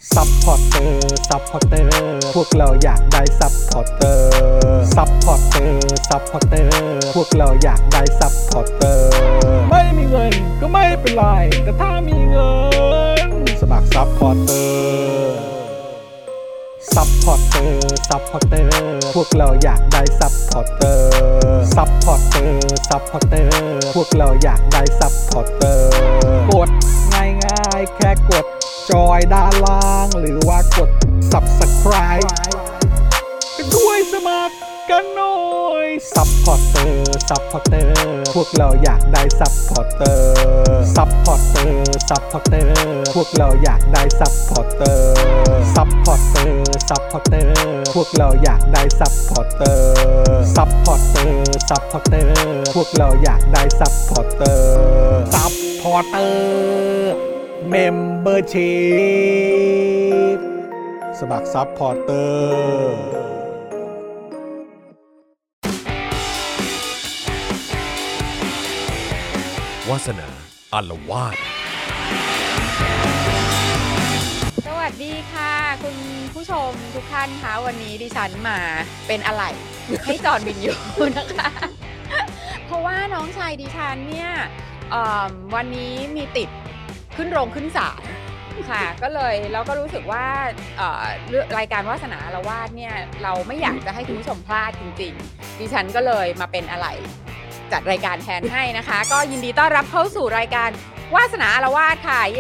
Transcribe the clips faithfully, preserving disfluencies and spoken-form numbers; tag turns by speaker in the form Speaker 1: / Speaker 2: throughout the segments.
Speaker 1: ซัพพอร์เตอร์ซัพพอร์เตอร์พวกเราอยากได้ซัพพอร์เตอร์ซัพพอร์เตอร์ซัพพอร์เตอร์พวกเราอยากได้ซัพพอร์เตอร์ไม่มีเงินก็ไม่เป็นไรแต่ถ้ามีเงินสมัครซัพพอร์เตอร์ซัพพอร์เตอร์ซัพพอร์เตอร์พวกเราอยากได้ซัพพอร์เตอร์ซัพพอร์เตอร์ซัพพอร์เตอร์พวกเราอยากได้ซัพพอร์เตอร์กดง่ายๆแค่กดจอยด้านล่างหรือว่ากด ซับสไครบ์ ไปด้วยสมัครกันหน่อยซัพพอร์เตอร์ซัพพอร์เตอร์พวกเราอยากได้ซัพพอร์เตอร์ซัพพอร์เตอร์ซัพพอร์เตอร์พวกเราอยากได้ซัพพอร์เตอร์ซัพพอร์เตอร์ซัพพอร์เตอร์พวกเราอยากได้ซัพพอร์เตอร์ซัพพอร์เตอร์ซัพพอร์เตอร์พวกเราอยากได้ซัพพอร์เตอร์ซัพพอร์เตอร์เมมเบอร์ชีพสมัครซัพพอร์เตอร์
Speaker 2: วาสนาอารวาส
Speaker 3: สวัสดีค่ะคุณผู้ชมทุกท่านคะวันนี้ดิฉันมาเป็นอะไร ให้จอห์นวินยูนะคะ เพราะว่าน้องชายดิฉันเนี่ยวันนี้มีติดขึ้นโรงขึ้นศาลค่ะก็เลยเราก็รู้สึกว่ารายการวาสนาอารวาสเนี่ยเราไม่อยากจะให้คุณผู้ชมพลาดจริงๆดิฉันก็เลยมาเป็นอะไรจัดรายการแทนให้นะคะก็ยินดีต้อนรับเข้าสู่รายการวาสนาอารวาสค่ะเย้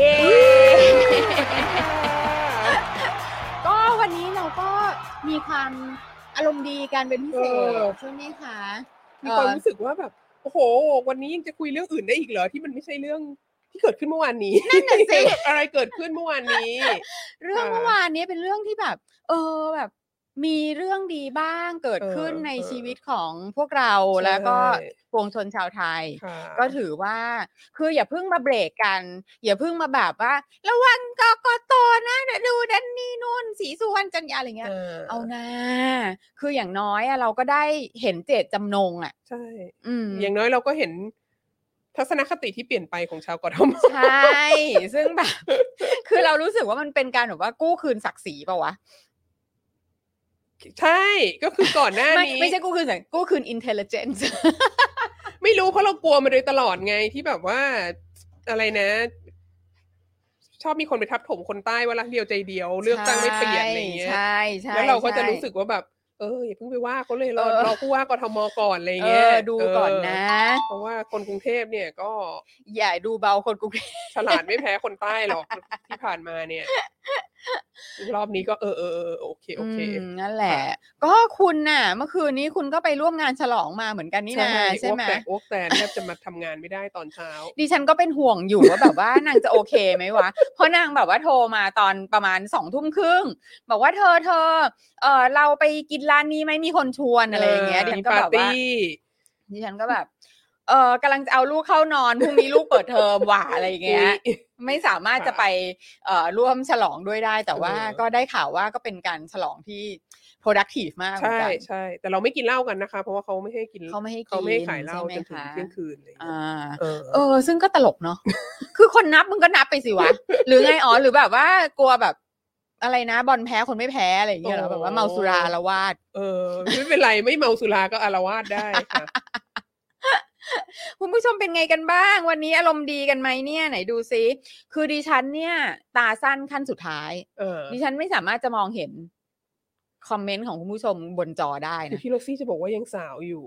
Speaker 3: ก็วันนี้เราก็มีความอารมณ์ดีกันเป็นพิเศษใช่ไหมคะ
Speaker 4: มีความรู้สึกว่าแบบโอ้โหวันนี้ยังจะคุยเรื่องอื่นได้อีกเหรอที่มันไม่ใช่เรื่องที่เกิดขึ้นเมื่อวานนี้
Speaker 3: นั่นน่ะสิ
Speaker 4: อะไรเกิดขึ้นเมื่อวานนี้
Speaker 3: เรื่องเมื่อวานนี้เป็นเรื่องที่แบบเออแบบมีเรื่องดีบ้างเกิดขึ้นในชีวิตของพวกเราแล้วก็ปวงชนชาวไทยก็ถือว่าคืออย่าเพิ่งมาเบรกกันอย่าเพิ่งมาแบบว่าระวังกกตนะดูดันนี่นู่นศรีสุวรรณจันทร์อะไรเงี้ยเอานะคืออย่างน้อยอะเราก็ได้เห็นเจตจำนงอ่ะ
Speaker 4: ใช่อย่างน้อยเราก็เห็นทัศนคติที่เปลี่ยนไปของชาวกทม
Speaker 3: ใช่ซึ่งแบบคือเรารู้สึกว่ามันเป็นการแบบว่ากู้คืนศักดิ์ศรีป่ะวะ
Speaker 4: ใช่ก็คือก่อนหน้านี้
Speaker 3: ไม่ไม่ใช่กู้คืนแต่กู้คืน intelligence
Speaker 4: ไม่รู้เพราะเรากลัวมาโดยตลอดไงที่แบบว่าอะไรนะชอบมีคนไปทับถมคนใต้ว่ารักเดียวใจเดียวเลือกตั้งไม่เปลี่ยนอะไรเงี้ย
Speaker 3: ใช่ใช่
Speaker 4: แล้วเราก็จะรู้สึกว่าแบบเอออย่าเพิ่งไปว่าเขาเลยรอรอผู้ว่ากทมก่อนอะไรเงี้ย
Speaker 3: ดูก่อนนะ
Speaker 4: เพราะว่าคนกรุงเทพเนี่ยก็
Speaker 3: อย่าดูเบาคนกรุงเทพ
Speaker 4: ฉลาดไม่แพ้คนใต้หรอกที่ผ่านมาเนี่ยรอบนี้ก็เออเออโอเคโอเค
Speaker 3: นั่นแหละก็คุณน่ะเมื่อคืนนี้คุณก็ไปร่วมงานฉลองมาเหมือนกันนี่นะใช่ไหม
Speaker 4: แต่โอ๊กแต่แทบจะมาทำงานไม่ได้ตอนเช้า
Speaker 3: ดิฉันก็เป็นห่วงอยู่ว่าแบบว่านางจะโอเคไหมวะเพราะนางแบบว่าโทรมาตอนประมาณสองทุ่มครึ่งบอกว่าเธอเธอเออเราไปกินร้านนี้ไหมมีคนชวนอะไรอย่างเงี้ยดิฉันก็แบบว่าดิฉันก็แบบเออกำลังจะเอาลูกเข้านอนพรุ่งนี้ลูกเปิดเทอมว่ะอะไรอย่างเงี้ยไม่สามารถจะไปเอ่อร่วมฉลองด้วยได้แต่ว่าก็ได้ข่าวว่าก็เป็นการฉลองที่ productive มากเหมือนกัน
Speaker 4: ใช่ๆแต่เราไม่กินเหล้ากันนะคะเพราะว่าเขาไม่ให้กิน
Speaker 3: เขาไม่ให้กิน
Speaker 4: เขาไม่ให้ขายเหล้าจนถึงเที่ยงคืนเลย
Speaker 3: อ่าเออเออซึ่งก็ตลกเนาะคือคนนับมึงก็นับไปสิวะหรือไงอ๋อหรือแบบว่ากลัวแบบอะไรนะบอลแพ้คนไม่แพ้อะไรอย่างเงี้ยเหรอแบบว่าเมาสุราอาละวาด
Speaker 4: เออไม่เป็นไรไม่เมาสุราก็อาละวาดได้ค่ะ
Speaker 3: คุณผู้ชมเป็นไงกันบ้างวันนี้อารมณ์ดีกันไหมเนี่ยไหนดูซิคือดิฉันเนี่ยตาสั้นขั้นสุดท้ายดิฉันไม่สามารถจะมองเห็นคอมเมนต์ของคุณผู้ชมบนจอได้นะ
Speaker 4: พี่โรซี่จะบอกว่ายังสาวอยู่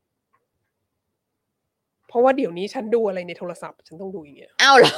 Speaker 4: เพราะว่าเดี๋ยวนี้ฉันดูอะไรในโทรศัพท์ฉันต้องดูอย่างเงี้ย
Speaker 3: อ้าวเหรอ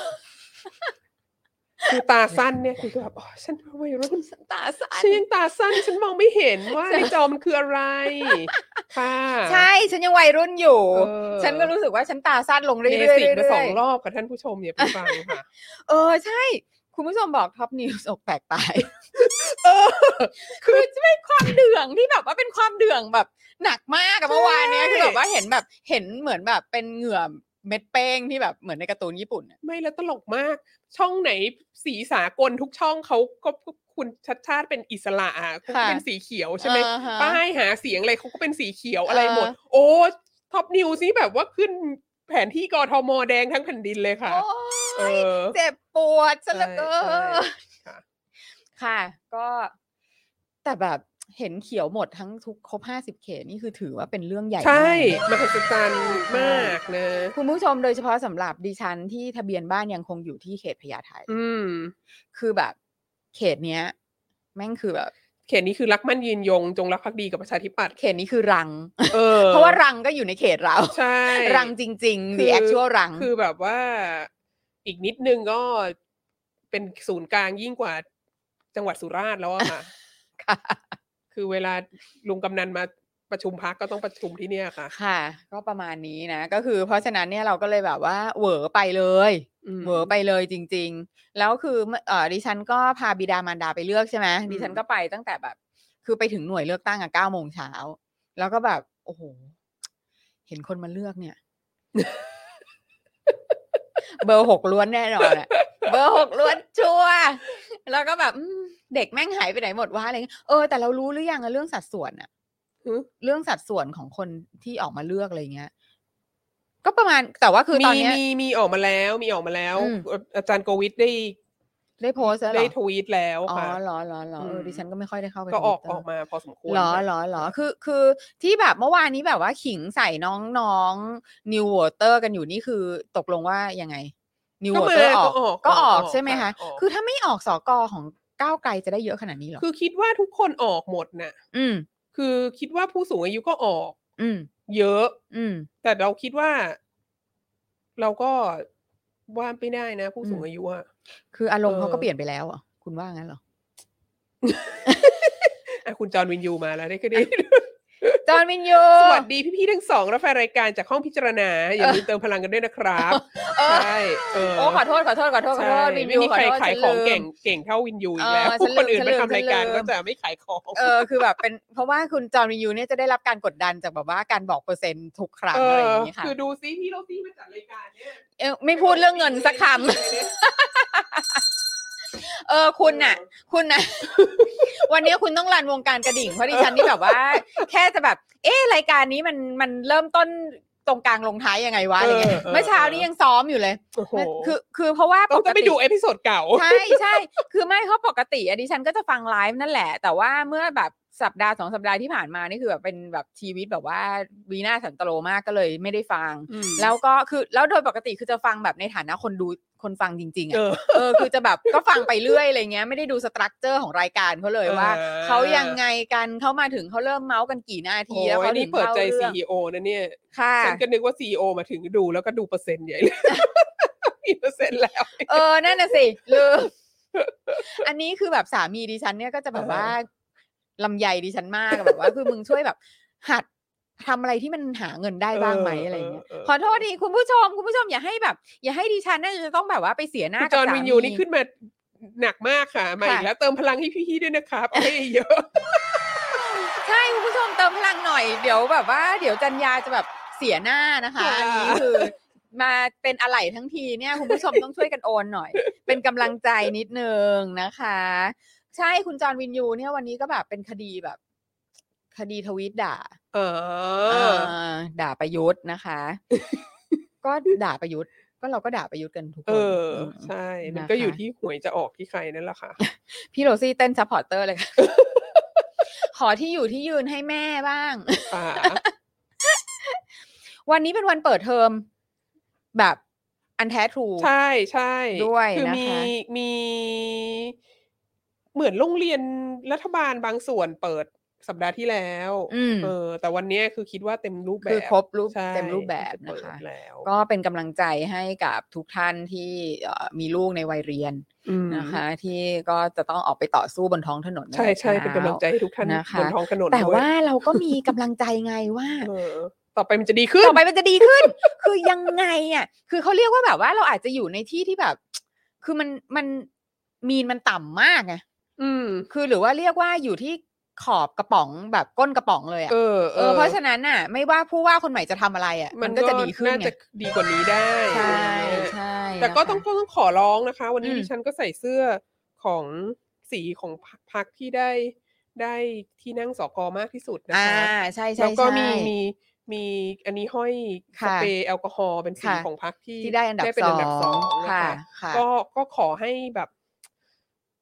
Speaker 4: คือตาสั้นเนี่ยคือแบบอ๋อฉันวัยรุ่น
Speaker 3: ตาสั้น
Speaker 4: ฉันยังตาสั้นฉันมองไม่เห็นว่าในจอมันคืออะไรค่ะ
Speaker 3: ใช่ฉันยังวัยรุ่นอยู่ฉันก็รู้สึกว่าฉันตาสั้นลงเรื่อยๆเรื่อยๆ
Speaker 4: มาสองรอบกับท่านผู้ชมอย่าไปฟังค่ะ
Speaker 3: เออใช่คุณผู้ชมบอกท็อปนิวส์อกแตกตาย
Speaker 4: เออ
Speaker 3: คือจะเป็นความเดือดที่แบบว่าเป็นความเดือดแบบหนักมากกับเมื่อวานนี้คือแบบว่าเห็นแบบเห็นเหมือนแบบเป็นเหงื่อเม็ดเป้งที่แบบเหมือนในการ์ตูนญี่ปุ่น
Speaker 4: ไม่แล้วตลกมากช่องไหนสีสากลทุกช่องเขาก็คุณชัดชาติเป็นอิสระอ่ะเขาเป็นสีเขียวใช่ไหมป้ายหาเสียงอะไรเขาก็เป็นสีเขียวอะไรหมดโอ้ท็อปนิวส์นี่แบบว่าขึ้นแผนที่กทมแดงทั้งแผ่นดินเลยค่ะ
Speaker 3: เจ็บปวดซะเหลือเกินค่ะก็แต่แบบเห็นเขียวหมดทั้งทุกครบห้าสิบเขตนี่คือถือว่าเป็นเรื่องใหญ่มาก
Speaker 4: ใช่มหัศจรรย์มากนะ
Speaker 3: คุณผู้ชมโดยเฉพาะสำหรับดิฉันที่ทะเบียนบ้านยังคงอยู่ที่เขตพญาไท
Speaker 4: อืม
Speaker 3: คือแบบเขตเนี้ยแม่งคือแบบ
Speaker 4: เขตนี้คือรักมั่นยืนยงจงรักภักดีกับประชาธิปัตย์
Speaker 3: เขตนี้คือรัง
Speaker 4: เออ
Speaker 3: เพราะว่ารังก็อยู่ในเขตเรา
Speaker 4: ใช่
Speaker 3: รังจริงๆ the actual รัง
Speaker 4: คือแบบว่าอีกนิดนึงก็เป็นศูนย์กลางยิ่งกว่าจังหวัดสุราษฎร์แล้วอะค่ะ
Speaker 3: ค่ะ
Speaker 4: คือเวลาลุงกำนันมาประชุมพักก็ต้องประชุมที่เนี่ยค่ะ
Speaker 3: ค่ะก็ประมาณนี้นะก็คือเพราะฉะนั้นเนี่ยเราก็เลยแบบว่าเหวอไปเลย
Speaker 4: อืม
Speaker 3: เหวอไปเลยจริงๆแล้วคือเอ่อดิฉันก็พาบิดามารดาไปเลือกใช่ไหม
Speaker 4: อืม
Speaker 3: ดิฉันก็ไปตั้งแต่แบบคือไปถึงหน่วยเลือกตั้งอ่ะเก้าโมงเช้าแล้วก็แบบโอ้โหเห็นคนมาเลือกเนี่ย เบอร์หกล้วนแน่นอนอะเบอร์หกล้วนชัวร์แล้วก็แบบอืมเด็กแม่งหายไปไหนหมดวะอะไรเงี้ยเออแต่เรารู้หรือยังอะเรื่องสัดส่วนอะ
Speaker 4: หึ
Speaker 3: เรื่องสัดส่วนของคนที่ออกมาเลือกอะไรเงี้ยก็ประมาณแต่ว่าคือตอน
Speaker 4: มี
Speaker 3: เนี้ย
Speaker 4: มีมีออกมาแล้วมีออกมาแล้ว
Speaker 3: อืม
Speaker 4: อาจารย์โกวิทได้
Speaker 3: ได้โพสต์แล้วเหร
Speaker 4: ได้
Speaker 3: อ
Speaker 4: ทวีตแล้ว
Speaker 3: อ๋อ
Speaker 4: ค่ะ
Speaker 3: เหรอเหรอเหรอเออ
Speaker 4: อืม
Speaker 3: ดิฉันก็ไม่ค่อยได้เข้าไป
Speaker 4: ก็ออก
Speaker 3: Twitter
Speaker 4: ออกมาพอสมควร
Speaker 3: เหรอ
Speaker 4: ค่ะ
Speaker 3: เหรอเหรอคือคือที่แบบเมื่อวานนี้แบบว่าขิงใส่น้องๆ New Voter กันอยู่นี่คือตกลงว่ายังไง New
Speaker 4: ก็มา
Speaker 3: Voter ออก
Speaker 4: ก็ออก
Speaker 3: ก็ออก
Speaker 4: ออก
Speaker 3: ใช่ไหม
Speaker 4: ค่ะ
Speaker 3: คะ
Speaker 4: ออก
Speaker 3: คือถ้าไม่ออกสกของก้าวไกลจะได้เยอะขนาดนี้เหรอ
Speaker 4: คือคิดว่าทุกคนออกหมดน่ะ
Speaker 3: อืม
Speaker 4: คือคิดว่าผู้สูงอายุก็ออก
Speaker 3: อืม
Speaker 4: เยอะ
Speaker 3: อืม
Speaker 4: แต่เราคิดว่า เราก็ว่าไม่ได้นะ ผู้
Speaker 3: อืม
Speaker 4: สูงอายุอะ
Speaker 3: คืออารมณ์
Speaker 4: เออ
Speaker 3: เขาก็เปลี่ยนไปแล้วเหรอคุณว่างั้นเหรอ
Speaker 4: อ่ะคุณจอห์นวินยูมาแล้วได้ก็ได้
Speaker 3: จอห์นวินยู
Speaker 4: สวัสดีพี่ๆทั้งสองและแฟนรายการจากห้องพิจารณา อย่าลืมเติมพลังกันด้วยนะครับ
Speaker 3: เออ
Speaker 4: ใช่เออ
Speaker 3: โอ้ขอโทษขอโทษขอโทษขอโท
Speaker 4: ใช่
Speaker 3: ษวิน
Speaker 4: ไม่
Speaker 3: ยู
Speaker 4: มี
Speaker 3: ขอ
Speaker 4: ใคร
Speaker 3: โทษ
Speaker 4: ขาย
Speaker 3: ฉัน
Speaker 4: ของ
Speaker 3: ลืม
Speaker 4: เก่งเก่งเท่าวินยูอีกแล้ว
Speaker 3: เออฉันลืม
Speaker 4: คนอื่น
Speaker 3: ฉัน
Speaker 4: ไป
Speaker 3: ลืม
Speaker 4: ทำรายการ
Speaker 3: ฉันลืม
Speaker 4: ก็จะไม่ขายของ
Speaker 3: เออคือแบบเป็นเพราะว่าคุณจอห์นวินยูเนี่ยจะได้รับการกดดันจากแบบว่าการบอกเปอร์เซ็นต์ทุกครั้ง
Speaker 4: เอ
Speaker 3: อะไรอ
Speaker 4: อย่าง
Speaker 3: เงี้ยค่ะ
Speaker 4: คือดูซิพี่โรซี่มาจัดรายการเนี่ย
Speaker 3: เออไม่พูดเรื่องเงินสักคำ เออคุณน่ะ คุณน่ะ วันนี้คุณต้องรันวงการกระดิ่งเพราะดิฉันนี่แบบว่า แค่จะแบบ เอ๊ะรายการนี้มันมันเริ่มต้นตรงกลางลงท้ายยังไงวะอะไรเงี้ย
Speaker 4: เออเออ
Speaker 3: เมื่อเช้านี้ยังซ้อมอยู่เลย
Speaker 4: โอ้โห
Speaker 3: คือคือเพราะว่า
Speaker 4: ต้อง
Speaker 3: ปก
Speaker 4: จะไป
Speaker 3: ติ
Speaker 4: ดูเอพิโซดเก่า
Speaker 3: ใช่ใช่คือไม่เพราะปกติอะดิฉันก็จะฟังไลฟ์นั่นแหละ แต่ว่าเมื่อแบบสัปดาห์สองสัปดาห์ที่ผ่านมานี่คือแบบเป็นแบบชีวิตแบบว่าวีนาสันตโลมากก็เลยไม่ได้ฟัง
Speaker 4: อืม
Speaker 3: แล้วก็คือแล้วโดยปกติคือจะฟังแบบในฐานะคนดูคนฟังจริงๆ
Speaker 4: เอ
Speaker 3: อ่ะ
Speaker 4: อ
Speaker 3: เออคือจะแบบก็ฟังไปเรื่อยอะไรเงี้ยไม่ได้ดูสตรัคเจอร์ของรายการเขาเลยว่า
Speaker 4: เออ
Speaker 3: เขายังไงกันเขามาถึงเขาเริ่มเมาส์กันกี่นาที
Speaker 4: โอ้
Speaker 3: แล้ว
Speaker 4: ย
Speaker 3: เขาถึ
Speaker 4: นี่
Speaker 3: ง
Speaker 4: เปิด
Speaker 3: เข้า
Speaker 4: ใจ
Speaker 3: เรื่
Speaker 4: ซี
Speaker 3: อง
Speaker 4: อีโอนะเนี่ย
Speaker 3: ค่ะ
Speaker 4: ฉันก็นึกว่าซีอีโอมาถึงดูแล้วก็ดูเปอร์เซ็นต์ใหญ่เลย มีเปอร์เซ็นต์แล้ว
Speaker 3: เออนั่นน่ะสิลืมอันนี้คือแบบสามีดิฉันเนี่ยก็จะแบบว่าลำไยดิฉันมากแบบว่าคือมึงช่วยแบบหัดทำอะไรที่มันหาเงินได้บ้างไหมอะไรเงี้ยขอโทษดีคุณผู้ชมคุณผู้ชมอย่าให้แบบ อย่าให้ดิฉันน่าจะต้องแบบว่าไปเสียหน้า
Speaker 4: คุณ
Speaker 3: กับ
Speaker 4: จอห์น
Speaker 3: สา
Speaker 4: วิน
Speaker 3: มี
Speaker 4: ยูนี่ขึ้นมาหนักมากค่ะมาอีก
Speaker 3: ค่ะ
Speaker 4: แล้วเติมพลังให้พี่ๆด้วยนะครับเอาให้เยอะ
Speaker 3: ใช่คุณผู้ชมเติมพลังหน่อยเดี๋ยวแบบว่าเดี๋ยวจันยาจะแบบเสียหน้านะคะ
Speaker 4: ค่ะ
Speaker 3: อันนี้คือมาเป็นอะไหล่ทั้งทีเนี่ยคุณผู้ชมต้องช่วยกันโอนหน่อย เป็นกำลังใจนิดนึงนะคะ ใช่คุณจอห์นวินยูเนี่ยวันนี้ก็แบบเป็นคดีแบบ คดีทวีตด่า
Speaker 4: เออ
Speaker 3: อ่าด่าประยุทธ์นะคะ ก็ด่าประยุทธ์ก็เราก็ด่าประยุทธ์กันทุกคน
Speaker 4: เออ
Speaker 3: อืม
Speaker 4: ใช่ มัน
Speaker 3: นะคะ
Speaker 4: ก็อยู่ที่หวยจะออกที่ใครนั่นแหละค่ะ
Speaker 3: พี่โรซี่เต้นซัพพอร์ตเตอร์เลยค่ะ ขอที่อยู่ที่ยืนให้แม่บ้าง
Speaker 4: อ่า
Speaker 3: วันนี้เป็นวันเปิดเทอมแบบอันแท้ทรู
Speaker 4: ใช่ใช่
Speaker 3: ด้วย
Speaker 4: คือ
Speaker 3: นะคะ
Speaker 4: มีมีเหมือนโรงเรียนรัฐบาลบางส่วนเปิดสัปดาห์ที่แล้ว
Speaker 3: อืม
Speaker 4: เออ แต่วันเนี้ยคือคิดว่าเต็มรูปแบบ
Speaker 3: คือครบรูป
Speaker 4: ใช่
Speaker 3: เต็มรูปแบบ
Speaker 4: จเปิ
Speaker 3: นะ
Speaker 4: ด
Speaker 3: คะ
Speaker 4: แล้ว
Speaker 3: ก็เป็นกำลังใจให้กับทุกท่านที่เอ่อมีลูกในวัยเรียน
Speaker 4: อืม
Speaker 3: นะคะ ที่ก็จะต้องออกไปต่อสู้บนท้องถนน
Speaker 4: ใช่ใช่เป็นกำลังใจให้ทุกท่าน
Speaker 3: นะคะ
Speaker 4: บนท้องถนน
Speaker 3: แต่
Speaker 4: ด้วย
Speaker 3: ว่าเราก็มีกำลังใจไงว่า
Speaker 4: เออ ต่อไปมันจะดีขึ้น
Speaker 3: ต่อไปมันจะดีขึ้น คือยังไงอ่ะ คือเขาเรียกว่าแบบว่าเราอาจจะอยู่ในที่ที่แบบ คือมันมันมีนมันต่ำมากไง
Speaker 4: อืม
Speaker 3: คือหรือว่าเรียกว่าอยู่ที่ขอบกระป๋องแบบก้นกระป๋องเลยอ่ะ
Speaker 4: เออ
Speaker 3: เออเพราะฉะนั้นน่ะ ไม่ว่าผู้ว่าคนใหม่จะทำอะไรอ่ะ มันก็จะดีขึ้น
Speaker 4: น่า
Speaker 3: ไง
Speaker 4: จะดีกว่านี้ได้
Speaker 3: ใช่
Speaker 4: อะไรอย่างเงี้ย
Speaker 3: ใช่
Speaker 4: แต่ก็
Speaker 3: นะคะ
Speaker 4: ต้องต้องขอร้องนะคะ วันนี้
Speaker 3: อืม
Speaker 4: ดิฉันก็ใส่เสื้อของสีของพรรคพรรคที่ได้ได้ที่นั่งสกมากที่สุดนะ
Speaker 3: อ่า
Speaker 4: คะ
Speaker 3: ใช่ใช่
Speaker 4: แล้วก็มี
Speaker 3: ใช่
Speaker 4: มีมีอันนี้ห้อยส
Speaker 3: ค่ะ
Speaker 4: เปรย์แอลกอฮอล์เป็นสี
Speaker 3: ค่ะ
Speaker 4: ของพรรคที่
Speaker 3: ที่ได้อันดับ
Speaker 4: เป็นอันดับ
Speaker 3: ส
Speaker 4: ส
Speaker 3: อ
Speaker 4: อง งนะ
Speaker 3: ค่ะ
Speaker 4: คะ
Speaker 3: ค่ะ
Speaker 4: ก็ก็ขอให้แบบ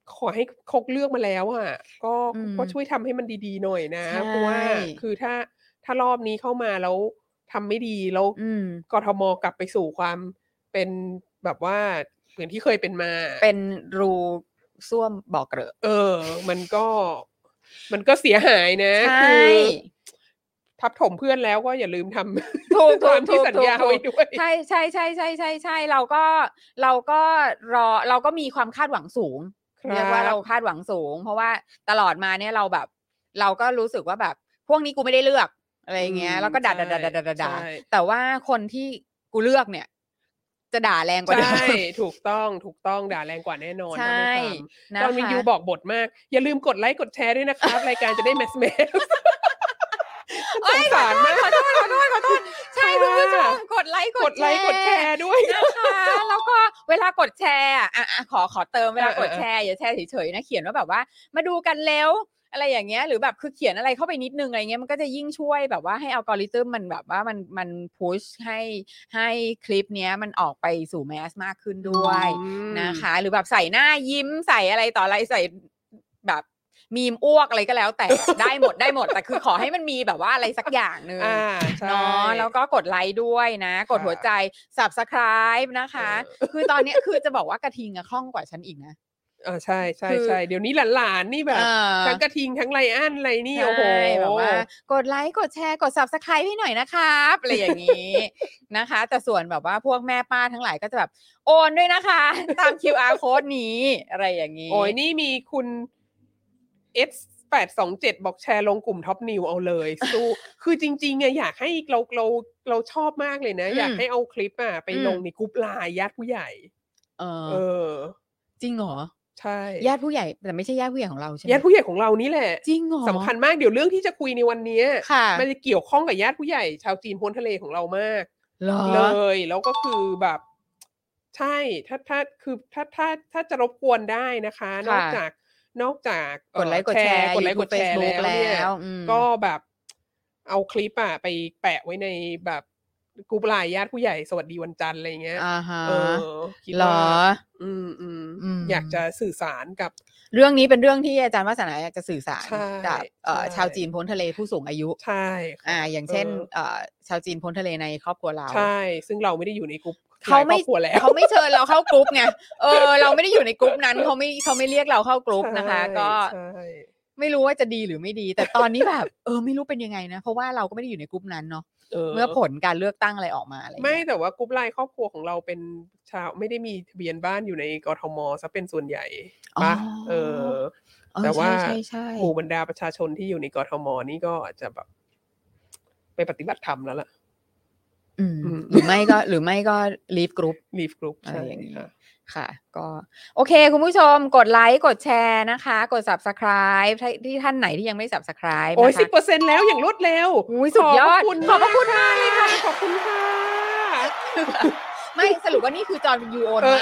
Speaker 4: ขอให้เขาเลือกมาแล้วอ่ะก็
Speaker 3: อืม
Speaker 4: ก็ช่วยทำให้มันดีๆหน่อยนะ
Speaker 3: ใช่
Speaker 4: เพราะว่าคือถ้าถ้ารอบนี้เข้ามาแล้วทำไม่ดีแล้ว
Speaker 3: อืม
Speaker 4: กทมกลับไปสู่ความเป็นแบบว่าเหมือนที่เคยเป็นมา
Speaker 3: เป็นรูส้วมบ่อเกลอะ
Speaker 4: เออ มันก็ มันก็เสียหายนะ
Speaker 3: ใช่
Speaker 4: คือทับถมเพื่อนแล้วก็อย่าลืมทำ
Speaker 3: ถูกถู
Speaker 4: ตาก ม
Speaker 3: ถู
Speaker 4: ที่
Speaker 3: ก
Speaker 4: สัญ
Speaker 3: ถูก
Speaker 4: ญา
Speaker 3: ถู
Speaker 4: ไว้
Speaker 3: ก
Speaker 4: ด้วย
Speaker 3: ใช่ใช่ใช่ใช่ใช่ใช่เราก็เราก็รอเราก็มีความคาดหวังสูง
Speaker 4: ครับ
Speaker 3: เรียกว่าเราคาดหวังสูง เพราะว่าตลอดมาเนี่ยเราแบบ เราก็รู้สึกว่าแบบพวกนี้กูไม่ได้เลือกอะไรอย่างเงี้ย
Speaker 4: อืม
Speaker 3: แล้วก็ด่า
Speaker 4: ใช่
Speaker 3: ด่าด่าด่าด่าด่า
Speaker 4: ใช่
Speaker 3: แต่ว่าคนที่กูเลือกเนี่ย จะด่าแรงกว่าเดิ
Speaker 4: ใช่
Speaker 3: ม
Speaker 4: ถูกต้องถูกต้องด่าแรงกว่าแน่นอน
Speaker 3: ใช่
Speaker 4: ถ้าไม่ท
Speaker 3: นะ
Speaker 4: ำจอห์นวิน
Speaker 3: คะ
Speaker 4: ยูบอกบทมาก อย่าลืมกดไลค์กดแชร์ด้วยนะครับ รายการจะได้แมสแมส สงสารมาก
Speaker 3: ขอโทษขอโทษขอโทษใช่คุณผู้ชมกดไลค์
Speaker 4: กดไลค์กดแชร์ด้วย
Speaker 3: นะคะ แล้วก็เวลากดแชร์อ่ะอ่ะอ่ะขอขอเติมเวลากด
Speaker 4: เออเออ
Speaker 3: แชร์อย่าแชร์เฉยๆนะเขียนว่าแบบว่ามาดูกันแล้วอะไรอย่างเงี้ยหรือแบบคือเขียนอะไรเข้าไปนิดนึงอะไรเงี้ยมันก็จะยิ่งช่วยแบบว่าให้อัลกอริทึมมันแบบว่ามันมันพุชให้ให้คลิปเนี้ยมันออกไปสู่แมสมากขึ้นด้วย
Speaker 4: อืม
Speaker 3: นะคะหรือแบบใส่หน้ายิ้มใส่อะไรต่ออะไรใส่แบบมีมอ้วกอะไรก็แล้วแต่ ได้หมดได้หมดแต่คือขอให้มันมีแบบว่าอะไรสักอย่างหนึ่ง
Speaker 4: อ่าใช่
Speaker 3: เนาะแล้วก็กดไลค์ด้วยนะกดหัวใจ Subscribe นะคะ
Speaker 4: เออ
Speaker 3: คือตอนเนี้ยคือจะบอกว่ากระทิงอะคล่องกว่าฉันอีกนะ
Speaker 4: เออใช่ใช่
Speaker 3: คือ
Speaker 4: ใช่เดี๋ยวนี้หลานๆนี่แบบ
Speaker 3: เออ
Speaker 4: ทั้งกระทิงทั้งไลอ้อนอะไรนี่
Speaker 3: ใช่
Speaker 4: โอ้โห
Speaker 3: แบบว่ากดไลค์กดแชร์กด Subscribe ให้หน่อยนะครับอะไรอย่างนี้ นะคะ แต่ส่วนแบบว่าพวกแม่ป้าทั้งหลายก็จะแบบโอนด้วยนะคะ ตาม คิว อาร์ Code นี้อะไรอย่างนี้
Speaker 4: โอ้ยนี่มีคุณ เอส แปดสองเจ็ด บอกแชร์ลงกลุ่มท็อปนิวเอาเลยสู้ คือจริงๆอะอยากให้เราเราเราชอบมากเลยนะ
Speaker 3: อืม
Speaker 4: อยากให้เอาคลิปอะไป
Speaker 3: อืม
Speaker 4: ลงในกลุ่มไลน์ญาติผู้ใหญ่
Speaker 3: เออ
Speaker 4: เออ
Speaker 3: จริงเหรอ
Speaker 4: ใช่
Speaker 3: ญาติผู้ใหญ่แต่ไม่ใช่ญาติผู้ใหญ่ของเราใช่ไหม
Speaker 4: ญาติผู้ใหญ่ของเรานี่แหละ
Speaker 3: จริงเหรอ
Speaker 4: สำคัญมากเดี๋ยวเรื่องที่จะคุยในวันเนี้ย
Speaker 3: ค่ะ
Speaker 4: มันจะเกี่ยวข้องกับญาติผู้ใหญ่ ชาวจีนพ้นทะเลของเรามาก
Speaker 3: เหรอ
Speaker 4: เลยแล้วก็คือแบบ ใช่ถ้าถ้าคือถ้าถ้าถ้าจะรบกวนได้นะคะ นอกจากนอกจากเอ่
Speaker 3: ก
Speaker 4: อ
Speaker 3: ดไลค์กดแชร์
Speaker 4: กดไลค์กด
Speaker 3: YouTube
Speaker 4: แชร์
Speaker 3: Facebook
Speaker 4: แล้วเนี่ย
Speaker 3: แล้วอืม
Speaker 4: ก็แบบเอาคลิปอะไปแปะไว้ในแบบกลุ่มไลน์ญาติผู้ใหญ่สวัสดีวันจันทร์อะไรเงี้ย
Speaker 3: อ่าฮะ
Speaker 4: เออคิด
Speaker 3: เหร
Speaker 4: ว่า
Speaker 3: อ
Speaker 4: อืมอืม
Speaker 3: อืม
Speaker 4: อยากจะสื่อสารกับ
Speaker 3: เรื่องนี้เป็นเรื่องที่อาจารย์วาสนาอยากจะสื่อสาร
Speaker 4: ใช่
Speaker 3: กับเอ่อ
Speaker 4: ใช่
Speaker 3: ชาวจีนพ้นทะเลผู้สูงอายุ
Speaker 4: ใช่ค่ะ
Speaker 3: อ่า อย่างเช่น
Speaker 4: ออ
Speaker 3: เอ่อชาวจีนพ้นทะเลในครอบครัวเรา
Speaker 4: ใช่ ซึ่งเราไม่ได้อยู่ในกลุ่ม
Speaker 3: เขาไม่
Speaker 4: หลยครอบครัวแล้ว
Speaker 3: เขาไม่เชิญเราเข้ากรุ๊ปไงเออเราไม่ได้อยู่ในกรุ๊ปนั้นเขาไม่เขาไม่เรียกเราเข้ากรุ๊ปนะคะ
Speaker 4: ใช่
Speaker 3: ก็
Speaker 4: ใช่
Speaker 3: ไม่รู้ว่าจะดีหรือไม่ดี แต่ตอนนี้แบบ เออไม่รู้เป็นยังไงนะ เพราะว่าเราก็ไม่ได้อยู่ในกรุ๊ปนั้นเนาะ
Speaker 4: เออ
Speaker 3: เมื่อผลการเลือกตั้งอะไรออกมาอะไรอย่าง
Speaker 4: ไม่
Speaker 3: เงี้ย
Speaker 4: แต่ว่ากรุ๊ปไลน์ครอบครัวของเราเป็นชาวไม่ได้มีทะเบียนบ้านอยู่ในกทมซะเป็นส่วนใหญ่ปะ
Speaker 3: อ๋อ
Speaker 4: เออ
Speaker 3: เออ
Speaker 4: แต่ว่า
Speaker 3: ใช่ใช่ใช่
Speaker 4: หมู่บรรดาประชาชนที่อยู่ในกทมนี่ก็อาจจะแบบ ไปปฏิบัติธรรมแล้วล่ะ
Speaker 3: อืม
Speaker 4: อืม
Speaker 3: หรือไม่ก็หรือไม่ก็ leave group
Speaker 4: ลีฟกรุ๊ป
Speaker 3: อะไรอย่างนี้
Speaker 4: ค่ะ
Speaker 3: ค่ะ ก็โอเค คุณผู้ชมกดไลค์กดแชร์นะคะ กด Subscribe ที่ที่ท่านไหนที่ยังไม่ Subscribe
Speaker 4: โอ้ย
Speaker 3: นะ
Speaker 4: สิบ
Speaker 3: คะ
Speaker 4: เปอร์เซ็นต์แล้วอย่างรวดเร็ว
Speaker 3: อุ้ยสุดยอด
Speaker 4: ขอบคุณ
Speaker 3: ขอบพระคุณมากเลยค่ะ
Speaker 4: ขอบคุณค่ะ
Speaker 3: ไม่สรุปว่านี่คือจอห์นวินยูโอน
Speaker 4: เออ
Speaker 3: มา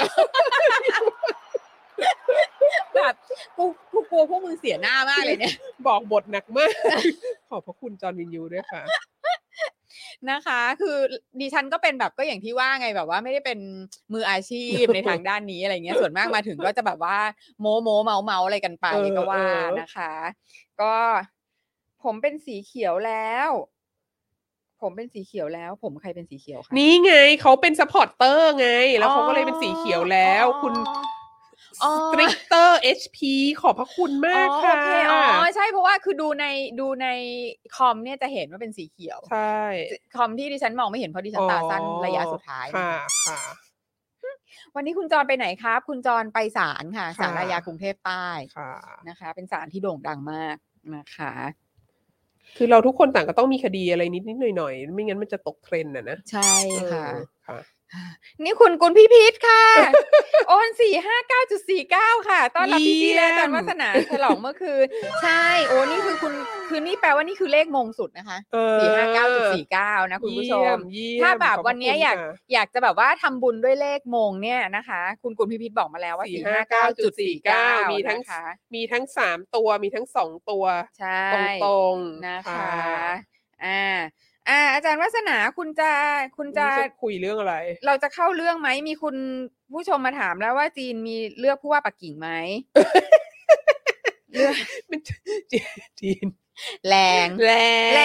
Speaker 3: แบบกูกูกลัวพวกมึงเสียหน้ามากเลยเนี่ย
Speaker 4: บอกบทหนักมาก ขอบพระคุณจอห์นวินยูด้วยค่ะ
Speaker 3: นะคะ คือดิฉันก็เป็นแบบก็อย่างที่ว่าไงแบบว่าไม่ได้เป็นมืออาชีพ ในทางด้านนี้อะไรเงี้ยส่วนมากมาถึงก็จะแบบว่าโมโมเมาเมาอะไรกันไป
Speaker 4: เออ
Speaker 3: ก็ว่า
Speaker 4: เออ
Speaker 3: นะคะ ก็ผมเป็นสีเขียวแล้ว ผมเป็นสีเขียวแล้ว ผมใครเป็นสีเขียวคะ
Speaker 4: นี่ไงเขาเป็นซัพพอร์ตเตอร์ไง แล้วเขาก็เลยเป็นสีเขียวแล้ว คุณ
Speaker 3: อ๋อ
Speaker 4: สตริกเตอร์ เอช พี ขอบพระคุณมาก
Speaker 3: อ๋อ
Speaker 4: ค่ะ
Speaker 3: โอเคอ๋อใช่เพราะว่าคือดูในดูในคอมเนี่ยจะเห็นว่าเป็นสีเขียว
Speaker 4: ใช่
Speaker 3: คอมที่ดิฉันมองไม่เห็นเพราะดิฉันตาสั้นระยะสุดท้าย
Speaker 4: ค่ะ
Speaker 3: นะคะ
Speaker 4: ค่ะ
Speaker 3: วันนี้คุณจรไปไหนครับ คุณจรไปศาลค่ะ
Speaker 4: ค่ะ
Speaker 3: ศาลอาญากรุงเทพใต้
Speaker 4: ค่ะ
Speaker 3: นะคะ เป็นศาลที่โด่งดังมากนะคะ
Speaker 4: คือเราทุกคนต่างก็ต้องมีคดีอะไรนิดนิดหน่อยหน่อยๆไม่งั้นมันจะตกเทรนด์น่ะนะ
Speaker 3: ใช่ค่ะ
Speaker 4: เออค่ะ
Speaker 3: นี่คุณกุลพี่พีทค่ะ โอนสี่ห้าเก้าจุดสี่เก้าค่ะต้อนรับพี่พีทและอาจารย์วัฒนาฉลองเมื่อคืนใช่โอ้นี่คือคุณคือนี่แปลว่านี่คือเลขมงสุดนะคะ
Speaker 4: เออ
Speaker 3: สี่ห้าเก้าจุดสี่เก้านะคุณผู้ช
Speaker 4: เยี่ย
Speaker 3: ม
Speaker 4: เยี่ยม
Speaker 3: ถ้าแบบ
Speaker 4: ขพระ
Speaker 3: วันนี้
Speaker 4: คุณ
Speaker 3: อยาก
Speaker 4: ค่ะ
Speaker 3: อยากจะแบบว่าทำบุญด้วยเลขมงเนี่ยนะคะ คุณกุลพี่พีทบอกมาแล้วว่า สี่ห้าเก้าจุดสี่เก้า
Speaker 4: มีทั้ง
Speaker 3: นะคะ
Speaker 4: มีทั้งสามตัวมีทั้งสองตัว
Speaker 3: ใช่
Speaker 4: ตรงๆ
Speaker 3: นะคะ
Speaker 4: ค่ะ
Speaker 3: อ่าอ่าอาจารย์วัฒนาคุณจะคุณจะ
Speaker 4: คุยเรื่องอะไร
Speaker 3: เราจะเข้าเรื่องไหมมีคุณผู้ชมมาถามแล้วว่าจีนมีเลือกผู้ว่าปักกิ่งไหม เลือก
Speaker 4: จีน
Speaker 3: แรง
Speaker 4: แร
Speaker 3: แรง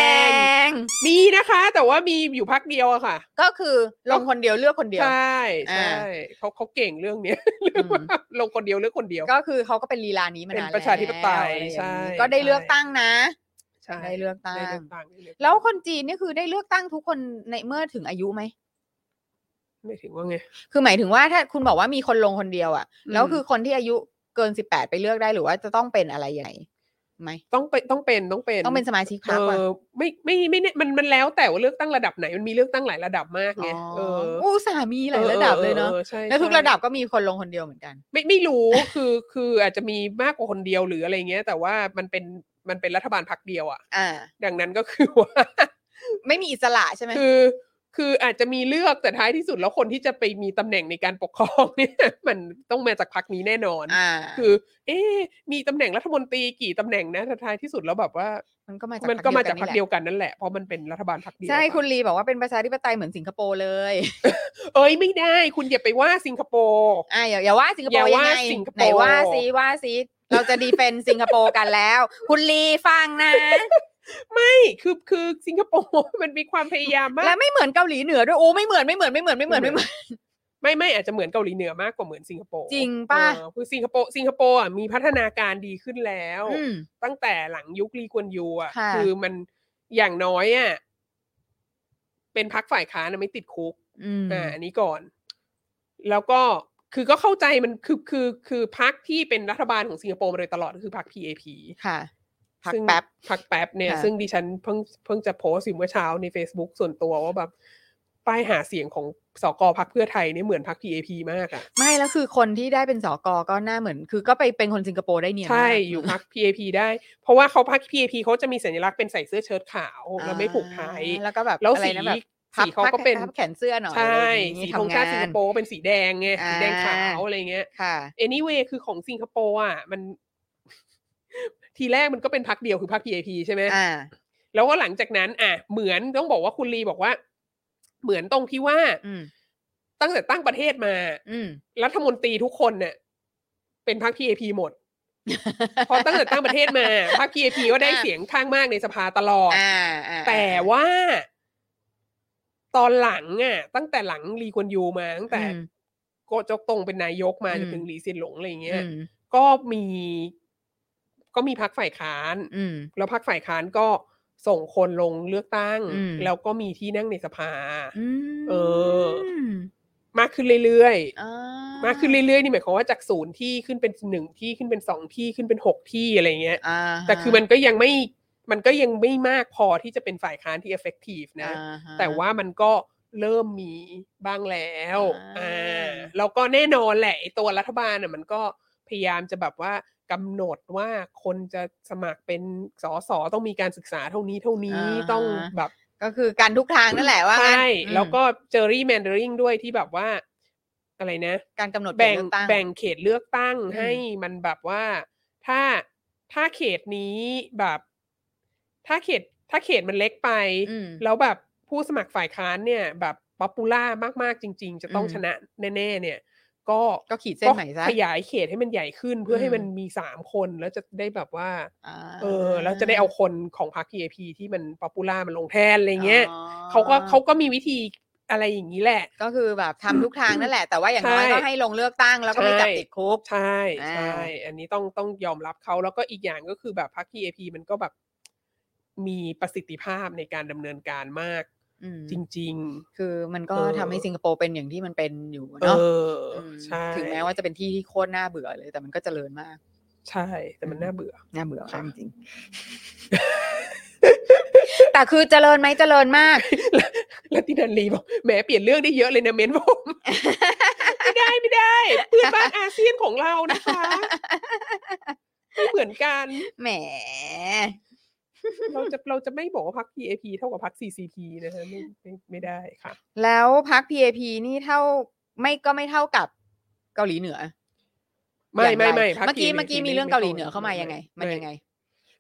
Speaker 4: มีนะคะแต่ว่ามีอยู่พักเดียวอะค่ะ
Speaker 3: ก็คือลงคนเดียวเลือกคนเดียว
Speaker 4: ใช่ใช่เขาเขาเก่งเรื่องเนี้ยลงคนเดียวเลือกคนเดียว
Speaker 3: ก็คือเขาก็เป็นลีลานี้มานานแล้ว
Speaker 4: เป็นประชาธิปไตยใช่
Speaker 3: ก็ได้เลือกตั้งนะ
Speaker 4: ใช่
Speaker 3: ได้เลือกตั้งแล้วคนจีนนี่คือได้เลือกตั้งทุกคนในเมื่อถึงอายุไหม
Speaker 4: ไม่ถึงว่าไง
Speaker 3: คือหมายถึงว่าถ้าคุณบอกว่ามีคนลงคนเดียวอ่ะแล้วคือคนที่อายุเกินสิบแปดไปเลือกได้หรือว่าจะต้องเป็นอะไรใหญ่ไหม
Speaker 4: ต้องเป็นต้องเป็นต้องเป็น
Speaker 3: ต้องเป็นสมาชิกพรรคว่ะ
Speaker 4: ไม่ไม่ไม่มันมันแล้วแต่ว่าเลือกตั้งระดับไหนมันมีเลือกตั้งหลายระดับมากไงเออ
Speaker 3: อู้สามีหลายระดับเลยเนาะแล้วทุกระดับก็มีคนลงคนเดียวเหมือนกัน
Speaker 4: ไม่ไม่รู้คือคืออาจจะมีมากกว่าคนเดียวหรืออะไรเงี้ยแต่ว่ามันเป็นมันเป็นรัฐบาลพรรคเดียวอ่ะดังนั้นก็คือว่า
Speaker 3: ไม่มีอิสระใช่ไหม
Speaker 4: คือคืออาจจะมีเลือกแต่ท้ายที่สุดแล้วคนที่จะไปมีตำแหน่งในการปกครองเนี่ยมันต้องมาจากพรรคนี้แน่นอนคือเอ๊มีตำแหน่งรัฐมนตรีกี่ตำแหน่งนะท้ายที่สุดแล้วแบบว่า
Speaker 3: มันก็มาจาก
Speaker 4: มันก็มาจากพรรคเดียวกันนั่นแหละเพราะมันเป็นรัฐบาลพรรคเดียว
Speaker 3: ใช่คุณลีบอกว่าเป็นประชาธิปไตยเหมือนสิงคโปร์เลย
Speaker 4: เอ้ยไม่ได้คุณอย่าไปว่าสิงคโปร์
Speaker 3: อ่าอย่าอย่าว่าสิงคโปร์ยังไงไหนว่าซิว่าซิเราจะดีเฟนสิงคโปร์กันแล้วคุณลีฟังนะ
Speaker 4: ไม่คือคือสิงคโปร์มันมีความพยายามมาก
Speaker 3: และไม่เหมือนเกาหลีเหนือด้วยโอ้ไม่เหมือนไม่เหมือนไม่เหมือนไม่เหมือนไม่เหมือน
Speaker 4: ไม่ไม่อาจจะเหมือนเกาหลีเหนือมากกว่าเหมือนสิงคโปร์
Speaker 3: จริงป่ะ
Speaker 4: คือสิงคโปร์สิงคโปร์อ่ะมีพัฒนาการดีขึ้นแล้วตั้งแต่หลังยุคลีกวนยูอ่ะคือมันอย่างน้อยอ่ะเป็นพรรคฝ่ายค้านไม่ติดคุกอ่าอันนี้ก่อนแล้วก็คือก็เข้าใจมันคือคือคือพรรคที่เป็นรัฐบาลของสิงคโปร์มาโดยตลอดคือพรรค พี เอ พี
Speaker 3: ค่ะ
Speaker 4: พักแป๊บพักแป๊บเนี่ยซึ่งดิฉันเพิ่งเพิ่งจะโพสต์เมื่อเช้าใน Facebook ส่วนตัวว่าแบบป้ายหาเสียงของสกพรรคเพื่อไทยเนี่ยเหมือนพรรค พี เอ พี มากอ่ะ
Speaker 3: ไม่แล้วคือคนที่ได้เป็นสกก็น่าเหมือนคือก็ไปเป็นคนสิงคโปร์ได้เนี่ย
Speaker 4: ใช่อยู่พรรค พี เอ พี ได้เพราะว่าเขาพรรค พี เอ พี เขาจะมีสัญลักษณ์เป็นใส่เสื้อเชิ้ตขาวแล้วไม่ผูกไทย
Speaker 3: แล้วก็แบบ
Speaker 4: แล้วสีสีเขาก็เป็น
Speaker 3: แขนเสื้อหน่อย
Speaker 4: ใช่สีธงชาติสิงคโปร์เป็นสีแดงไงสีแดงขาวอะไรเงี้ย
Speaker 3: ค่ะ
Speaker 4: anyway คือของสิงคโปร์อ่ะมันทีแรกมันก็เป็นพรรคเดียวคือพรรค พี เอ พี ใช่ไหมอ่าแล้วก็หลังจากนั้นอ่ะเหมือนต้องบอกว่าคุณลีบอกว่าเหมือนตรงที่ว่าตั้งแต่ตั้งประเทศมารัฐมนตรีทุกคนเนี่ยเป็นพรรค พี เอ พี หมด พอตั้งแต่ตั้งประเทศมาพรรค พี เอ พี ก็ได้เสียงข้างมากในสภาตลอดแต่ว่าตอนหลังอ่ะตั้งแต่หลังลีกวนยูมาตั้งแต่โกจกตงเป็นนายกมาจนถึงหลีเซียนหลงอะไรเงี้ยก็มีก็มีพรรคฝ่ายค้านแล้วพรรคฝ่ายค้านก็ส่งคนลงเลือกตั้งแล้วก็มีที่นั่งในสภาเออมากขึ้นเรื่อยๆมากขึ้นเรื่อยๆนี่หมายความว่าจากศูนย์ที่ขึ้นเป็นหนึ่งที่ขึ้นเป็นสองที่ขึ้นเป็นหกที่อะไรเงี้ยแต่คือมันก็ยังไม่มันก็ยังไม่มากพอที่จะเป็นฝ่ายค้านที่ effective นะแต่ว่ามันก็เริ่มมีบ้างแล้วอ่าแล้วก็แน่นอนแหละไอ้ตัวรัฐบาลน่ะมันก็พยายามจะแบบว่ากำหนดว่าคนจะสมัครเป็นสสต้องมีการศึกษาเท่านี้เท่านี้ต้องแบบ
Speaker 3: ก็คือการทุกทางนั่นแหละว่า
Speaker 4: ใช่แล้วก็เจอรี่แมนเดอริงด้วยที่แบบว่าอะไรนะ
Speaker 3: การกำหนด
Speaker 4: แบ่งแบ่งเขตเลือกตั้งให้มันแบบว่าถ้าถ้าเขตนี้แบบถ้าเขตถ้าเขตมันเล็กไปแล้วแบบผู้สมัครฝ่ายค้านเนี่ยแบบป๊อปปูล่ามากๆจริงๆจะต้องชนะแน่ๆเนี่ยก็
Speaker 3: ก็ขีดเส้นใหม่ซะ
Speaker 4: ขยายเขตให้มันใหญ่ขึ้นเพื่อให้มันมีสามคนแล้วจะได้แบบว่าเออแล้วจะได้เอาคนของพรรค พี เอ พี ที่มันป๊อปปูล่ามันลงแทนอะไรเงี้ยเขาก็เขาก็มีวิธีอะไรอย่างนี้แหละ
Speaker 3: ก็คือแบบทำทุกทางนั่นแหละแต่ว่าอย่างน้อยก็ให้ลงเลือกตั้งแล้วก็ไม่จับติดคุก
Speaker 4: ใช่ใช่อันนี้ต้องต้องยอมรับเขาแล้วก็อีกอย่างก็คือแบบพรรค พี เอ พี มันก็แบบมีประสิทธิภาพในการดำเนินการมากจริง
Speaker 3: ๆคือมันก็ทำให้สิงคโปร์เป็นอย่างที่มันเป็นอยู่เนาะถึงแม้ว่าจะเป็นที่ที่โคตรน่าเบื่อเลยแต่มันก็เจริญมาก
Speaker 4: ใช่แต่มันน่าเบื่อ
Speaker 3: น่าเบื่อจริงแต่คือเจริญไหมเจริญมาก
Speaker 4: แล้วที่ดันลีบอกแหมเปลี่ยนเรื่องได้เยอะเลยนะเม้นผมไม่ได้ไม่ได้เพื่อนบ้านอาเซียนของเรานะคะไม่เหมือนกัน
Speaker 3: แหม
Speaker 4: เราจะเราจะไม่บอกว่าพรรค พี เอ พี เท่ากับพรรค ซี ซี พี นะฮะไม่ไม่ไม่ได้ค่ะ
Speaker 3: แล้วพรรค พี เอ พี นี่เท่าไม่ก็ไม่เท่ากับเกาหลีเหนือ
Speaker 4: ไม่ไม่ไม่
Speaker 3: เมื่อกี้เมื่อกี้มีเรื่องเกาหลีเหนือเข้ามายังไงมันยังไง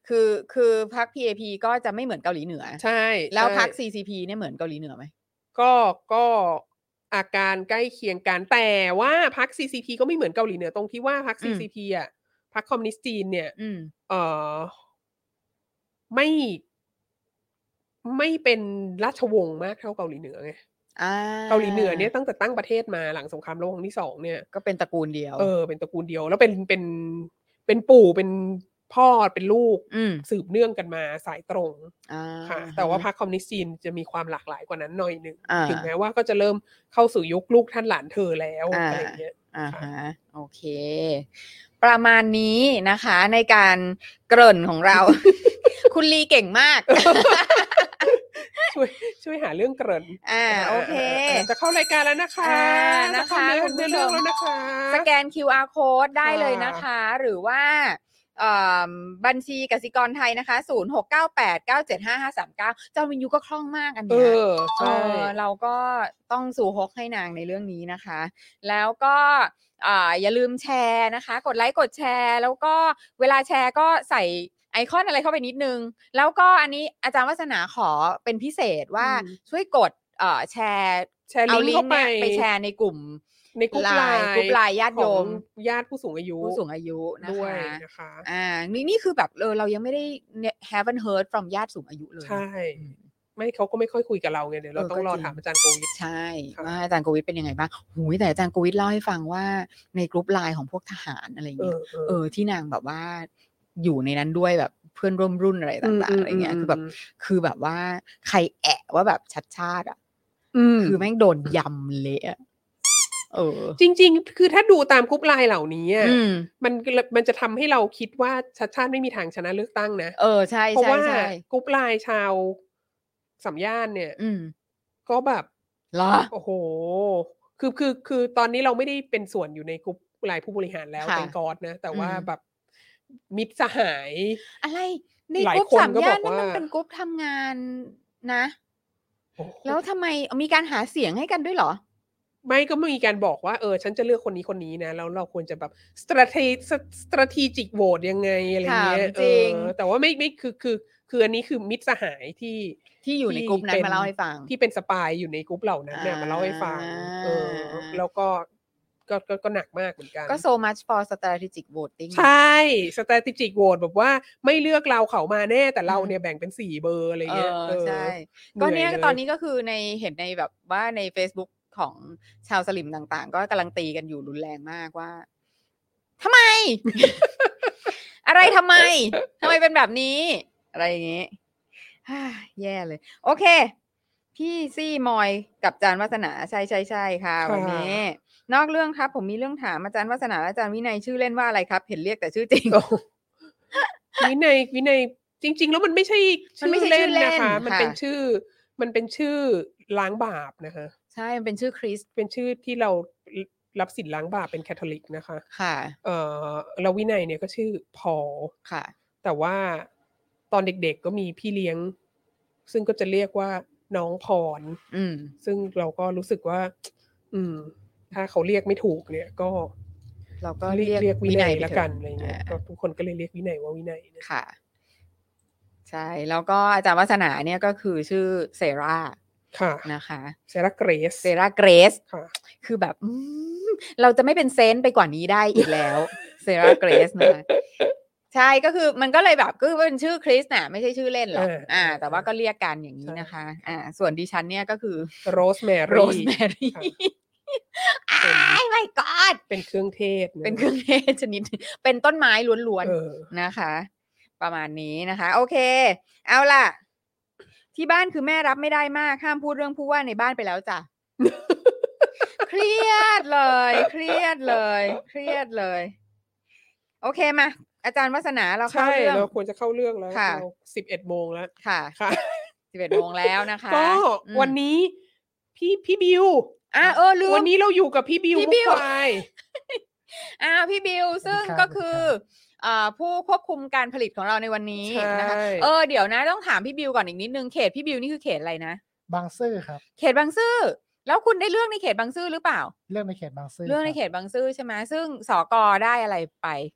Speaker 3: คือคือพรรค พี เอ พี ก็จะไม่เหมือนเกาหลีเหนือ
Speaker 4: ใช่
Speaker 3: แล้วพรรค
Speaker 4: ใช่
Speaker 3: ซี ซี พี เนี่ยเหมือนเกาหลีเหนือไหม
Speaker 4: ก็ก็อาการใกล้เคียงกันแต่ว่าพรรค ซี ซี พี ก็ไม่เหมือนเกาหลีเหนือตรงที่ว่าพรรค
Speaker 3: อื
Speaker 4: ซี
Speaker 3: ม
Speaker 4: ซี พี อ่ะพรรคคอมมิวนิสต์จีนเนี่ย
Speaker 3: อืม
Speaker 4: เอ่อไม่ไม่เป็นราชวงศ์มากเท่าเกาหลีเหนือไง
Speaker 3: อ่า
Speaker 4: เกาหลีเหนือเนี่ยตั้งแต่ตั้งประเทศมาหลังสงครามโลกครั้งที่สองเนี่ย
Speaker 3: ก็เป็นตระกูลเดียว
Speaker 4: เออเป็นตระกูลเดียว แล้วเป็นเป็นเป็นปู่เป็นพ่อเป็นลูก
Speaker 3: อืม
Speaker 4: สืบเนื่องกันมาสายตรง
Speaker 3: อ่า
Speaker 4: ค่ะ แต่ว่าพรรคคอมมิวนิสต์จีนจะมีความหลากหลายกว่านั้นหน่อยหนึ่ง
Speaker 3: อ่า
Speaker 4: ถึงแม้ว่าก็จะเริ่มเข้าสู่ยุคลูกท่านหลานเธอแล้ว
Speaker 3: อ่า
Speaker 4: อะไรอย่างเงี้ย
Speaker 3: อ่า
Speaker 4: ค่ะ
Speaker 3: ฮะโอเค ประมาณนี้นะคะ ในการเกริ่นของเรา คุณลีเก่งมาก
Speaker 4: ช่วยช่วยหาเรื่องเกริ่น
Speaker 3: อ่าโอเค
Speaker 4: าจะเข้ารายการแล้วนะคะ
Speaker 3: อ่า
Speaker 4: จะ
Speaker 3: นะคะ
Speaker 4: เข้าเนื้อ
Speaker 3: คุณผู้
Speaker 4: เนื้อ
Speaker 3: ช
Speaker 4: เรื่อง
Speaker 3: ม
Speaker 4: แล้วนะคะ
Speaker 3: สแกน คิว อาร์ code ได้เลย
Speaker 4: ค่ะ
Speaker 3: นะคะ หรือว่าเอ่อบัญชีกสิกรไทยนะคะศูนย์ หก เก้า แปด เก้า เจ็ด ห้า ห้า สาม เก้าจอมินยูก็คล่องมากอัน
Speaker 4: เอ
Speaker 3: เนี้ย
Speaker 4: อ
Speaker 3: เอ
Speaker 4: ใช่
Speaker 3: อเราก็ต้องสู่ฮกให้นางในเรื่องนี้นะคะ แล้วก็อ่าอย่าลืมแชร์นะคะ กดไลค์กดแชร์ แล้วก็เวลาแชร์ก็ใส่ไอคอนอะไรเข้าไปนิดนึง แล้วก็อันนี้อาจารย์วัฒนาขอเป็นพิเศษว่า
Speaker 4: อืม
Speaker 3: ช่วยกดเอ่อแชร์
Speaker 4: แชร์
Speaker 3: เอา
Speaker 4: ลิ
Speaker 3: ลิ
Speaker 4: งก์
Speaker 3: ง
Speaker 4: เข้า
Speaker 3: ก์
Speaker 4: ไป
Speaker 3: เนี่ยไปแชร์ในกลุ่ม
Speaker 4: ในกลุ่มไลน์
Speaker 3: กลุ่มไลน์ญาติโยม
Speaker 4: ของญาติผู้สูงอายุ
Speaker 3: ผู้สูงอายุนะ
Speaker 4: ด้วย
Speaker 3: คะ
Speaker 4: นะคะ
Speaker 3: อ่านี่นี่คือแบบเออเรายังไม่ได้ haven't heard from ญาติสูงอายุเลย
Speaker 4: ใช่
Speaker 3: อืม
Speaker 4: ไม่เขาก็ไม่ค่อยคุยกับเราไงเดี๋ยวเรา
Speaker 3: เออ
Speaker 4: ต้องรอ
Speaker 3: ก็จริง
Speaker 4: ถามอาจารย์โกวิท
Speaker 3: ใช่
Speaker 4: ค่ะ
Speaker 3: ว่าอาจารย์โควิดเป็นยังไงบ้างหูยแต่อาจารย์โควิดเล่าให้ฟังว่าในกลุ่มไลน์ของพวกทหารอะไร
Speaker 4: เอ
Speaker 3: เงี้ย
Speaker 4: อเออ
Speaker 3: เออที่นางแบบว่าอยู่ในนั้นด้วยแบบเพื่อนร่วมรุ่นอะไรต่างๆอะไรเงี้ยคือแบบคือแบบว่าใครแอะว่าแบบชัดชาติอ่ะ
Speaker 4: อืม
Speaker 3: คือแม่งโดนยำเละอะเออ
Speaker 4: จริง ๆ คือถ้าดูตามกรุ๊ปไลน์เหล่านี้อะ
Speaker 3: อืม
Speaker 4: มันมันจะทำให้เราคิดว่าชัดชาติไม่มีทางชนะเลือกตั้งนะ
Speaker 3: เออใช่
Speaker 4: เพราะ
Speaker 3: ใช่
Speaker 4: ว่า
Speaker 3: ใช่
Speaker 4: กรุ๊ปไลน์ชาวสามย่านเนี่ย
Speaker 3: อืม
Speaker 4: ก็แบบ
Speaker 3: เหรอ
Speaker 4: โอ้โห คือคือคือตอนนี้เราไม่ได้เป็นส่วนอยู่ในกรุ๊ปไลน์ผู้บริหารแล้ว
Speaker 3: ค่ะ
Speaker 4: เป็นกอดนะ แต่ว่า
Speaker 3: อืม
Speaker 4: แบบมิตรสหาย
Speaker 3: อะไรใน
Speaker 4: หลาย
Speaker 3: กลุ่ม
Speaker 4: คน
Speaker 3: สาม
Speaker 4: ก็
Speaker 3: ย่า
Speaker 4: บ
Speaker 3: น
Speaker 4: อก
Speaker 3: นั่น
Speaker 4: ว่า
Speaker 3: มันเป็นกลุ่มทำงานนะ
Speaker 4: โอ้โห
Speaker 3: แล้วทำไมมีการหาเสียงให้กันด้วยเหรอ
Speaker 4: ไม่ก็มีการบอกว่าเออฉันจะเลือกคนนี้คนนี้นะแล้วเราควรจะแบบ strategy strategic vote ยังไงอะไรเงี้ย
Speaker 3: ถาม
Speaker 4: เอ
Speaker 3: จริง
Speaker 4: อแต่ว่าไม่ไม่คือคือคืออันนี้คือมิตรสหายที่
Speaker 3: ที่อยู่ในกลุ่มนั้นมาเล่าให้ฟัง
Speaker 4: ที่เป็นสปายอยู่ในกลุ่มเหล่านั้นเนี่ย
Speaker 3: อ่าม
Speaker 4: มาเล่าให้ฟัง เออ แล้วก็ก็ก็ก็หนักมากเหมือนกัน
Speaker 3: ก็ so much for strategic voting
Speaker 4: ใช่ strategic vote แบบว่าไม่เลือกเราเขามาแน่แต่เราเนี่ยแบ่งเป็นสี่เบอร์อะไร
Speaker 3: เอ
Speaker 4: เงี้ย
Speaker 3: อ
Speaker 4: เออ
Speaker 3: ใช่
Speaker 4: ห
Speaker 3: ก็
Speaker 4: อย
Speaker 3: เนี่ย
Speaker 4: ล
Speaker 3: ตอนนี้ก็คือในเห็นในแบบว่าใน Facebook ของชาวสลิมต่างๆ ก็กำลังตีกันอยู่รุนแรงมากว่าทำไม อะไรทำไมทำไมเป็นแบบนี้ อะไรอย่างงี้ ฮ่าแย่เลย โอเค พี่ซี่มอยกับอาจารย์วัฒนาใช่ใช่ใช่ค่ะ
Speaker 4: ค่ะ
Speaker 3: วันนี้ นอกเรื่องครับ ผมมีเรื่องถามอาจารย์วัฒนาและอาจารย์วินัยชื่อเล่นว่าอะไรครับ เห็นเรียกแต่ชื่อจริง
Speaker 4: โอ้ วินัยวินัยจริง ๆ แล้วมันไม่ใช่
Speaker 3: มัน
Speaker 4: ชื่
Speaker 3: ไม่
Speaker 4: อ
Speaker 3: ใช่
Speaker 4: เล่
Speaker 3: ชื่
Speaker 4: น
Speaker 3: อเล่น
Speaker 4: นะคะ มัน
Speaker 3: ค่ะ
Speaker 4: เป็นชื่อ มันเป็นชื่อล้างบาปนะคะ
Speaker 3: ใช่มันเป็นชื่อคริสต์
Speaker 4: เป็นชื่อที่เรารับสิทธิ์ล้างบาปเป็นแคทอลิกนะคะ
Speaker 3: ค่ะ
Speaker 4: เอ่อแล้ววินัยเนี่ยก็ชื่อพอล
Speaker 3: ค่ะ
Speaker 4: แต่ว่าตอนเด็กๆก็มีพี่เลี้ยง ซึ่งก็จะเรียกว่าน้องพร
Speaker 3: อืม
Speaker 4: ซึ่งเราก็รู้สึกว่า อืม ถ้าเขาเรียกไม่ถูกเนี่ย ก็
Speaker 3: เราก็
Speaker 4: เรียก
Speaker 3: เรียก
Speaker 4: เรียกวิ
Speaker 3: วิ
Speaker 4: นั
Speaker 3: นั
Speaker 4: ย
Speaker 3: ยไป
Speaker 4: ละ
Speaker 3: เถอะ
Speaker 4: กันอะไรเงี้ย
Speaker 3: อ่า
Speaker 4: ก็ทุกคนก็เลยเรียกวินัยว่าวินัยนะ
Speaker 3: ค่ะ ใช่ แล้วก็อาจารย์วัฒนาเนี่ยก็คือชื่อเซรา
Speaker 4: ค่ะ
Speaker 3: นะคะ
Speaker 4: เซราเกรส
Speaker 3: เซราเกรส
Speaker 4: ค่ะ
Speaker 3: คือแบบอืมเราจะไม่เป็นเซนต์ไปกว่านี้ได้อีกแล้ว เซราเกรสนะคะใช่ก็คือมันก็เลยแบบก็เป็นชื่อคริสน่ะไม่ใช่ชื่อเล่นหรอก
Speaker 4: เออ
Speaker 3: อ่า
Speaker 4: เออ
Speaker 3: แต่ว่าก็เรียกกันอย่างนี้
Speaker 4: ใช่
Speaker 3: นะคะ อ่า ส่วนดิฉันเนี่ยก็คือ
Speaker 4: โรสแม
Speaker 3: โร
Speaker 4: รี่
Speaker 3: สแมรี่
Speaker 4: ค่ะ
Speaker 3: อ้าย my god
Speaker 4: เป็นเครื่องเทศะ
Speaker 3: เป็นเครื่องเทศชนิดหนึ่งเป็นต้นไม้ล้วน
Speaker 4: เออ
Speaker 3: ๆนะคะ ประมาณนี้นะคะ โอเค เอาล่ะ ที่บ้านคือแม่รับไม่ได้มากห้ามพูดเรื่องผู้ว่าในบ้านไปแล้วจ้ะ เครียดเลย เครียดเลย เครียดเลย โอเคมาอาจารย์วัฒนาเราเข้า
Speaker 4: ใช่
Speaker 3: เรื่อง
Speaker 4: เราควรจะเข้าเรื่องแล้ว
Speaker 3: ค่ะ
Speaker 4: เราสิบเอ็ดโมงแล้ว
Speaker 3: ค่ะ
Speaker 4: ค่ะ
Speaker 3: สิบเอ็ดโมงแล้วนะคะ
Speaker 4: ก็
Speaker 3: อืม
Speaker 4: วันนี้พี่พี่บิว
Speaker 3: อ่ะเออลืม
Speaker 4: วันนี้เราอยู่กับพี่บิว
Speaker 3: พี่
Speaker 4: มุ
Speaker 3: บิ
Speaker 4: ก
Speaker 3: ว
Speaker 4: ควาย
Speaker 3: อ่าพี่บิวซึ่ง
Speaker 1: สวัสดีครับ
Speaker 3: ก็คืออ่าผู้ควบคุมการผลิตของเราในวันนี้
Speaker 4: ใช่
Speaker 3: นะคะเออเดี๋ยวนะต้องถามพี่บิวก่อนอีกนิดนึงเขตพี่บิวนี่คือเขตอะไรนะ
Speaker 1: บางซื่อครับ
Speaker 3: เขตบางซื่อแล้วคุณได้เลือกในเขตบางซื่อหรือเปล่า
Speaker 1: เรื่องในเขตบางซื่อ
Speaker 3: เลือกใน
Speaker 1: ครับ
Speaker 3: เขตบางซื่อใช่ไหมซึ่งสกได้อะไรไป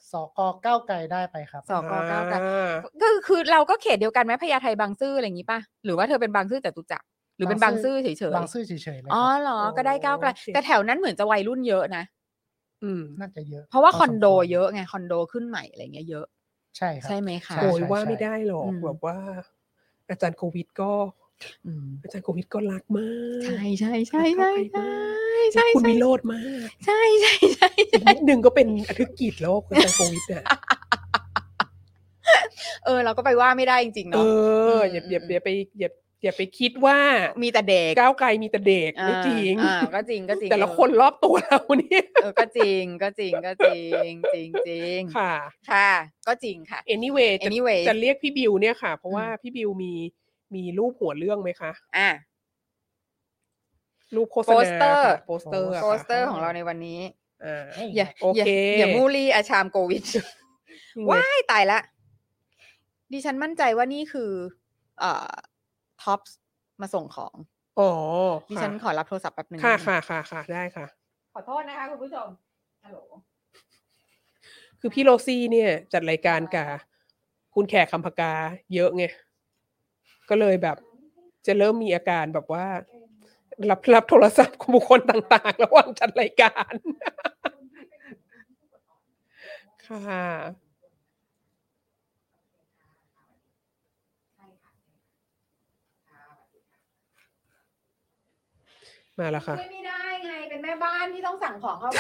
Speaker 5: สกก้าวไกลได้ไปครับ
Speaker 3: สกก้าวไกล
Speaker 4: อ่า
Speaker 3: ก็คือเราก็เขตเดียวกันไหมพญาไทบางซื่ออะไรอย่างงี้ป่ะหรือว่าเธอเป็นบางซื่อจตุจักรหรือเป็นบางซื่อเฉยๆ
Speaker 5: บางซื่อเฉยๆเลย
Speaker 3: อ๋อ
Speaker 5: ครับ
Speaker 3: เหรอก็ได้ก้าวไกล
Speaker 4: โอเค
Speaker 3: แต่แถวนั้นเหมือนจะวัยรุ่นเยอะนะ
Speaker 4: อืม
Speaker 5: น่าจะเยอะ
Speaker 3: เพราะว่า
Speaker 5: พ
Speaker 3: คอนโด
Speaker 5: สมวร
Speaker 3: เยอะไงคอนโดขึ้นใหม่อะไรเงี้ยเยอะ
Speaker 5: ใช่ครับ
Speaker 3: ใช่ไหมคะ
Speaker 5: ใช่
Speaker 4: โอ้ย
Speaker 5: ใช่
Speaker 4: ว่า
Speaker 5: ใช่
Speaker 4: ไม่ได้หรอก
Speaker 3: อืม
Speaker 4: แบบว่า อาจารย์โควิดก็
Speaker 3: อืม
Speaker 4: อาจารย์โควิดก็รักมาก
Speaker 3: ใช่ใช่ใช่
Speaker 4: รั
Speaker 3: ใช่
Speaker 4: ก
Speaker 3: ใช่
Speaker 4: ก้าวไกลมาก
Speaker 3: ใช่
Speaker 4: รักคุณ
Speaker 3: ใช่
Speaker 4: วิโรจน์มาก
Speaker 3: ใช่ใช่ใช่
Speaker 4: อีกนิดนึงก็เป็นอธิกิจแล้วอาจารย์โควิดอ่ะ
Speaker 3: เออเราก็ไปว่าไม่ได้จริงๆ
Speaker 4: เอ
Speaker 3: เนาะ
Speaker 4: ออย่าอย่าอย่าไปอย่าอย่าไปคิดว่า
Speaker 3: มีแต่เด็ก
Speaker 4: ก้าวไกลมีแต่เด็ก
Speaker 3: อ่า
Speaker 4: ไม่จริง
Speaker 3: อ่าก็จริงก็จริง
Speaker 4: แต่ละ
Speaker 3: เออ
Speaker 4: คนรอบตัวเราเนี่ย
Speaker 3: เออก็จริงก็จริงก็จริงจริงจริง
Speaker 4: ค่ะ
Speaker 3: ค่ะ ก็จริงค่ะ
Speaker 4: anyway จะ
Speaker 3: anyway
Speaker 4: จะเรียกพี่บิวเนี่ยค่ะ เพราะว่า
Speaker 3: อืม
Speaker 4: พี่บิวมีมีรูปหัวเรื่องไหมคะ
Speaker 3: อ่ะ
Speaker 4: รูปโฆษ
Speaker 3: โป
Speaker 4: ณา
Speaker 3: สเตอร์
Speaker 4: ค่ะโปสเตอร์อะ
Speaker 3: โป
Speaker 4: ค่ะ
Speaker 3: สเตอร์ของเราในวันนี้
Speaker 4: อ่า
Speaker 3: อย่า
Speaker 4: โอ
Speaker 3: อย่า
Speaker 4: เค
Speaker 3: อย่ามูลี่อาชามโควิด ว้ายตายละ ดิฉันมั่นใจว่านี่คือเอ่อท็อปมาส่งของ
Speaker 4: อ๋อ
Speaker 3: ดิฉันขอรับโทรศัพท์แป๊บนึง
Speaker 4: ค่ะ
Speaker 3: นิดนึง
Speaker 4: ค่ะค่ะค่ะได้ค่ะ
Speaker 3: ขอโทษนะคะคุณผู้ชมฮัลโหล
Speaker 4: คือพี่โรซี่เนี่ย จัดรายการกับคุณแขกคำพกาเยอะไง ก็เลยแบบ จะเริ่มมีอาการแบบว่า รับรับโทรศัพท์ของบุคคลต่างๆ ระหว่างจัดรายการ ค่ะ มาแล้วค่ะ
Speaker 3: ช่วยไม่ได้ไงเป็นแม่บ้านที่ต้องสั่งของเข้าบ้าน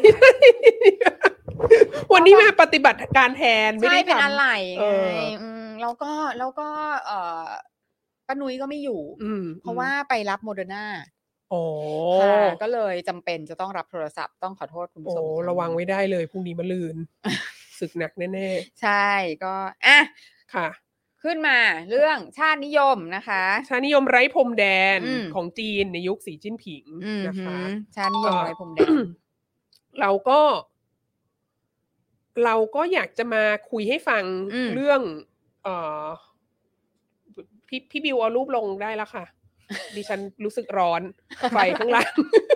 Speaker 4: วันนี้มาปฏิบัติการแทนไม่
Speaker 3: ใช่
Speaker 4: ได้
Speaker 3: เป็น
Speaker 4: ทำ
Speaker 3: อะไร
Speaker 4: เอ
Speaker 3: ไง
Speaker 4: อ
Speaker 3: อืมแล้วก็แล้วก็เอ่อป้านุ้ยก็ไม่อยู่
Speaker 4: อืม
Speaker 3: เพราะว่าไปรับโมเดอร์นา
Speaker 4: อ๋อ
Speaker 3: ค่ะก็เลยจำเป็นจะต้องรับโทรศัพท์ต้องขอโทษคุณผู้
Speaker 4: โอ้
Speaker 3: ชมอีกคง
Speaker 4: ระวังไว้ได้เลยพรุ่งนี้มะรืน ศึกหนักแน่
Speaker 3: ใช่ก็อ่ะ
Speaker 4: ๆ ค่ะ
Speaker 3: ขึ้นมาเรื่องชาตินิยมนะคะ
Speaker 4: ชาตินิยมไร้พรมแดน
Speaker 3: อืม
Speaker 4: ของจีนในยุคสีจิ้นผิง
Speaker 3: อืม
Speaker 4: นะคะ
Speaker 3: หือชาตินิยม
Speaker 4: เอ่อ
Speaker 3: ไร้พรมแดน
Speaker 4: เราก็ เราก็อยากจะมาคุยให้ฟัง
Speaker 3: อืม
Speaker 4: เรื่อง เอ่อพี่พี่บิวเอารูปลงได้แล้วค่ะ ดิฉันรู้สึกร้อน ไฟข้างล่าง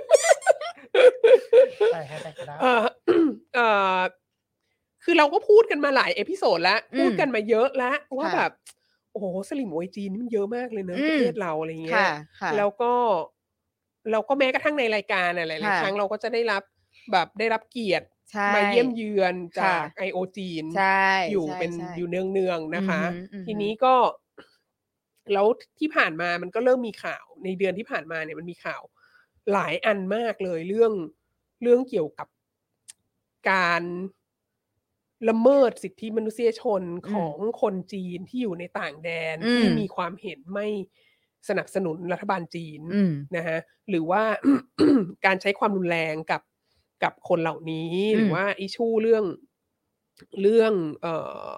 Speaker 5: ใช่ให้ได้ก็ได้
Speaker 4: เอ่อ เอ่อคือเราก็พูดกันมาหลายเอพิโซดแล้ว
Speaker 3: อืม
Speaker 4: พูดกันมาเยอะแล้วว่า
Speaker 3: ค่ะ
Speaker 4: แบบ โอ้โหสลิมโวยจีนนี่มันเยอะมากเลยเนอะ
Speaker 3: อืม
Speaker 4: ประเทศเราอะไรเงี้
Speaker 3: ค่ะ
Speaker 4: ย
Speaker 3: ค่ะ
Speaker 4: แล้วก็เราก็แม้กระทั่งในรายการอะไรหลาย
Speaker 3: ค่ะ
Speaker 4: ๆครั้งเราก็จะได้รับแบบได้รับเกียรติ
Speaker 3: ใช่
Speaker 4: มาเยี่ยมเยือนจาก
Speaker 3: ค่ะ
Speaker 4: ไอโอจีน
Speaker 3: ใช่
Speaker 4: อยู่
Speaker 3: ใช่
Speaker 4: เป็น
Speaker 3: ใช่
Speaker 4: อยู่เนืองๆนะคะ
Speaker 3: อือหืออือหือ
Speaker 4: ทีนี้ก็แล้วที่ผ่านมามันก็เริ่มมีข่าวในเดือนที่ผ่านมาเนี่ยมันมีข่าวหลายอันมากเลยเรื่องเรื่องเกี่ยวกับการละเมิดสิทธิมนุษยชนของคนจีนที่อยู่ในต่างแดน
Speaker 3: อืม
Speaker 4: ที่มีความเห็นไม่สนับสนุนรัฐบาลจีน
Speaker 3: อืม
Speaker 4: นะฮะหรือว่า การใช้ความรุนแรงกับกับคนเหล่านี้
Speaker 3: อืม
Speaker 4: หรือว่าอิชูเรื่องเรื่องเอ่อ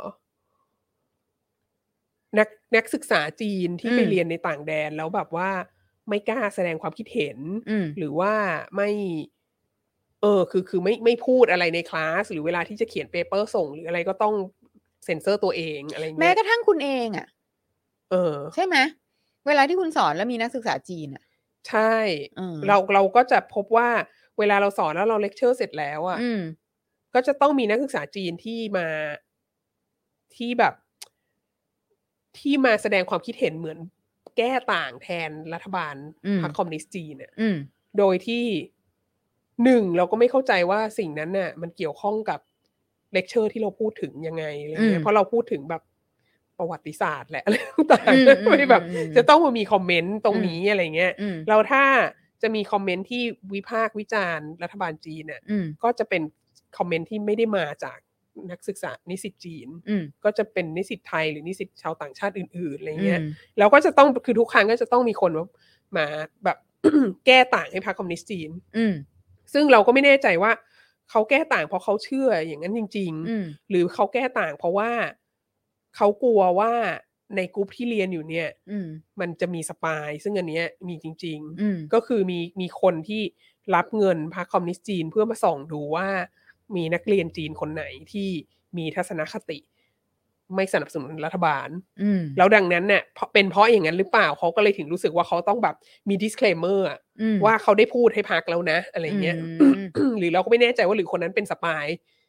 Speaker 4: นักนักศึกษาจีนที่ไปเรียนในต่างแดนแล้วแบบว่าไม่กล้าแสดงความคิดเห็น
Speaker 3: อืม
Speaker 4: หรือว่าไม่ เออ คือคือไม่ไม่พูดอะไรในคลาส หรือเวลาที่จะเขียนเปเปอร์ส่ง หรืออะไรก็ต้องเซ็นเซอร์ตัวเองอะไร
Speaker 3: แม้
Speaker 4: เงี้ย
Speaker 3: กระทั่งคุณเองอ่ะ
Speaker 4: เออ
Speaker 3: ใช่ไหมเวลาที่คุณสอนแล้วมีนักศึกษาจีนอ่ะ
Speaker 4: ใช่
Speaker 3: อืม
Speaker 4: เราเราก็จะพบว่าเวลาเราสอนแล้วเราเลคเชอร์เสร็จแล้วอ่ะ
Speaker 3: อืม
Speaker 4: ก็จะต้องมีนักศึกษาจีนที่มาที่แบบ ที่มาแสดงความคิดเห็นเหมือนแก้ต่างแทนรัฐบาล
Speaker 3: อืม
Speaker 4: พรรคคอมมิวนิสต์จีนเนี่ย
Speaker 3: อืม
Speaker 4: โดยที่หนึ่งเราก็ไม่เข้าใจว่าสิ่งนั้นน่ะมันเกี่ยวข้องกับเลคเชอร์ที่เราพูดถึงยังไงอะไรเงี้
Speaker 3: อื
Speaker 4: ย
Speaker 3: ม
Speaker 4: เพราะเราพูดถึงแบบประวัติศาสตร์แหละ อะไรต่าง
Speaker 3: อืม
Speaker 4: ๆไม่แบบ
Speaker 3: อืม
Speaker 4: จะต้องมามีคอมเมนต์ตรงนี้อะไรเงี้ย
Speaker 3: อืม
Speaker 4: เราถ้าจะมีคอมเมนต์ที่วิพากษ์วิจารณ์รัฐบาลจีนเนี่ย
Speaker 3: อืม
Speaker 4: ก็จะเป็นคอมเมนต์ที่ไม่ได้มาจากนักศึกษานิสิตจีน
Speaker 3: อืม
Speaker 4: ก็จะเป็นนิสิตไทยหรือนิสิตชาวต่างชาติอื่นๆอะไรเงี้ย
Speaker 3: อืม
Speaker 4: เราก็จะต้องคือทุกครั้งก็จะต้องมีคนมามาแบบ แก้ต่างให้พรรคคอมมิวนิสต์จีน
Speaker 3: อืม
Speaker 4: ซึ่งเราก็ไม่แน่ใจว่าเขาแก้ต่างเพราะเขาเชื่ออย่างนั้นจริง
Speaker 3: อืม
Speaker 4: ๆ หรือเขาแก้ต่างเพราะว่าเขากลัวว่าในกลุ่มที่เรียนอยู่เนี่ย
Speaker 3: อืม
Speaker 4: มันจะมีสปาย ซึ่งอันเนี้ยมีจริง
Speaker 3: อืม
Speaker 4: ๆ ก็คือมีมีคนที่รับเงินพรรคคอมมิวนิสต์จีนเพื่อมาส่องดูว่ามีนักเรียนจีนคนไหนที่มีทัศนคติไม่สนับสนุนรัฐบาล
Speaker 3: อืม
Speaker 4: แล้วดังนั้นเนี่ยเพราะเป็นเพราะอย่างนั้นหรือเปล่าเขาก็เลยถึงรู้สึกว่าเขาต้องแบบมี disclaimer อะ
Speaker 3: อืม
Speaker 4: ว่าเขาได้พูดให้พักแล้วนะอะไรเงี้ย
Speaker 3: อืม
Speaker 4: หรือเราก็ไม่แน่ใจว่าหรือคนนั้นเป็นสปาย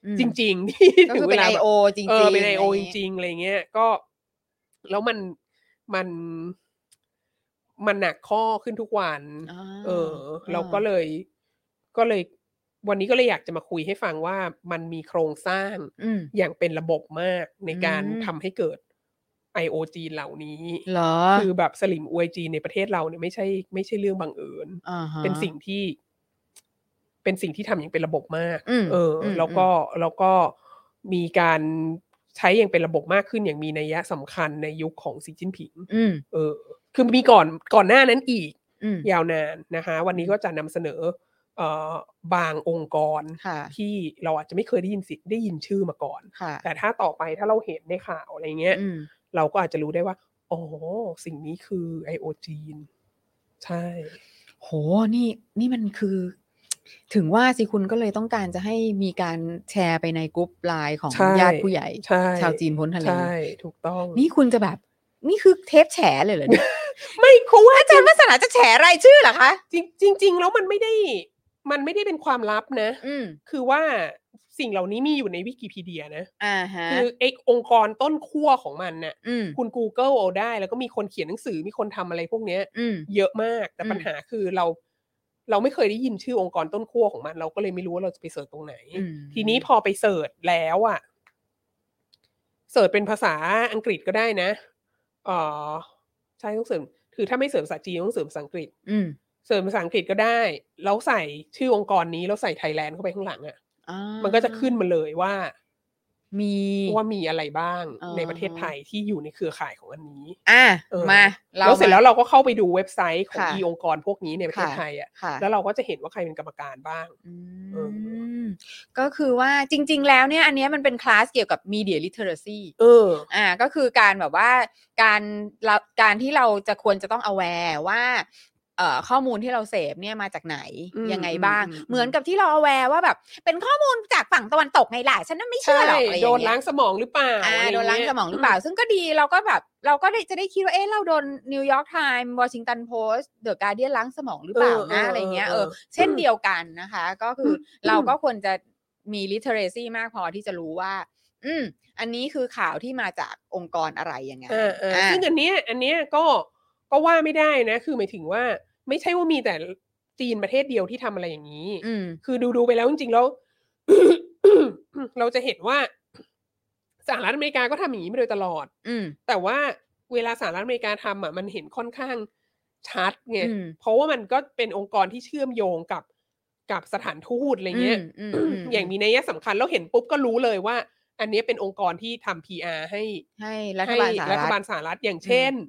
Speaker 3: ม
Speaker 4: จริง ๆ ที่
Speaker 3: ก็
Speaker 4: ถึ
Speaker 3: คื
Speaker 4: ง
Speaker 3: อ
Speaker 4: เว
Speaker 3: เป็น
Speaker 4: ลา
Speaker 3: ไอ
Speaker 4: แบบ
Speaker 3: โอ จริง
Speaker 4: เออ เป็น
Speaker 3: ๆ
Speaker 4: ไอ โอ
Speaker 3: อะไรอ
Speaker 4: จ
Speaker 3: ย่างงี้
Speaker 4: ริง ๆ อะไรเงี้ย ก็แล้วมันมันมันหนักข้อขึ้นทุกวัน
Speaker 3: อ๋อ
Speaker 4: เออ
Speaker 3: เอ
Speaker 4: เราก็
Speaker 3: อ
Speaker 4: เลย ก็เลย วันนี้ก็เลยอยากจะมาคุยให้ฟังว่า มันมีโครงสร้าง
Speaker 3: อืม
Speaker 4: อย่างเป็นระบบมากในการ
Speaker 3: อืม
Speaker 4: ทำให้เกิด ไอ โอ จีนเหล่านี้
Speaker 3: เหรอ?
Speaker 4: คือแบบสลิ่มอวยจีนในประเทศเราเนี่ยไม่ใช่ ไม่ใช่เรื่องบังเอิญ
Speaker 3: อะฮะ
Speaker 4: เป็นสิ่งที่ เป็นสิ่งที่ทำอย่างเป็นระบบมาก
Speaker 3: อืม
Speaker 4: เออ
Speaker 3: อืม
Speaker 4: แล้วก็ แล้วก็มีการใช้อย่างเป็นระบบมากขึ้นอย่างมีนัยสำคัญในยุคของสีจิ้นผิง
Speaker 3: อืม
Speaker 4: เออ คือมีก่อน ก่อนหน้านั้นอีก
Speaker 3: อืม
Speaker 4: ยาวนานนะคะ วันนี้
Speaker 3: อืม
Speaker 4: ก็จะนำเสนอ เอ่อ บางองค์กร
Speaker 3: ค่ะ
Speaker 4: ที่เราอาจจะไม่เคยได้ยินสิ ได้ยินชื่อมาก่อน
Speaker 3: ค่ะ
Speaker 4: แต่ถ้าต่อไปถ้าเราเห็นในข่าว อะไรเงี้ย
Speaker 3: อืม
Speaker 4: เราก็อาจจะรู้ได้ว่า อ๋อ สิ่งนี้คือ ไอ โอ จีน ใช่
Speaker 3: โอ้โฮ นี่ นี่มันคือ ถึงว่าสิ คุณก็เลยต้องการจะให้มีการแชร์ไปในกรุ๊ป ไลน์ ของ
Speaker 4: ใช่
Speaker 3: ญาติผู้ใหญ่
Speaker 4: ใช่
Speaker 3: ชาวจีนพ้นทะเล
Speaker 4: ใช่ ถูกต้อง
Speaker 3: นี่คุณจะแบบ นี่คือเทปแฉเลยเหรอเนี่ย?
Speaker 4: ไม่ เพราะว่า
Speaker 3: อาจารย์วาสนาจะแฉรายชื่อเหรอคะ?
Speaker 4: จริง จริง ๆ แล้วมันไม่ได้ มันไม่ได้เป็นความลับนะ
Speaker 3: อืม
Speaker 4: คือว่าสิ่งเหล่านี้มีอยู่ในวิกิพีเดียนะ
Speaker 3: อะฮะ
Speaker 4: คือไอ้องค์กรต้นขั้วของมันน่ะ
Speaker 3: อืม
Speaker 4: คุณกูเกิลเอาได้ แล้วก็มีคนเขียนหนังสือ มีคนทำอะไรพวกเนี้ย
Speaker 3: อืม
Speaker 4: เยอะมาก แต่
Speaker 3: อืม
Speaker 4: ปัญหาคือเรา เราไม่เคยได้ยินชื่อองค์กรต้นขั้วของมัน เราก็เลยไม่รู้ว่าเราจะไปเสิร์ชตรงไหน
Speaker 3: อืม
Speaker 4: ทีนี้พอไปเสิร์ชแล้วอะ เสิร์ชเป็นภาษาอังกฤษก็ได้นะ เอ่อ ใช่ ต้องเสิร์ช คือถ้าไม่เสิร์ชภาษาจีนต้องเสิร์ชภาษาอังกฤษ
Speaker 3: อืม
Speaker 4: เสิร์ชภาษาอังกฤษก็ได้ แล้วใส่ชื่อองค์กรนี้ แล้วใส่ไทยแลนด์เข้าไปข้างหลังอะ
Speaker 3: อ๋อ
Speaker 4: มันก็จะขึ้นมาเลยว่า
Speaker 3: มี
Speaker 4: ว่ามีอะไรบ้าง
Speaker 3: อ๋อ
Speaker 4: ในประเทศไทยที่อยู่ในเครือข่ายของอันนี้
Speaker 3: อา
Speaker 4: เออ
Speaker 3: มา
Speaker 4: แล้วเสร็จ
Speaker 3: มา
Speaker 4: แล้วเราก็เข้าไปดูเว็บไซต์ของ
Speaker 3: ค่ะ
Speaker 4: อีองค์กรพวกนี้ในประเทศ
Speaker 3: ค่ะ
Speaker 4: ไทยอะ
Speaker 3: ค่ะ
Speaker 4: แล้วเราก็จะเห็นว่าใครเป็นกรรมการบ้าง
Speaker 3: อื
Speaker 4: เออ
Speaker 3: ม ก็คือว่าจริง ๆ แล้วเนี่ย อันเนี้ยมันเป็นคลาสเกี่ยวกับ Media Literacy
Speaker 4: เออ
Speaker 3: อา ก็คือการแบบว่า การ เรา การที่เราจะควรจะต้อง aware ว่า เอ่อ ข้อมูลที่เราเสพเนี่ยมาจากไหน
Speaker 4: อืม
Speaker 3: ยังไงบ้าง
Speaker 4: อืม
Speaker 3: เหมือนกับที่เรา aware ว่าแบบ เป็นข้อมูลจากฝั่งตะวันตกไงล่ะ ฉันน่ะไม่เชื่อหรอก อะไรอ
Speaker 4: โด
Speaker 3: ย่าง
Speaker 4: น
Speaker 3: เงี้
Speaker 4: ล้าย งสมองหรือเปล่า
Speaker 3: อา
Speaker 4: อะไร
Speaker 3: โดนล้าง
Speaker 4: เงี้ย
Speaker 3: สมองหรือเปล่า ซึ่งก็ดี เราก็แบบ เราก็ได้ จะได้คิดว่า เอ๊ะ เราโดน New York Times Washington Post The Guardian ล้างสมองหรือเปล่านะ อะไรเงี้ย เออ เช่นเดียวกันนะคะ ก็คือเราก็ควรจะมี literacy มากพอที่จะรู้ว่า อืม อันนี้คือข่าวที่มาจากองค์กรอะไรยังไง
Speaker 4: เออ
Speaker 3: อา
Speaker 4: ๆ ซึ่งอันเนี้ย อันเนี้ยก็ ก็ว่าไม่ได้นะ คือหมายถึงว่า ไม่ใช่ว่ามีแต่จีนประเทศเดียวที่ทำอะไรอย่างงี้
Speaker 3: อืม
Speaker 4: คือดู ๆ ไปแล้วจริง ๆ แล้ว เราจะเห็นว่า สหรัฐอเมริกาก็ทำอย่างงี้มาโดยตลอด
Speaker 3: อืม
Speaker 4: แต่ว่าเวลาสหรัฐอเมริกาทำอะ มันเห็นค่อนข้างชัดไง
Speaker 3: อืม
Speaker 4: เพราะว่ามันก็เป็นองค์กรที่เชื่อมโยงกับ กับสถานทูต อะไรเงี้ย
Speaker 3: อืม ๆ ๆ
Speaker 4: อย่างมีนัยสำคัญ แล้วเห็นปุ๊บก็รู้เลยว่า อันเนี้ยเป็นองค์กรที่ทำ พี อาร์ ให้
Speaker 3: ให้รัฐบาลสห
Speaker 4: รั
Speaker 3: รั
Speaker 4: ฐ
Speaker 3: ฐ
Speaker 4: บาลสหรัฐ อย่างเช่น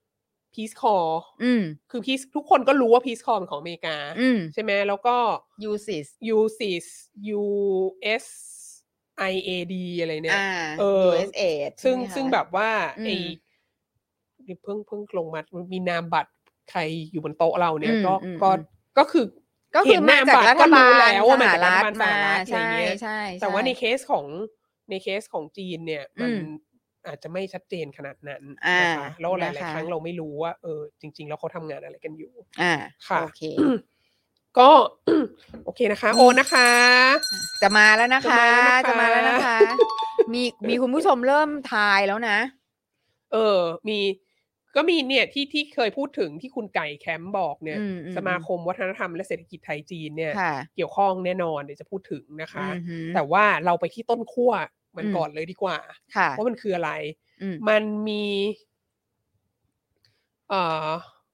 Speaker 4: Peace Corps
Speaker 3: อืม
Speaker 4: คือ Peace ทุกคนก็รู้ว่า Peace Corps เป็นของอเมริกา
Speaker 3: อืม
Speaker 4: ใช่ไหม แล้วก็
Speaker 3: ยูซิส
Speaker 4: ยู ซี เอส ยู เอส ไอ เอ ดี อะไรเนี่ย
Speaker 3: อา
Speaker 4: เออ
Speaker 3: ยู เอส เอด
Speaker 4: ซึ่ง
Speaker 3: ใช่ไหมคะ
Speaker 4: ซึ่งแบบว่า
Speaker 3: อืม
Speaker 4: ไอ้ เพิ่ง เพิ่งลงมา มีนามบัตรใครอยู่บนโต๊ะเราเนี่ย
Speaker 3: อืม
Speaker 4: ก็
Speaker 3: อืม
Speaker 4: ก็
Speaker 3: อืม
Speaker 4: ก็คือ
Speaker 3: ก็คื
Speaker 4: เห็
Speaker 3: อน มาน
Speaker 4: าม
Speaker 3: จาก
Speaker 4: บัต
Speaker 3: รั
Speaker 4: ร
Speaker 3: ฐ
Speaker 4: ก็
Speaker 3: บา
Speaker 4: รู้
Speaker 3: ล
Speaker 4: แล้วว่า
Speaker 3: ส
Speaker 4: มา
Speaker 3: ห
Speaker 4: จากรั
Speaker 3: รั
Speaker 4: ฐ
Speaker 3: ฐ
Speaker 4: บาลส
Speaker 3: มา
Speaker 4: หรัฐ อะไร
Speaker 3: ใช่
Speaker 4: เงี้ย
Speaker 3: ใช่
Speaker 4: แต่ว่าใน
Speaker 3: ใช่
Speaker 4: เคสของ ในเคสของจีนเนี่ย
Speaker 3: อื
Speaker 4: มัน
Speaker 3: ม
Speaker 4: อาจจะไม่ชัดเจนขนาดนั้น
Speaker 3: อา
Speaker 4: นะคะ แล้วห
Speaker 3: นะ
Speaker 4: ลาย
Speaker 3: คะ
Speaker 4: ๆ ครั้งเราไม่รู้ว่า เออ จริง ๆ แล้วเขาทำงานอะไรกันอยู่
Speaker 3: อา
Speaker 4: ค่ะ
Speaker 3: โอเค
Speaker 4: ก็ โอเคนะคะ โอนะคะ
Speaker 3: จะมาแล้วนะ
Speaker 4: จะ
Speaker 3: คะ
Speaker 4: มาแล้วนะคะ
Speaker 3: จะมาแล้วนะคะ มี มีคุณผู้ชมเริ่มทายแล้วนะ
Speaker 4: เออ มี ก็มีเนี่ย ที่ ที่เคยพูดถึงที่คุณไก่แคมป์บอกเนี่ย
Speaker 3: อืม ๆ
Speaker 4: สมาคมวัฒนธรรมและเศรษฐกิจไทยจีนเนี่ย
Speaker 3: ค่ะ
Speaker 4: เกี่ยวข้องแน่นอน เดี๋ยวจะพูดถึงนะคะ
Speaker 3: อือฮึ
Speaker 4: แต่ว่าเราไปที่ต้นขั้วมัน
Speaker 3: อืม
Speaker 4: ก่อนเลยดีกว่า
Speaker 3: ค่ะ
Speaker 4: ว่ามันคืออะไร
Speaker 3: อืม
Speaker 4: มันมี เอ่อ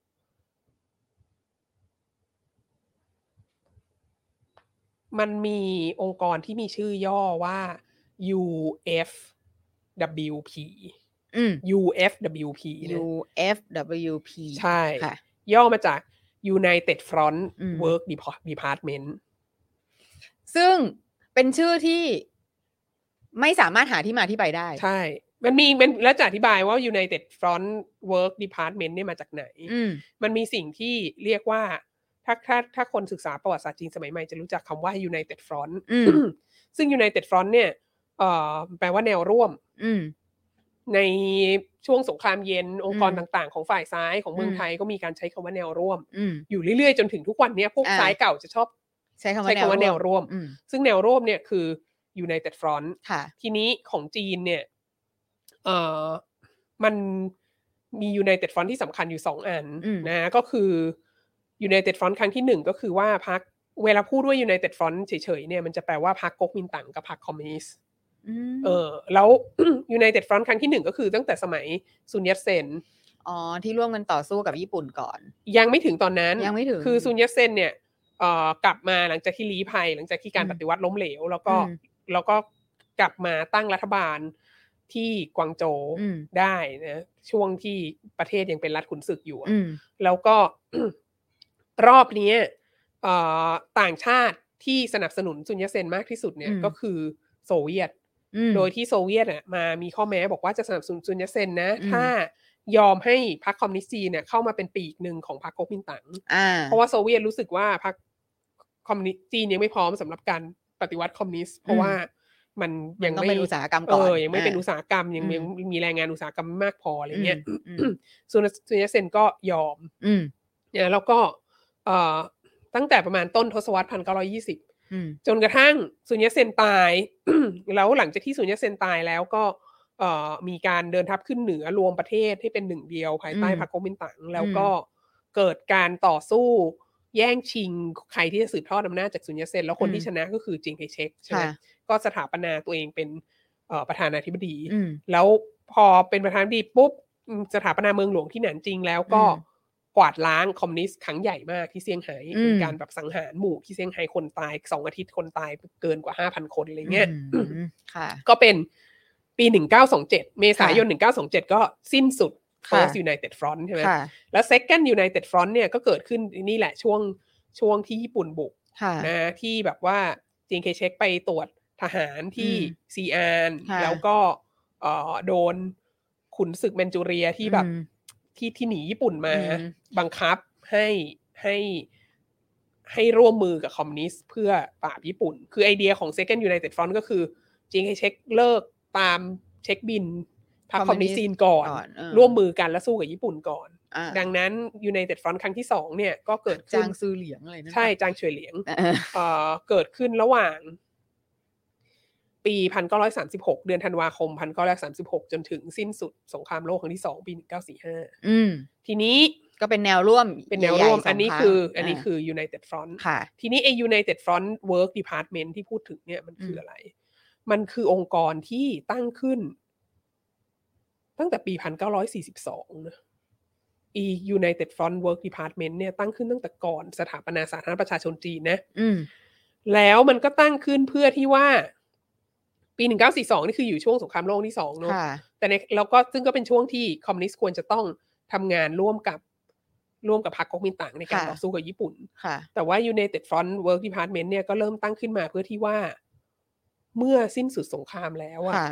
Speaker 4: มันมีองค์กรที่มีชื่อย่อว่า ยู เอฟ ดับเบิลยู พี
Speaker 3: อืม
Speaker 4: ยู เอฟ ดับเบิลยู พี นะ
Speaker 3: ยู เอฟ ดับเบิลยู พี
Speaker 4: ใช่
Speaker 3: ค่ะ
Speaker 4: ย่อมาจาก United Front
Speaker 3: อืม
Speaker 4: Work Depa- Department
Speaker 3: ซึ่งเป็นชื่อที่ไม่สามารถหาที่มาที่ไปได้
Speaker 4: ใช่ มันมี มัน แล้วจะอธิบายว่า United Front Work Department เนี่ยมาจากไหน
Speaker 3: อืม
Speaker 4: มันมีสิ่งที่เรียกว่า ถ้า ถ้า ถ้าคนศึกษาประวัติศาสตร์จีนสมัยใหม่จะรู้จักคำว่า United Front
Speaker 3: อืม
Speaker 4: ซึ่ง United Front เนี่ย เอ่อ แปลว่าแนวร่วม
Speaker 3: อืม
Speaker 4: ในช่วงสงครามเย็น องค์กร
Speaker 3: อืม
Speaker 4: ต่าง ๆ ของฝ่ายซ้ายของเมือง
Speaker 3: อืม
Speaker 4: ไทยก็มีการใช้คำว่าแนวร่วม
Speaker 3: อืม
Speaker 4: อยู่เรื่อย ๆ จนถึงทุกวันเนี้ย พวก
Speaker 3: อา
Speaker 4: ซ้ายเก่าจะชอบ
Speaker 3: ใช้คำว่า
Speaker 4: ใช้คำว่าแนวร่วม
Speaker 3: อืม
Speaker 4: ซึ่งแนวร่วมเนี่ยคือ United Front
Speaker 3: ค่ะ
Speaker 4: ทีนี้ของจีนเนี่ยเอ่อมันมี United Front ที่สำคัญอยู่สองอันนะก็คือ United Front ครั้งที่หนึ่งก็คือว่าพรรคเวลาพูดว่า United Front เฉยๆเนี่ยมันจะแปลว่าพรรคก๊กมินตั๋งกับพรรคคอมมิวนิสต์เออแล้ว United Front ครั้งที่หนึ่งก็คือตั้งแต่สมัยซุนยัตเซน
Speaker 3: อ๋อที่ร่วมกันต่อสู้กับญี่ปุ่นก่อน
Speaker 4: ยังไม่ถึงตอนนั้น
Speaker 3: ยังไม่ถึง
Speaker 4: คือซุนยัตเซนเนี่ยเอ่อกลับมาหลังจากที่ลี้ภัยหลังจากที่การปฏิวัติล้มเหลวแล้วก็แล้วก็กลับมาตั้งรัฐบาลที่กวางโจวได้นะช่วงที่ประเทศยังเป็นรัฐขุนศึกอยู่แล้วก็ รอบนี้ต่างชาติที่สนับสนุนซุนยัตเซนมากที่สุดเนี่ยก็คือโซเวียตโดยที่โซเวียตอ่ะมามีข้อแม้บอกว่าจะสนับสนุนซุนยัตเซนนะถ้ายอมให้พรรคคอมมิวนิสต์จีนเนี่ยเข้ามาเป็นปีกหนึ่งของพรรคก๊กมินตั๋งเพราะว่าโซเวียตรู้สึกว่าพรรคคอมมิวนิสต์จีนยังไม่พร้อมสำหรับการปฏิวัติคอมมิวนิสต์เพราะว่ามันยังไม่
Speaker 3: เป็นอุตสาหกรรมก่อน
Speaker 4: เออยังไม่เป็นอุตสาหกรรมยังมีแรงงานอุตสาหกรรมมากพออะไรเงี้ยซุนยัตเซนก็ยอมเนี่ยแล้วก็เอ่อตั้งแต่ประมาณต้นทศวรรษหนึ่งพันเก้าร้อยยี่สิบจนกระทั่งซุนยัตเซนตาย แล้วหลังจากที่ซุนยัตเซนตายแล้วก็เอ่อมีการเดินทัพขึ้นเหนือรวมประเทศให้เป็นหนึ่งเดียวภายใต้พรรคก๊กมินตั๋งแล้วก็เกิดการต่อสู้แย่งชิงใครที่จะสืบทอดอำนาจจากซุนยัตเซนแล้วคนที่ชนะก็คือจิงไคเชกใช่ไหมก็สถาปนาตัวเองเป็นประธานาธิบดีแล้วพอเป็นประธานาธิบดีปุ๊บสถาปนาเมืองหลวงที่หนานจิงแล้วก็กวาดล้างคอมมิวนิสต์ครั้งใหญ่มากที่เซี่ยงไฮ้เป็นการแบบสังหารหมู่ที่เซี่ยงไฮ้คนตายสองอาทิตย์คนตายเกินกว่า ห้าพัน คนอะไรเงี้ยก็เป็นปีหนึ่งพันเก้าร้อยยี่สิบเจ็ดเมษายนหนึ่งพันเก้าร้อยยี่สิบเจ็ดก็สิ้นสุด First United Front ใช่ไหมแล้ว Second United Front เนี่ยก็เกิดขึ้นนี่แหละช่วงช่วงที่ญี่ปุ่นบุกนะที่แบบว่าจิงไคเชกไปตรวจทหารที่ซีอานแล้วก็เอ่อโดนขุนศึกแมนจูเรียที่แบบที่ที่หนีญี่ปุ่นมาบังคับให้ให้ให้ร่วมมือกับคอมมิวนิสต์เพื่อปราบญี่ปุ่นคือไอเดียของ Second United Front ก็คือจิงไคเชกเลิกตามเช็คบินพรรคคอมมิวนิสต์จีนก่อนร่วมมือกันแล้วสู้กับญี่ปุ่นก่อนดังนั้น United Front ครั้งที่สองเนี่ยก็เกิดขึ้น
Speaker 3: จางซือเหลียงอะไรนั่น
Speaker 4: ใช่จางเฉวยเหลียงเอ่อเกิดขึ้นระหว่างปีหนึ่งพันเก้าร้อยสามสิบหกเดือนธันวาคมหนึ่งพันเก้าร้อยสามสิบหกจนถึงสิ้นสุดสงครามโลกครั้งที่สองปีหนึ่งพันเก้าร้อยสี่สิบห้าอืมทีนี้
Speaker 3: ก็เป็นแนวร่วม
Speaker 4: เป็นแนวร่วมอันนี้คืออันนี้คือ United Front ค่ะทีนี้ไอ้ United Front Work Department ที่พูดถึงเนี่ยมันคืออะไรมันคือองค์กรที่ตั้งขึ้นตั้งแต่ปีหนึ่งพันเก้าร้อยสี่สิบสองนะอี United Front Work Department เนี่ยตั้งขึ้นตั้งแต่ก่อนสถาปนาสาธารณรัฐประชาชนจีนนะแล้วมันก็ตั้งขึ้นเพื่อที่ว่าปีหนึ่งพันเก้าร้อยสี่สิบสองนี่คืออยู่ช่วงสงครามโลกที่สองเนาะแต่ในแล้วก็ซึ่งก็เป็นช่วงที่คอมมิวนิสต์ควรจะต้องทำงานร่วมกับร่วมกับพรรคก๊กมินตั๋งในการต่อสู้กับญี่ปุ่นแต่ว่า United Front Work Department เนี่ยก็เริ่มตั้งขึ้นมาเพื่อที่ว่าเมื่อสิ้นสุดสงครามแล้วอะ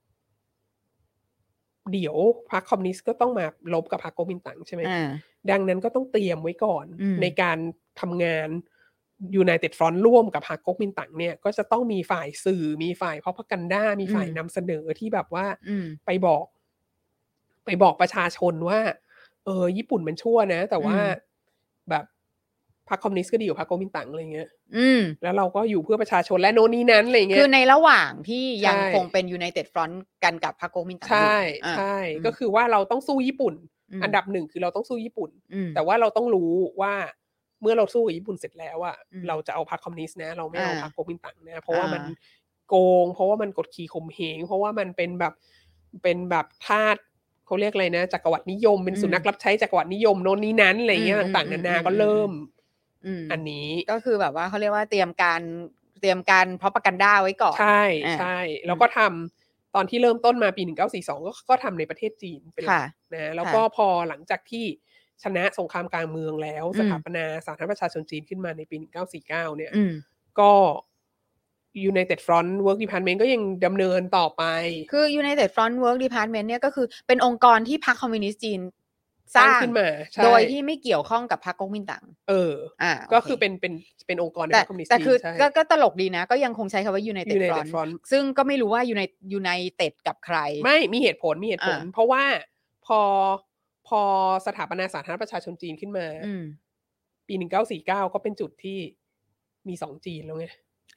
Speaker 4: เดี๋ยวพรรคคอมมิวนิสต์ก็ต้องมาลบกับพรรคก๊กมินตั๋งใช่ไหมดังนั้นก็ต้องเตรียมไว้ก่อนในการทำงาน United Front ร่วมกับพรรคก๊กมินตั๋งเนี่ยก็จะต้องมีฝ่ายสื่อมีฝ่ายพรอพากันดามีฝ่ายนำเสนอที่แบบว่าไปบอกไปบอกประชาชนว่าเออญี่ปุ่นมันชั่วนะแต่ว่าแบบพรรคคอมมิวนิสต์ก็ดีกว่าพรรคก๊กมินตั๋งอะไรเงี้ยแล้วเราก็อยู่เพื่อประชาชนและโน่นนี่นั้นอะไรเงี้ย
Speaker 3: คือในระหว่างที่ยังคงเป็น United Front กันกับพรรคก๊กมินตั๋ง
Speaker 4: ใช่ใช่ก็คือว่าเราต้องสู้ญี่ปุ่นอันดับหนึ่งคือเราต้องสู้ญี่ปุ่นแต่ว่าเราต้องรู้ว่าเมื่อเราสู้กับญี่ปุ่นเสร็จแล้วอะเราจะเอาพรรคคอมมิวนิสต์นะเราไม่เอาพรรคก๊กมินตั๋งนะเพราะว่ามันโกงเพราะว่ามันกดขี่ข่มเหงเพราะว่ามันเป็นแบบเป็นแบบทาสเขาเรียกอะไรนะจักรวรรดินิยมเป็นสุนัขรับใช้จักรวรรดินิยมโน่นนี้นั้นอะไรเงี้ยต่างๆนานาก็เริ่มอันนี้
Speaker 3: ก็คือแบบว่าเขาเรียกว่าเตรียมการเตรียมการพรอพากันดาไว้ก่อน
Speaker 4: ใช่ใช่แล้วก็ทำตอนที่เริ่มต้นมาปีหนึ่งพันเก้าร้อยสี่สิบสองก็ก็ทำในประเทศจีนเป็นหลักนะแล้วก็พอหลังจากที่ชนะสงครามกลางเมืองแล้วสถาปนาสาธารณรัฐประชาชนจีนขึ้นมาในปีหนึ่งพันเก้าร้อยสี่สิบเก้าเนี่ยก็ United Front Work Department ก็ยังดำเนินต่อไป
Speaker 3: คือ United Front Work Department เนี่ยก็คือเป็นองค์กรที่พรรคคอมมิวนิสต์จีนสร้าง
Speaker 4: ขึ้นมา
Speaker 3: โดยที่ไม่เกี่ยวข้องกับพรรคก๊กมินตั๋ง
Speaker 4: เอออ่าก็คือเป็นเป็นเป็นองค์กรในพรรคคอมมิวนิสต์
Speaker 3: แต่คือก็ก็ตลกดีนะก็ยังคงใช้คำว่า United Front ซึ่งก็ไม่รู้ว่า United กับใคร
Speaker 4: ไม่มีเหตุผลมีเหตุผลเพราะว่าพอพอสถาปนาสาธารณรัฐประชาชนจีนขึ้นมาปีหนึ่งพันเก้าร้อยสี่สิบเก้าก็เป็นจุดที่มีสองจีนแล้วไง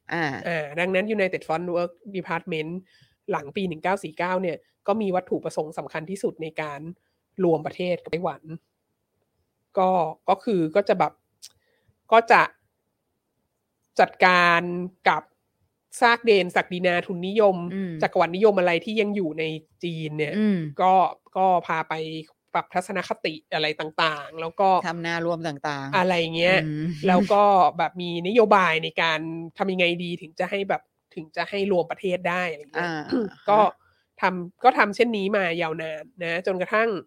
Speaker 3: อ่า
Speaker 4: อ่าดังนั้น United Front Work Department หลังปีหนึ่งเก้าสี่เก้าเนี่ยก็มีวัตถุประสงค์สำคัญที่สุดในการรวมประเทศกับไต้หวันก็ก็คือก็จะแบบก็จะจัดการกับซากเดนศักดินาทุนนิยมจักรวรรดินิยมอะไรที่ยังอยู่ในจีนเนี่ยก็ก็พาไปปรับทัศนคติอะไรต่างๆแล้วก็
Speaker 3: ทำหน้ารวมต่าง
Speaker 4: ๆอะไรเงี้ยแล้วก็แบบมีนโยบายในการทำยังไงดีถึงจะให้แบบถึงจะให้รวมประเทศได้อะไรเงี้ยก็ทำก็ทำเช่นนี้มายาวนานนะจนกระทั่ง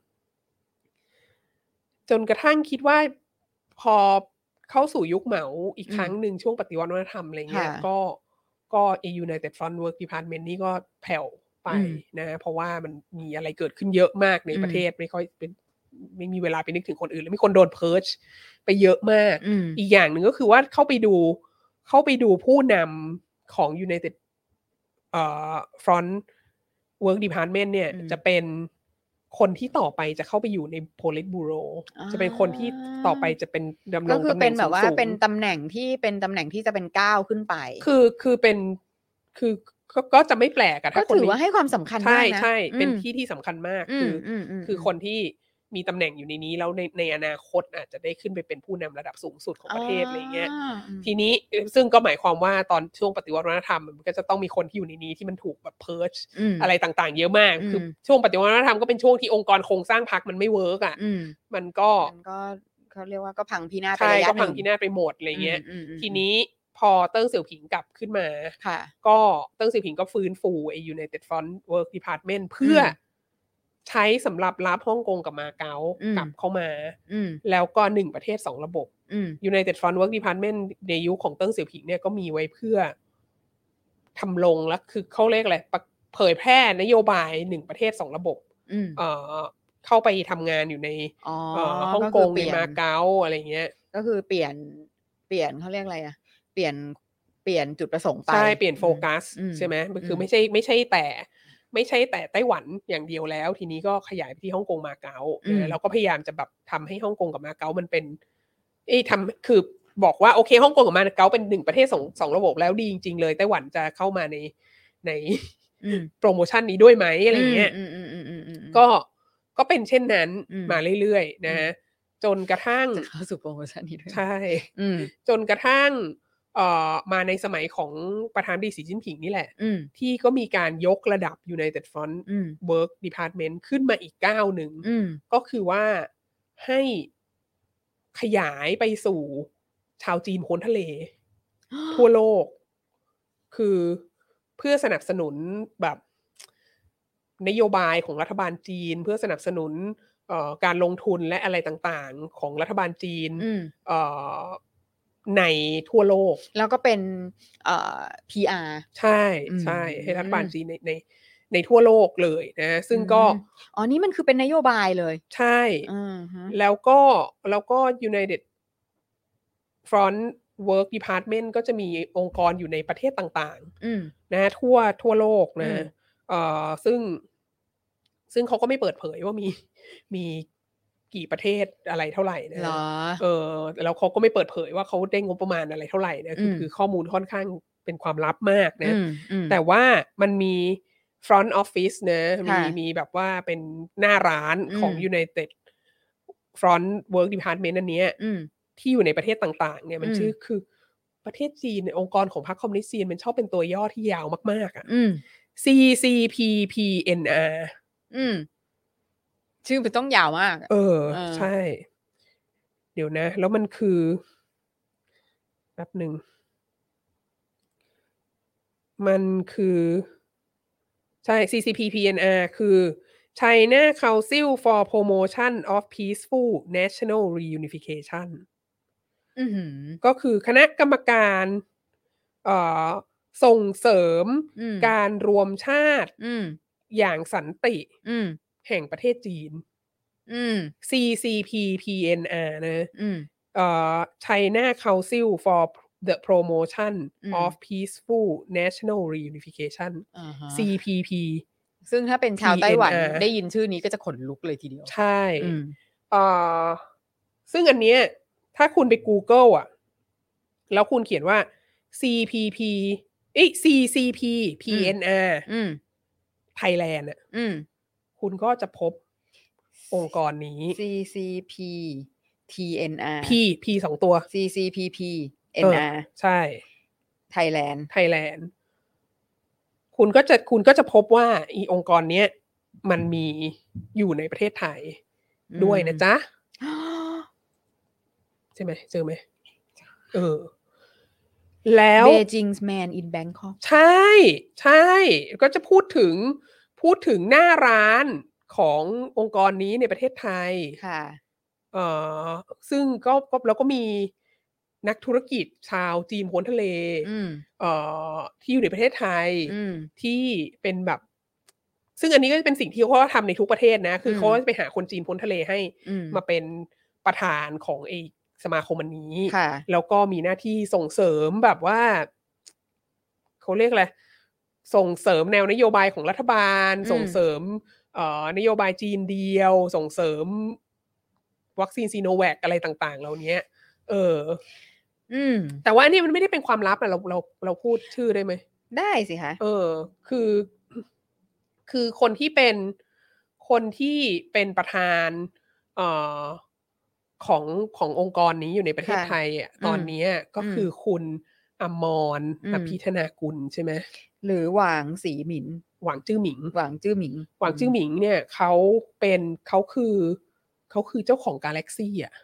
Speaker 4: จนกระทั่งคิดว่าพอเข้าสู่ยุคเหมาอีกครั้งหนึ่งช่วงปฏิวัติวัฒนธรรมอะไรเงี้ยก็ก็ United Front Work Department นี่ก็แผ่วไปนะเพราะว่ามันมีอะไรเกิดขึ้นเยอะมากในประเทศไม่ค่อยเป็นไม่มีเวลาไปนึกถึงคนอื่นแล้วมีคนโดนเพิร์ชไปเยอะมากอีกอย่างหนึ่งก็คือว่าเข้าไปดูเข้าไปดูผู้นำของ United เอ่อ Front Work Department เนี่ยจะเป็นคนที่ต่อไปจะเข้าไปอยู่ใน Politburo จะเป็นคนที่ต่อไปจะเป็นดำรงตำแหน่งสูงๆก็คือ
Speaker 3: เป็นแบบว่าเป็นตำแหน่งที่เป็นตำแหน่งที่จะเป็นก้าวขึ้นไป
Speaker 4: คือคือเป็นคือก็จะไม่แปลกอะถ้าคนนี้
Speaker 3: ก็ถือว่าให้ความสำคัญมากนะ
Speaker 4: ใช่ใช่เป็นที่ที่สำคัญมากคือคือคนที่มีตำแหน่งอยู่ในนี้แล้วในในอนาคตอาจจะได้ขึ้นไปเป็นผู้นำระดับสูงสุดของประเทศอะไรเงี้ยทีนี้ซึ่งก็หมายความว่าตอนช่วงปฏิวัติวัฒนธรรมมันก็จะต้องมีคนที่อยู่ในนี้ที่มันถูกแบบเพิร์ชอะไรต่างๆเยอะมากคือช่วงปฏิวัติวัฒนธรรมก็เป็นช่วงที่องค์กรโครงสร้างพรรคมันไม่เวิร์กอ่ะมันก็
Speaker 3: มันก็เขาเรียกว่าก็พังพินาศ
Speaker 4: ไประยะหนึ่งใช่ก็พังพินาศไปหมดอะไรเงี้ยทีนี้พอเติ้งเสี่ยวผิงกลับขึ้นมาก็เติ้งเสี่ยวผิงก็ฟื้นฟูไอ้ United Front Work Department เพื่อใช้สำหรับรับฮ่องกงกับมาเก๊ากลับเข้ามาแล้วก็หนึ่งประเทศสองระบบ United Front Work Department ในยุคของเติ้งเสี่ยวผิงเนี่ยก็มีไว้เพื่อทำลงแล้วคือเขาเรียกอะไรเผยแพร่นโยบายหนึ่งประเทศสองระบบเอ่อเข้าไปทำงานอยู่ในฮ่องกงในมาเก๊าอะไรเงี้ย
Speaker 3: ก็คือเปลี่ยนเปลี่ยนเขาเรียกอะไรอะเปลี่ยนเปลี่ยนจุดประสงค์ไป
Speaker 4: ใช่เปลี่ยนโฟกัสใช่ไหมคือไม่ใช่ไม่ใช่แต่ไม่ใช่แต่ไต้หวันอย่างเดียวแล้วทีนี้ก็ขยายไปที่ฮ่องกงมาเก๊าแล้วก็พยายามจะแบบทำให้ฮ่องกงกับมาเก๊ามันเป็นเอ้ทำคือบอกว่าโอเคฮ่องกงกับมาเก๊าเป็นหนึ่งประเทศสองสองระบบแล้วดีจริงๆเลยไต้หวันจะเข้ามาในในโปรโมชั่นนี้ด้วยไหมอะไรเงี้ยก็ก็เป็นเช่นนั้นมาเรื่อยๆนะจนกระทั่ง
Speaker 3: จะเข้าสู่โปรโมชั่นนี้ด้วย
Speaker 4: ใช่จนกระทั่งเอ่อมาในสมัยของประธานาธิบดีสีจิ้นผิงนี่แหละที่ก็มีการยกระดับ United Front Work Department ขึ้นมาอีกก้าวหนึ่งก็คือว่าให้ขยายไปสู่ชาวจีนพ้นทะเล ทั่วโลกคือเพื่อสนับสนุนแบบนโยบายของรัฐบาลจีนเพื่อสนับสนุนเอ่อการลงทุนและอะไรต่างๆของรัฐบาลจีนเอ่อในทั่วโลก
Speaker 3: แล้วก็เป็นเอ่อ พี อาร์
Speaker 4: ใช่ใช่ให้รัฐบาลจีนในในในทั่วโลกเลยนะซึ่งก็
Speaker 3: อ๋อนี่มันคือเป็นนโยบายเลย
Speaker 4: ใช่แล้วก็แล้วก็ United Front Work Department ก็จะมีองค์กรอยู่ในประเทศต่างๆนะทั่วทั่วโลกนะเอ่อซึ่งซึ่งเขาก็ไม่เปิดเผยว่ามีมีกี่ประเทศอะไรเท่าไหร่นะเออแล้วเขาก็ไม่เปิดเผยว่าเขาได้งบประมาณอะไรเท่าไหร่นะคือคือข้อมูลค่อนข้างเป็นความลับมากนะแต่ว่ามันมี front office นะมีมีแบบว่าเป็นหน้าร้านของ United Front Work Department อันเนี้ยที่อยู่ในประเทศต่างๆเนี่ยมันชื่อคือประเทศจีนองค์กรของพรรคคอมมิวนิสต์จีนมันชอบเป็นตัวย่อที่ยาวมากๆอ่ะ ซี ซี พี พี เอ็น อาร์
Speaker 3: อืมชื่อมันต้องยาวมาก
Speaker 4: เออใช่เดี๋ยวนะแล้วมันคือแป๊บหนึ่งมันคือใช่ ซี ซี พี พี เอ็น อาร์ คือ China Council for Promotion of Peaceful National Reunification
Speaker 3: อือหือ
Speaker 4: ก็คือคณะกรรมการเอ่อส่งเสริมการรวมชาติอย่างสันติแห่งประเทศจีน ซี ซี พี พี เอ็น อาร์ นะเอ่อ China Council for the Promotion of Peaceful National Reunification ซี พี พี
Speaker 3: ซึ่งถ้าเป็นชาวไต้หวันได้ยินชื่อนี้ก็จะขนลุกเลยทีเดียว
Speaker 4: ใช่เอ่อซึ่งอันเนี้ยถ้าคุณไป Google อ่ะแล้วคุณเขียนว่าซี พี พี เอ้ย ซี ซี พี พี เอ็น อาร์
Speaker 3: อืม
Speaker 4: Thailand อ่ะ
Speaker 3: อืม
Speaker 4: คุณก็จะพบองค์กรนี้
Speaker 3: ซี ซี พี ที เอ็น อาร์
Speaker 4: P P สองตัว
Speaker 3: ซี ซี พี พี เอ็น อาร์
Speaker 4: ใช่
Speaker 3: Thailand
Speaker 4: Thailand คุณก็จะคุณก็จะพบว่าอีองค์กรเนี้ยมันมีอยู่ในประเทศไทยด้วยนะจ๊ะ ใช่ไหมเจอไหมเออแล้ว
Speaker 3: Beijing's Man in Bangkok
Speaker 4: ใช่ใช่ก็จะพูดถึงพูดถึงหน้าร้านขององค์กรนี้ในประเทศไทย
Speaker 3: ค่ะ
Speaker 4: เอ่อซึ่งก็ก็แล้วก็มีนักธุรกิจชาวจีนพ้นทะเล
Speaker 3: อืม
Speaker 4: เอ่อที่อยู่ในประเทศไทย
Speaker 3: อืม
Speaker 4: ที่เป็นแบบ ซึ่งอันนี้ก็เป็นสิ่งที่เขาทำในทุกประเทศนะ คือเขาจะไปหาคนจีนพ้นทะเลให้
Speaker 3: อืม
Speaker 4: มาเป็นประธานของไอสมาคมอันนี้
Speaker 3: ค่ะ
Speaker 4: แล้วก็มีหน้าที่ส่งเสริมแบบว่าเขาเรียกอะไรส่งเสริมแนวนโยบายของรัฐบาล
Speaker 3: อืม
Speaker 4: ส่งเสริมเอ่อนโยบายจีนเดียว ส่งเสริมวัคซีนซีโนแวคอะไรต่างๆเหล่านี้เออ
Speaker 3: อืม
Speaker 4: แต่ว่าอันนี้มันไม่ได้เป็นความลับอะเราเราเราพูดชื่อได้ไหม
Speaker 3: ได้สิคะ
Speaker 4: เออ คือ คือคนที่เป็น คนที่เป็นประธาน เอ่อ ของ ขององค์กรนี้อยู่ในประเทศ
Speaker 3: ค่ะ
Speaker 4: ไทยอ่ะ
Speaker 3: อืม
Speaker 4: ตอนเนี้ยก็
Speaker 3: อืม
Speaker 4: คือคุณอมร
Speaker 3: อืม
Speaker 4: อภิธนากุลใช่ไหม
Speaker 3: หรือหวางสีหมิน
Speaker 4: หวังจื้อหมิง
Speaker 3: หวางจื้อหมิง
Speaker 4: หวังจื้อหมิงเนี่ยเขาเป็นเขาคือเขาคือเจ้าของ Galaxy อ่ะ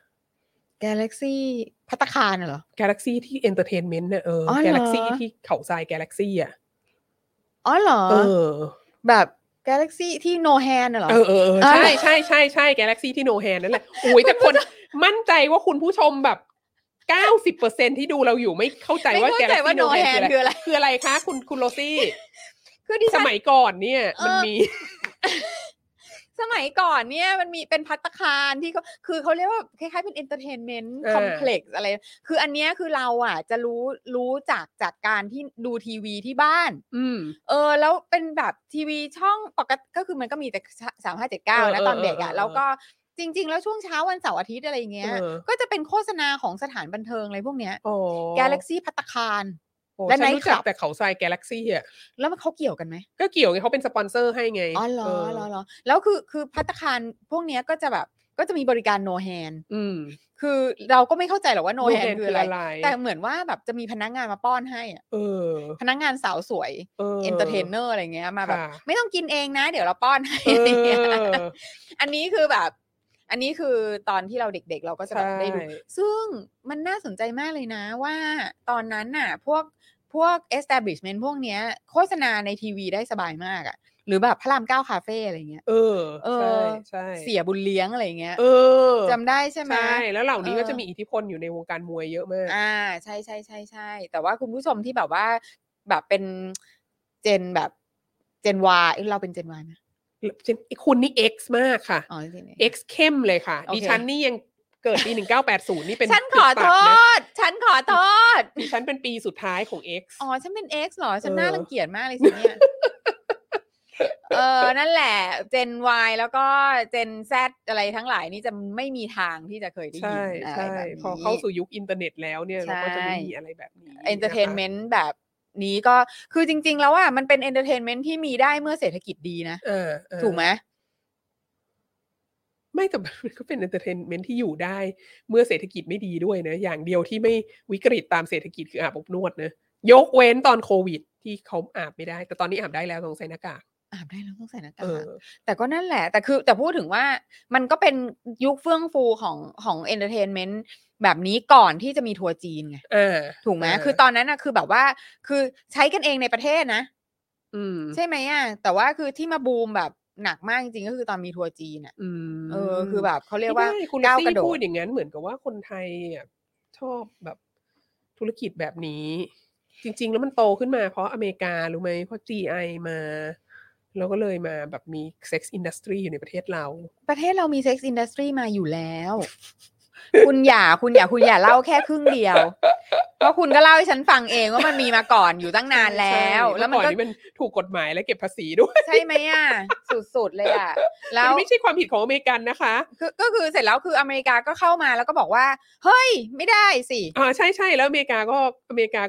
Speaker 3: Galaxy ภัตตาคารน่ะเหรอ
Speaker 4: Galaxy ที่ Entertainment น่ะเออ
Speaker 3: อ๋อเหรอ
Speaker 4: Galaxy ที่เขาทราย Galaxy อ่ะ
Speaker 3: อ๋อเหรอ
Speaker 4: เออ
Speaker 3: แบบ Galaxy ที่ no hand น่ะเหรอ
Speaker 4: เออเออเออ
Speaker 3: อ๋อ
Speaker 4: ใช่ใช่ใช่ใช่ Galaxy ที่ no hand นั่นแหละอุ้ยแต่คนมั่นใจว่าคุณผู้ชมแบบ เก้าสิบเปอร์เซ็นต์ ที่ดูเราอยู่ไม่เข้าใจว่า
Speaker 3: ไม่เข้าใจ
Speaker 4: Galaxy
Speaker 3: ว่า
Speaker 4: no
Speaker 3: no
Speaker 4: hand
Speaker 3: hand
Speaker 4: คืออะไร
Speaker 3: คืออะไร
Speaker 4: คืออะไรคะคุณคุณโรซี่
Speaker 3: คือดิ
Speaker 4: ส
Speaker 3: ฉัน
Speaker 4: มัยก่อนเนี่ย
Speaker 3: เออ
Speaker 4: มันมี
Speaker 3: สมัยก่อนเนี่ยมันมีเป็นภัตตาคารที่เขาคือเขาเรียกว่าคล้ายๆเป็น entertainment
Speaker 4: เออ
Speaker 3: complex อะไร คืออันเนี้ยคือเราอ่ะจะรู้รู้จากจากการที่ดูทีวีที่บ้าน
Speaker 4: อืม
Speaker 3: เออแล้วเป็นแบบทีวีช่องปกติก็คือมันก็มีแต่สามห้าเจ็ดเก้า
Speaker 4: เออ
Speaker 3: นะ
Speaker 4: เออ
Speaker 3: ตอนเด็กอ่ะ
Speaker 4: เออ
Speaker 3: แล้วก็จริง ๆ แล้วช่วงเช้าวันเสาร์อาทิตย์อะไรอย่างเงี้ย
Speaker 4: เออ
Speaker 3: ก็จะเป็นโฆษณาของสถานบันเทิงอะไรพวกเนี้ย
Speaker 4: อ๋อ
Speaker 3: Galaxy ภัตตาคาร
Speaker 4: โอ้
Speaker 3: และ
Speaker 4: ฉัน
Speaker 3: Night
Speaker 4: รู้จัก
Speaker 3: Club
Speaker 4: แต่เขาทราย Galaxy อ่ะ
Speaker 3: แล้วมันเขาเกี่ยวกันไหม
Speaker 4: ก็เกี่ยวไงเขาเป็นสปอนเซอร์ให้ไง
Speaker 3: อ๋อเหรอ
Speaker 4: เออ
Speaker 3: เหรอเหรอแล้วคือคือภัตตาคารพวกเนี้ยก็จะแบบก็จะมีบริการ no hand
Speaker 4: อืม
Speaker 3: คือเราก็ไม่เข้าใจหรอกว่า no
Speaker 4: no
Speaker 3: hand
Speaker 4: hand
Speaker 3: คืออะไร
Speaker 4: คืออะไร
Speaker 3: แต่เหมือนว่าแบบจะมีพนักงานมาป้อนให้อะ
Speaker 4: เออ
Speaker 3: พนักงานสาวสวย
Speaker 4: เออ
Speaker 3: เอนเตอร์เทนเนอร์อะไรเงี้ยมาแบบ
Speaker 4: ค่ะ
Speaker 3: ไม่ต้องกินเองนะ เดี๋ยวเราป้อนให้
Speaker 4: เอ
Speaker 3: อะไรเงี้ย
Speaker 4: อ
Speaker 3: อันนี้คือแบบ อันนี้คือตอนที่เราเด็กๆ เราก็จะแบบ
Speaker 4: ใช่
Speaker 3: ได้ดู ซึ่งมันน่าสนใจมากเลยนะว่าตอนนั้นน่ะ พวกพวก establishment พวกเนี้ย โฆษณาในทีวีได้สบายมากอะหรือแบบพระรามเก้าคาเฟ่อะไรเงี้ย
Speaker 4: เออ
Speaker 3: เอ
Speaker 4: ใช่
Speaker 3: อ
Speaker 4: ใช่
Speaker 3: เสียบุญเลี้ยงอะไรเงี้ย
Speaker 4: เออ
Speaker 3: จำได้ใช่ไหม
Speaker 4: ใช่แล้วเหล่านี้ก็
Speaker 3: เออ
Speaker 4: จะมีอิทธิพลอยู่ในวงการมวยเยอะมาก
Speaker 3: อ่าใช่ใช่ใช่ใช่แต่ว่าคุณผู้ชมที่แบบว่าแบบเป็นเจนแบบเจน Y เอ้ยเราเป็นเจน Y ไหม
Speaker 4: คุณนี่ X มากค่ะ
Speaker 3: อ๋อจริงๆ
Speaker 4: X เข้มเลยค่ะ
Speaker 3: โอเค
Speaker 4: ดิฉันนี่ยังเกิดปี หนึ่งเก้าแปดศูนย์ นี่เป็น
Speaker 3: ฉันขอโท
Speaker 4: จุดตัดนะ
Speaker 3: ษ ฉันขอโทษ
Speaker 4: ดิฉันเป็นปีสุดท้ายของ X
Speaker 3: อ๋อ ฉันเป็น X เหรอ ฉัน
Speaker 4: เออ
Speaker 3: น่ารังเกียจมากเลยสิเนี่ย เออ นั่นแหละ เจน Y แล้วก็เจน Z อะไรทั้งหลายนี่จะไม่มีทางที่จะเคยได้ยิ
Speaker 4: ใช่
Speaker 3: นอะไร
Speaker 4: ใช่
Speaker 3: แบบนี้
Speaker 4: พอเข้าสู่ยุคอินเทอร์เน็ตแล้วเนี่ย
Speaker 3: ใช่
Speaker 4: เราก็จะไม่มีอะไรแบบนี้
Speaker 3: เอนเตอร์เทนเมนต์แบบนี้ก็คือจริง ๆ แล้วอ่ะมันเป็นเอนเตอร์เทนเมนต์ที่มีได้เมื่อเศรษฐกิจดีนะ
Speaker 4: เออเออ
Speaker 3: ถูกไหม
Speaker 4: ไม่แต่มันก็เป็นเอนเตอร์เทนเมนต์ที่อยู่ได้เมื่อเศรษฐกิจไม่ดีด้วยนะ อย่างเดียวที่ไม่วิกฤตตามเศรษฐกิจคืออาบอบนวดนะยกเว้นตอนโควิด ที่เขาอาบไม่ได้ แต่ตอนนี้อาบได้แล้วต้องใส่หน้ากาก
Speaker 3: อาบได้แล้วต้องใส่หน้ากา
Speaker 4: เอก อ
Speaker 3: แต่ก็นั่นแหละ แต่คือแต่พูดถึงว่ามันก็เป็นยุคเฟื่องฟูของของเอนเตอร์เทนเมนต์แบบนี้ก่อนที่จะมีทัวร์จีนไง
Speaker 4: อ่า
Speaker 3: ถูกไหม
Speaker 4: อ่า
Speaker 3: คือตอนนั้นนะคือแบบว่าคือใช้กันเองในประเทศนะ
Speaker 4: อืม
Speaker 3: ใช่ไหมอ่ะแต่ว่าคือที่มาบูมแบบหนักมากจริงๆก็คือตอนมีทัวร์จีนอ่ะ
Speaker 4: อืม
Speaker 3: เออคือแบบเขาเรียกว่า
Speaker 4: ไม่ได้คุณ
Speaker 3: ก้าว
Speaker 4: ซี่
Speaker 3: กระโด
Speaker 4: พูด
Speaker 3: ด
Speaker 4: อย่างนั้นเหมือนกับว่าคนไทยอ่ะชอบแบบธุรกิจแบบนี้ จริง ๆ แล้วมันโตขึ้นมาเพราะอเมริการู้ไหมเพราะ จี ไอ มาแล้วก็เลยมาแบบมีเซ็กซ์อินดัสทรีอยู่ในประเทศเรา
Speaker 3: ประเทศเรามีเซ็กซ์อินดัสทรีมาอยู่แล้ว คุณอย่าคุณอย่าคุณอย่าเล่าแค่ครึ่งเดียว เพราะคุณก็เล่าให้ฉันฟังเองว่ามันมีมาก่อนอยู่ตั้งนานแล้ว
Speaker 4: ใช่
Speaker 3: แล้วมัน
Speaker 4: เอก่อน
Speaker 3: ก็
Speaker 4: นี้มันถูกกฎหมายและเก็บภาษีด้วย
Speaker 3: ใช่ไหมอ่ะ สุดๆเลยอ่ะ แล้
Speaker 4: มั
Speaker 3: วน
Speaker 4: ไม่ใช่ความผิดของอเมริกันนะคะ
Speaker 3: คือก็คือเสร็จแล้วคืออเมริกาก็เข้ามาแล้วก็บอกว่า เฮ้ย ไม่ได้สิ
Speaker 4: อ่าใช่ใช่แล้วอเมริกาก็อเมริกาก็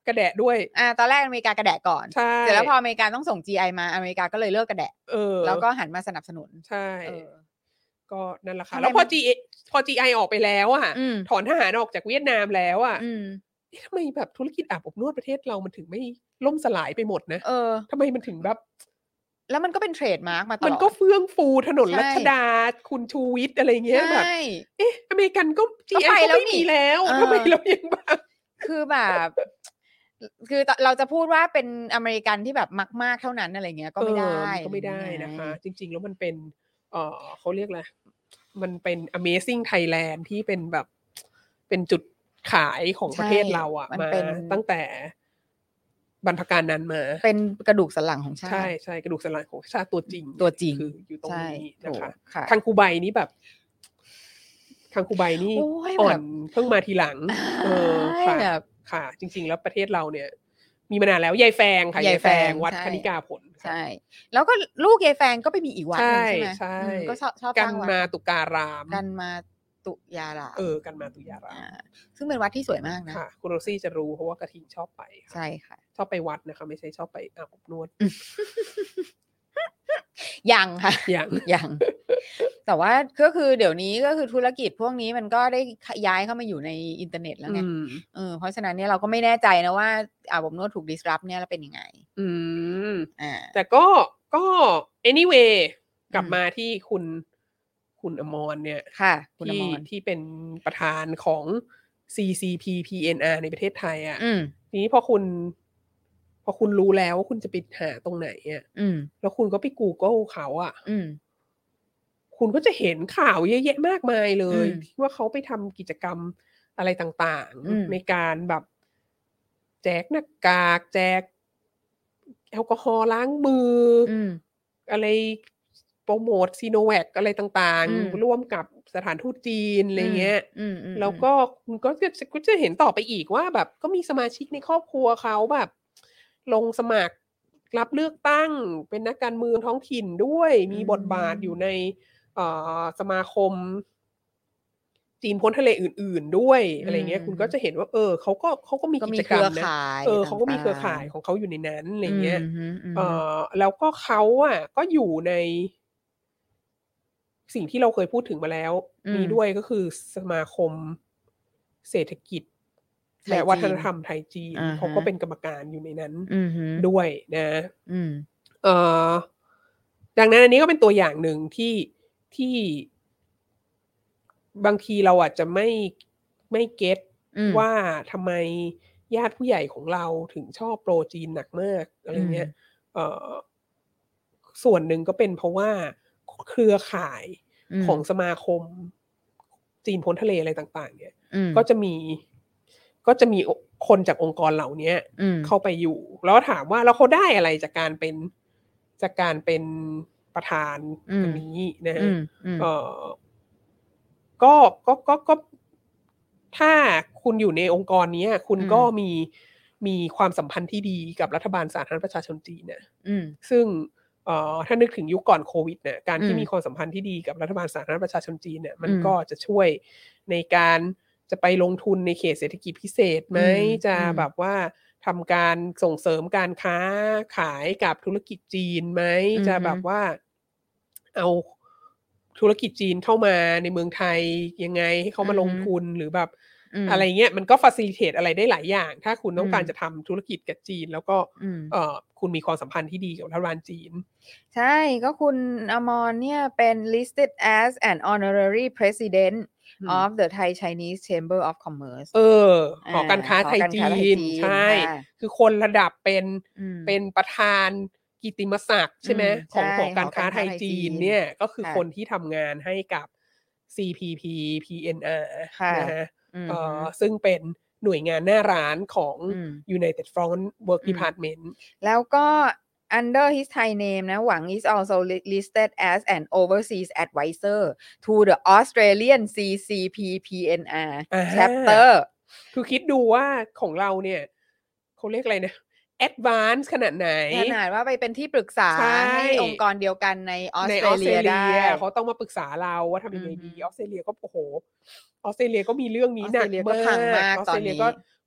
Speaker 4: กระแดะด้วย
Speaker 3: อ่าตอนแรกอเมริกากระแดะก่อน
Speaker 4: ใช่
Speaker 3: เสร็จแล้วพออเมริกาต้องส่ง จี ไอ มาอเมริกาก็เลยเลิกกระแดะ
Speaker 4: เออ
Speaker 3: แล้วก็หันมาสนับสนุน
Speaker 4: ใช่
Speaker 3: เออ
Speaker 4: ก็นั่นแหละค่ะแล้วพอ G พอ จี ไอ ออกไปแล้วอ่ะถอนทหารออกจากเวียดนามแล้วอ่ะทำไมแบบธุรกิจอาบอบนวดประเทศเรามันถึงไม่ล่มสลายไปหมดนะเออทำไมมันถึงแบบ
Speaker 3: แล้วมันก็เป็นเทรดมาร์กมาตลอด
Speaker 4: มันก็เฟื่องฟูถนนรัชดาคุณชูวิทย์อะไรเงี้ยแบบเอ๊ะอเมริกันก็ จี ไอ ก็ไม่มีแล้วทำไมเรายังแบบ
Speaker 3: คือแบบคือเราจะพูดว่าเป็นอเมริกันที่แบบมากๆเท่านั้นอะไรเงี้ยก็ไม่ได้
Speaker 4: ก็ไม่ได้นะคะจริงๆแล้วมันเป็นเออเขาเรียกอะไรมันเป็น Amazing Thailand ที่เป็นแบบเป็นจุดขายของประเทศเราอ่ะมาตั้งแต่บรรพการนั้นมา
Speaker 3: เป็นกระดูกสันหลังของชาติ
Speaker 4: ใช่ใช่กระดูกสันหลังของชาติตัวจริง
Speaker 3: ตัวจริง
Speaker 4: คืออยู่ตรงนี้นะคะคังคูไบนี่แบบคังคูไบนี่อ่อนเพิ่งมาทีหลังเออค่ะค่ะจริงๆแล้วประเทศเราเนี่ยมีมานานแล้วยายแฟงค่ะยายแฟงวัดคณิกาผล
Speaker 3: ใช่แล้วก็ลูกยายแฟงก็ไปมีอีกวัดนึงใช่ไหม
Speaker 4: ใช่
Speaker 3: ก็ชอบชอบ
Speaker 4: กันมาตุการาม
Speaker 3: กันมาตุยาราม
Speaker 4: เออกันมาตุยาราม
Speaker 3: ซึ่งเป็นวัดที่สวยมากนะ
Speaker 4: ค่ะคุณโรซี่จะรู้เพราะว่ากระทิงชอบไป
Speaker 3: ใช่ค่ะ
Speaker 4: ชอบไปวัดนะคะไม่ใช่ชอบไปอาบอบนวด
Speaker 3: ยังค่ะ
Speaker 4: ยัง
Speaker 3: ยังแต่ว่าก็คือเดี๋ยวนี้ก็คือธุรกิจพวกนี้มันก็ได้ย้ายเข้ามาอยู่ในอินเทอร์เน็ตแล้วไงเออเพราะฉะนั้นเนี่ยเราก็ไม่แน่ใจนะว่าอาบอบนวดถูก disrupt เนี่ยแล้วเป็นยังไง
Speaker 4: อืมอ่าแต่ก็ก็ anyway กลับมาที่คุณคุณอมรเนี่ย
Speaker 3: ค่ะคุณอ
Speaker 4: มรที่เป็นประธานของ ซี ซี พี พี เอ็น อาร์ ในประเทศไทยอ่ะทีนี้พอคุณพอคุณรู้แล้วว่าคุณจะไปหาตรงไหนอ่ะแล้วคุณก็ไป Google เขาอ่ะคุณก็จะเห็นข่าวเยอะแยะมากมายเลยว่าเขาไปทำกิจกรรมอะไรต่างๆในการแบบแจกหน้ากากแจกแอลกอฮอล์ล้างมืออะไรโปรโมทซีโนแวคอะไรต่างๆร่วมกับสถานทูตจีนอะไรเงี้ยแล้วก็คุณก็จะก็จะเห็นต่อไปอีกว่าแบบก็มีสมาชิกในครอบครัวเขาแบบลงสมัครรับเลือกตั้งเป็นนักการเมืองท้องถิ่นด้วยมีบทบาทอยู่ในสมาคมจีนพ้นทะเลอื่นๆด้วยอะไรเงี้ยคุณก็จะเห็นว่าเออเขาก็เขาก็มีกิจกรรมนะเออเขาก็มีเครือข่ายของเขาอยู่ในนั้นอะไรเงี้ยเออแล้วก็เขาอ่ะก็อยู่ในสิ่งที่เราเคยพูดถึงมาแล้วมีด้วยก็คือสมาคมเศรษฐกิจและวัฒนธรรมไทยจีนเขาก็เป็นกรรมการอยู่ในนั้นด้วยนะเออดังนั้นอันนี้ก็เป็นตัวอย่างหนึ่งที่ที่บางทีเราอาจจะไม่ไม่เก็ตว่าทำไมญาติผู้ใหญ่ของเราถึงชอบโปรจีนหนักมากอะไรเงี้ยเอ่อส่วนหนึ่งก็เป็นเพราะว่าเครือข่ายของสมาคมจีนพ้นทะเลอะไรต่างๆเนี่ยก็จะมีก็จะมีคนจากองค์กรเหล่านี้เข้าไปอยู่แล้วถามว่าแล้วเขาได้อะไรจากการเป็นจากการเป็นประธานตรงนี้นะเอ่อก็ก็ก็ก็ถ้าคุณอยู่ในองค์กรนี้คุณก็มีมีความสัมพันธ์ที่ดีกับรัฐบาลสาธารณรัฐประชาชนจีนเนี่ยซึ่งเอ่อถ้านึกถึงยุคก่อนโควิดเนี่ยการที่มีความสัมพันธ์ที่ดีกับรัฐบาลสาธารณรัฐประชาชนจีนเนี่ยมันก็จะช่วยในการจะไปลงทุนในเขตเศรษฐกิจพิเศษไหมจะแบบว่าทำการส่งเสริมการค้าขายกับธุรกิจจีนไหมจะแบบว่าเอาธุรกิจจีนเข้ามาในเมืองไทยยังไงให้เขามาลงทุนหรือแบบอะไรเงี้ยมันก็ฟาซิลิเทตอะไรได้หลายอย่างถ้าคุณต้องการจะทำธุรกิจกับจีนแล้วก็เอ่อคุณมีความสัมพันธ์ที่ดีกับรัฐบาลจีน
Speaker 3: ใช่ก็คุณอมรเนี่ยเป็น listed as an honorary president of the Thai Chinese Chamber of Commerce
Speaker 4: เออหอการค้าไทยจีนใช่คือคนระดับเป็นเป็นประธานกิตติมศักดิ์ใช่ไหมของหอการค้าไทยจีนเนี่ยก็คือคนที่ทำงานให้กับ ซี พี พี พี เอ็น อาร์ นะฮะเอ่อซึ่งเป็นหน่วยงานหน้าร้านของ United Front Work Department
Speaker 3: แล้วก็ under his Thai name นะหวัง is also listed as an overseas advisor to the Australian ซี ซี พี พี เอ็น อาร์ chapter
Speaker 4: คือคิดดูว่าของเราเนี่ยเขาเรียกอะไรนะadvance ขนาดไหน
Speaker 3: ขนาดว่าไปเป็นที่ปรึกษาให้องค์กรเดียวกันในออสเตรเลียได้
Speaker 4: เขาต้องมาปรึกษาเราว่าทำยังไงดีออสเตรเลียก็โอ้โหออสเตรเลียก็มีเรื่องนี้หนักมากออสเตรเลียก็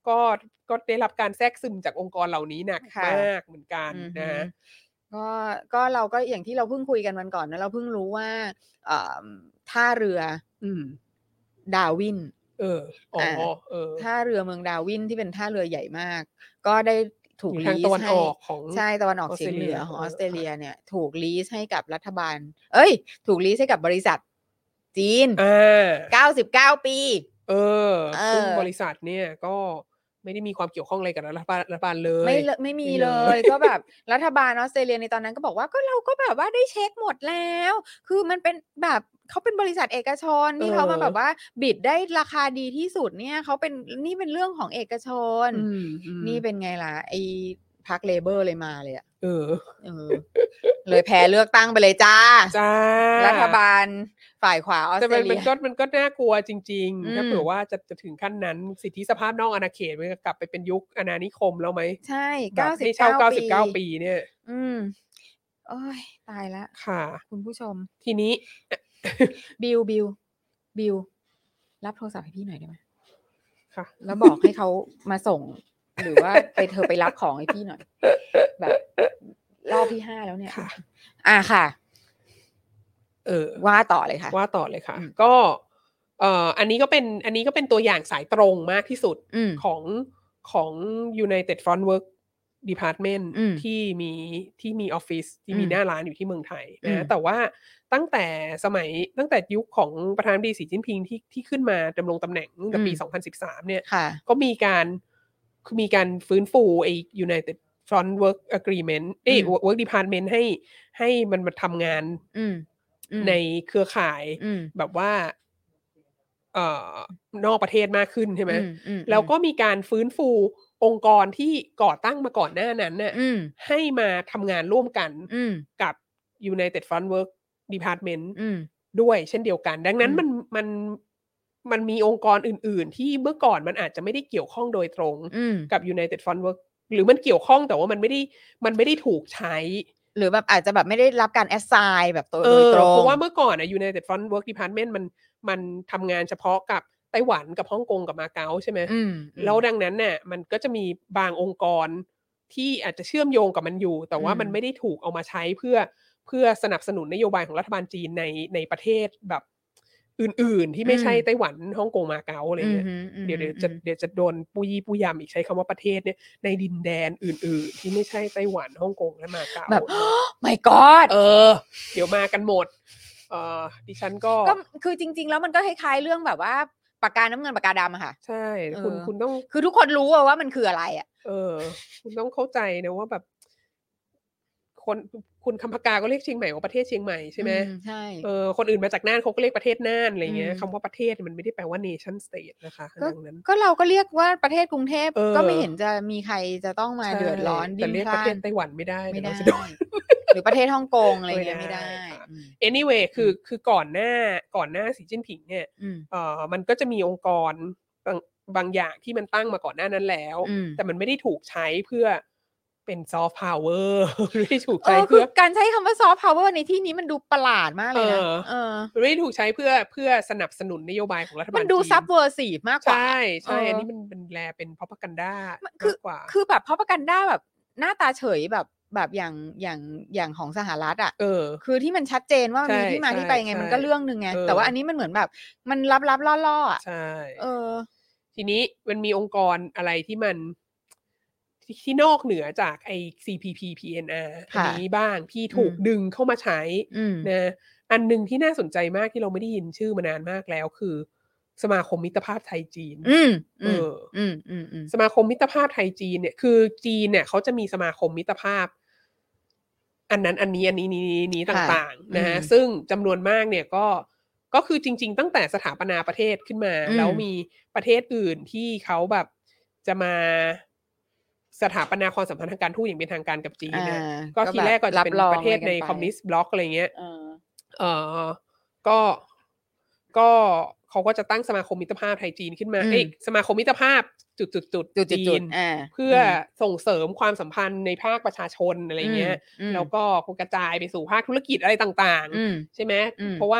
Speaker 4: ก็ก็ได้รับการแทรกซึมจากองค์กรเหล่านี้หนัก
Speaker 3: ค่ะ
Speaker 4: มากเหมือนกัน
Speaker 3: อือ
Speaker 4: นะ
Speaker 3: ฮึก็ก็เราก็อย่างที่เราเพิ่งคุยกันวันก่อนนะเราเพิ่งรู้ว่าเอ่อท่าเรือ
Speaker 4: อืม
Speaker 3: ดาวิน
Speaker 4: เอออ๋อ
Speaker 3: อ่า
Speaker 4: เออ
Speaker 3: ท่าเรือเมืองดาวินที่เป็นท่าเรือใหญ่มาก ก็ได้ถูก
Speaker 4: อยู่
Speaker 3: ลี
Speaker 4: ทาง
Speaker 3: ส
Speaker 4: ตะวัน
Speaker 3: ให้
Speaker 4: ออกของ
Speaker 3: ใช่ตะวันออก
Speaker 4: ออส
Speaker 3: เฉี
Speaker 4: เตร
Speaker 3: ยงเห
Speaker 4: เลี
Speaker 3: นื
Speaker 4: ย
Speaker 3: อของ
Speaker 4: เอ
Speaker 3: อ
Speaker 4: อ
Speaker 3: อสเตรเลีย
Speaker 4: ค่ะ
Speaker 3: เนี่ยถูกลีสให้กับรัฐบาล เอ้ย ถูกลีสให้กับบริษัท จีน
Speaker 4: อา
Speaker 3: เก้าสิบเก้า ปี
Speaker 4: เออ
Speaker 3: เอ
Speaker 4: ซึ่ง
Speaker 3: อ
Speaker 4: บริษัทเนี่ยก็ไม่ได้มีความเกี่ยวข้องอะไรกับรัฐบาล รัฐบาลเลย
Speaker 3: ไม่เลอะ ไม่มี
Speaker 4: ไม่
Speaker 3: เล
Speaker 4: เลย
Speaker 3: ย ก็แบบรัฐบาลออสเตรเลียในตอนนั้นก็บอกว่า ก็เราก็แบบว่าได้เช็กหมดแล้ว คือมันเป็นแบบเขาเป็นบริษัทเอกชน
Speaker 4: เอ
Speaker 3: ที่เขามาแบบ
Speaker 4: อ
Speaker 3: ว่าบิดได้ราคาดีที่สุดเนี่ยเขาเป็น นี่เป็นเรื่องของเอกชน
Speaker 4: อืม
Speaker 3: นี่
Speaker 4: ๆ
Speaker 3: เป็นไงล่ะ ไอ้พรรค Labor เลยมาเลยอะ
Speaker 4: เออ
Speaker 3: เออ เลยแพ้เลือกตั้งไปเลยจ้า
Speaker 4: จ้า
Speaker 3: รัฐบาลฝ่ายขวาออส
Speaker 4: แต่
Speaker 3: เตร
Speaker 4: มัน
Speaker 3: เลี
Speaker 4: มัน
Speaker 3: ย
Speaker 4: ก็ มันก็น่ากลัวจริง
Speaker 3: อื
Speaker 4: ๆ ถ้าเผื่อ
Speaker 3: ม
Speaker 4: ว่าจะ จะถึงขั้นนั้น สิทธิสภาพนอกอาณาเขตมันจะกลับไปเป็นยุคอาณานิคมแล้วไหม?
Speaker 3: ใช่
Speaker 4: แบ
Speaker 3: เก้า
Speaker 4: บ
Speaker 3: สิ
Speaker 4: ให้
Speaker 3: บ
Speaker 4: เช่า
Speaker 3: เก้า
Speaker 4: เก้า
Speaker 3: ปี
Speaker 4: สิบเก้า ปีเนี่ย
Speaker 3: อืม โอ๊ย ตายแล้ว
Speaker 4: ค่ะ
Speaker 3: คุณผู้ชม
Speaker 4: ทีนี้
Speaker 3: บิล บิล บิล รับโทรศัพท์ให้พี่หน่อยได้ไหม?
Speaker 4: ค่ะ
Speaker 3: แล้วบอกให้เขามาส่ง หรือว่าไป เธอไปรับของให้พี่หน่อย แบบรอบที่ ห้า แล้วเนี่ย
Speaker 4: ค่ะ
Speaker 3: อา ค่ะ
Speaker 4: เออ
Speaker 3: ว่าต่อเลยค่ะ
Speaker 4: ว่าต่อเลยค่ะ
Speaker 3: อืม
Speaker 4: ก็ เอ่อ อันนี้ก็เป็น อันนี้ก็เป็นตัวอย่างสายตรงมากที่สุด
Speaker 3: อืม
Speaker 4: ของ ของ United Front Work Department
Speaker 3: อืม
Speaker 4: ที่มี ที่มีออฟฟิศ ที่
Speaker 3: อื
Speaker 4: มี
Speaker 3: ม
Speaker 4: หน้าร้านอยู่ที่เมืองไทย
Speaker 3: อื
Speaker 4: นะ
Speaker 3: ม
Speaker 4: แต่ว่าตั้งแต่สมัย ตั้งแต่ยุคของประธานาธิบดีสีจิ้นผิงที่ ที่ขึ้นมาดำรงตำแหน่งตั้งแต่ปี
Speaker 3: อืม
Speaker 4: สองพันสิบสาม เนี่ย
Speaker 3: ค่ะ
Speaker 4: ก็มีการ คือมีการฟื้นฟูไอ้ United Front Work Agreement เอ๊ย
Speaker 3: อืม
Speaker 4: Work Department ให้ ให้มันมาทำงาน
Speaker 3: อืม อืม
Speaker 4: ในเครือข่าย
Speaker 3: อืม
Speaker 4: แบบว่า เอ่อ นอกประเทศมากขึ้นใช่ไหม
Speaker 3: อืม ๆ ๆ
Speaker 4: แล้วก็มีการฟื้นฟูองค์กรที่ก่อตั้งมาก่อนหน้านั้นน่ะ
Speaker 3: อืม
Speaker 4: ให้มาทำงานร่วมกัน
Speaker 3: อืม
Speaker 4: กับ United Front Work Department
Speaker 3: อืม
Speaker 4: ด้วยเช่นเดียวกัน ดังนั้น
Speaker 3: อืม
Speaker 4: มัน มัน มันมีองค์กรอื่น ๆ ที่เมื่อก่อนมันอาจจะไม่ได้เกี่ยวข้องโดยตรง
Speaker 3: อืม
Speaker 4: กับ United Front Work หรือมันเกี่ยวข้องแต่ว่ามันไม่ได้ มันไม่ได้ถูกใช้
Speaker 3: หรือแบบอาจจะแบบไม่ได้รับการ assign แบบโดย
Speaker 4: เอ
Speaker 3: โดย
Speaker 4: อ
Speaker 3: ตรง
Speaker 4: เพราะว่าเมื่อก่อนน่ะ United Front Work Department มัน มันทำงานเฉพาะกับไต้หวัน กับฮ่องกง กับมาเก๊า ใช่ไหม
Speaker 3: อืม
Speaker 4: แล้ว
Speaker 3: ๆ
Speaker 4: ดังนั้นน่ะ มันก็จะมีบางองค์กรที่อาจจะเชื่อมโยงกับมันอยู่ แต่ว่า
Speaker 3: อืม
Speaker 4: มันไม่ได้ถูกเอามาใช้เพื่อ เพื่อสนับสนุนนโยบายของรัฐบาลจีนใน ในประเทศแบบอื่น ๆ ที่ไม่ใช่
Speaker 3: อืม
Speaker 4: ไต้หวัน ฮ่องกง มาเก๊า อะไร
Speaker 3: อือ
Speaker 4: เงี้ย
Speaker 3: ฮึ
Speaker 4: เดี๋ยว เดี๋ยว
Speaker 3: ๆ
Speaker 4: จะ เดี๋ยวจะโดนปู้ยี่ปู้ยำอีก ใช้คำว่าประเทศเนี่ย ในดินแดนอื่น ๆ ที่ไม่ใช่ไต้หวัน ฮ่องกง และมาเก๊า
Speaker 3: แบบ My God
Speaker 4: เออ เดี๋ยวมากันหมด เอ่อ ดิฉันก็
Speaker 3: ก็ คือจริง ๆ แล้วมันก็คล้าย ๆ เรื่องแบบว่าปากกาน้ำเงินปากกาดำอะค่ะ
Speaker 4: ใช่
Speaker 3: เอ
Speaker 4: คุณ
Speaker 3: อ
Speaker 4: คุณต้อง
Speaker 3: คือทุกคนรู้อะว่ามันคืออะไรอะ
Speaker 4: เออ คุณต้องเข้าใจนะว่าแบบ คน คุณคำพกา ก็เรียกเชียงใหม่ว่าประเทศเชียงใหม่ ใช่ไหม
Speaker 3: อืม ใช่
Speaker 4: เออ คนอื่นมาจากน่านเขาก็เรียกประเทศน่าน อะไรเงี้ย
Speaker 3: อืม
Speaker 4: คำว่าประเทศมันไม่ได้แปลว่า nation state นะคะ
Speaker 3: ก็
Speaker 4: ดังนั้น
Speaker 3: ก็เราก็เรียกว่าประเทศกรุงเทพ
Speaker 4: เออ
Speaker 3: ก็ไม่เห็นจะมีใครจะต้องมา
Speaker 4: ใช่
Speaker 3: เดือดร้อน
Speaker 4: แต่
Speaker 3: ดิ้น
Speaker 4: เรียก
Speaker 3: พ
Speaker 4: ประ
Speaker 3: ล่า
Speaker 4: เทศ
Speaker 3: น
Speaker 4: ไต้หวันไม่ได้
Speaker 3: ไม่
Speaker 4: เดี๋ยว
Speaker 3: ได้
Speaker 4: เราจะโดน
Speaker 3: หรือประเทศฮ่องกง อะไรเงี้ย
Speaker 4: ไม่
Speaker 3: ไม่
Speaker 4: ได้
Speaker 3: ได้
Speaker 4: ค่ะ
Speaker 3: อืม
Speaker 4: anyway คื
Speaker 3: อื
Speaker 4: อ
Speaker 3: ม
Speaker 4: คือก่อนหน้า ก่อนหน้าสีจิ้นผิงเนี่ย
Speaker 3: อืม
Speaker 4: เอ่อ มันก็จะมีองค์กรบาง บางอย่างที่มันตั้งมาก่อนหน้านั้นแล้ว
Speaker 3: อืม
Speaker 4: แต่มันไม่ได้ถูกใช้เพื่อเป็นซอฟต์พาวเวอร์ ไม่ได้ถูก
Speaker 3: เอ
Speaker 4: ใช้
Speaker 3: อ
Speaker 4: เพื
Speaker 3: คื
Speaker 4: ่
Speaker 3: อ
Speaker 4: อ
Speaker 3: การใช้คำว่า soft power ในที่นี้มันดูประหลาดมากเลยนะ
Speaker 4: เออ
Speaker 3: เออ
Speaker 4: มันไม่ได้ถูกใช้เพื่อ เพื่อสนับสนุนนโยบายของรัฐบาล
Speaker 3: มันดู
Speaker 4: จีน
Speaker 3: subversive มากก
Speaker 4: ใช
Speaker 3: ว่า
Speaker 4: ่ ใช่
Speaker 3: เอออั
Speaker 4: อันนี้มันเป็นแลเป็น propaganda
Speaker 3: มันคื
Speaker 4: มา
Speaker 3: อ
Speaker 4: กกว่า
Speaker 3: คือแบบ propaganda แบบหน้าตาเฉยแบบ แบบอย่าง อย่าง อย่างของสหรัฐอะ
Speaker 4: เออ
Speaker 3: คือที่มันชัดเจนว่ามัน
Speaker 4: ใช่
Speaker 3: มีที่มาที่ไปยังไง
Speaker 4: ใช่
Speaker 3: มันก็เรื่องหนึ่งไง
Speaker 4: เออ
Speaker 3: แต่ว่าอันนี้มันเหมือนแบบมันลับ ๆ ล่อ ๆ อะ
Speaker 4: ใช่
Speaker 3: เออ
Speaker 4: ทีนี้มันมีองค์กรอะไรที่มัน ที่ ที่นอกเหนือจากไอ้ ซี พี พี พี เอ็น อาร์ อัน
Speaker 3: ค่ะ
Speaker 4: นี้บ้างที่
Speaker 3: อื
Speaker 4: ถูก
Speaker 3: ม
Speaker 4: ดึงเข้ามาใช้
Speaker 3: อืม
Speaker 4: นะ อันหนึ่งที่น่าสนใจมากที่เราไม่ได้ยินชื่อมานานมากแล้ว คือสมาคมมิตรภาพไทยจีน
Speaker 3: อืม
Speaker 4: เอ
Speaker 3: อืม
Speaker 4: อ
Speaker 3: อืม อืม
Speaker 4: สมาคมมิตรภาพไทยจีนเนี่ย คือจีนเนี่ยเขาจะมีสมาคมมิตรภาพ อันนั้น อันนี้ อันนี้ นี้ นี้
Speaker 3: ค่ะ
Speaker 4: ต่าง
Speaker 3: อื
Speaker 4: ๆ นะฮะ
Speaker 3: ม
Speaker 4: ซึ่งจำนวนมากเนี่ยก็ ก็คือจริง ๆ ตั้งแต่สถาปนาประเทศขึ้นมา
Speaker 3: อืม
Speaker 4: แล้วมีประเทศอื่นที่เขาแบบจะมาสถาปนาความสัมพันธ์ทางการทูตอย่างเป็นทางการกับจีน
Speaker 3: อา
Speaker 4: น่ะ ก็
Speaker 3: ก็
Speaker 4: ที
Speaker 3: แบบ
Speaker 4: แรกก็จะ
Speaker 3: รับ
Speaker 4: เป็น
Speaker 3: รอง
Speaker 4: ประเทศ
Speaker 3: อะไร
Speaker 4: ใน
Speaker 3: กันไป
Speaker 4: คอมมิวนิสต์บล็อก อะไรเงี้ย
Speaker 3: เออ
Speaker 4: เอ่อ ก็ ก็เขาก็จะตั้งสมาคมมิตรภาพไทยจีนขึ้นมา
Speaker 3: อืม
Speaker 4: เอ๊ย สมาคมมิตรภาพ จุด ๆ
Speaker 3: จุ
Speaker 4: ๆ จี
Speaker 3: ด
Speaker 4: น
Speaker 3: ๆ ๆ อา
Speaker 4: เพื่อ
Speaker 3: อืม
Speaker 4: ส่งเสริมความสัมพันธ์ในภาคประชาชน อะไร
Speaker 3: อืม
Speaker 4: เงี้ย
Speaker 3: อืม
Speaker 4: แล้วก็กระจายไปสู่ภาคธุรกิจอะไรต่าง
Speaker 3: อืม
Speaker 4: ๆ ใช่ไหม
Speaker 3: อืม
Speaker 4: เพราะว่า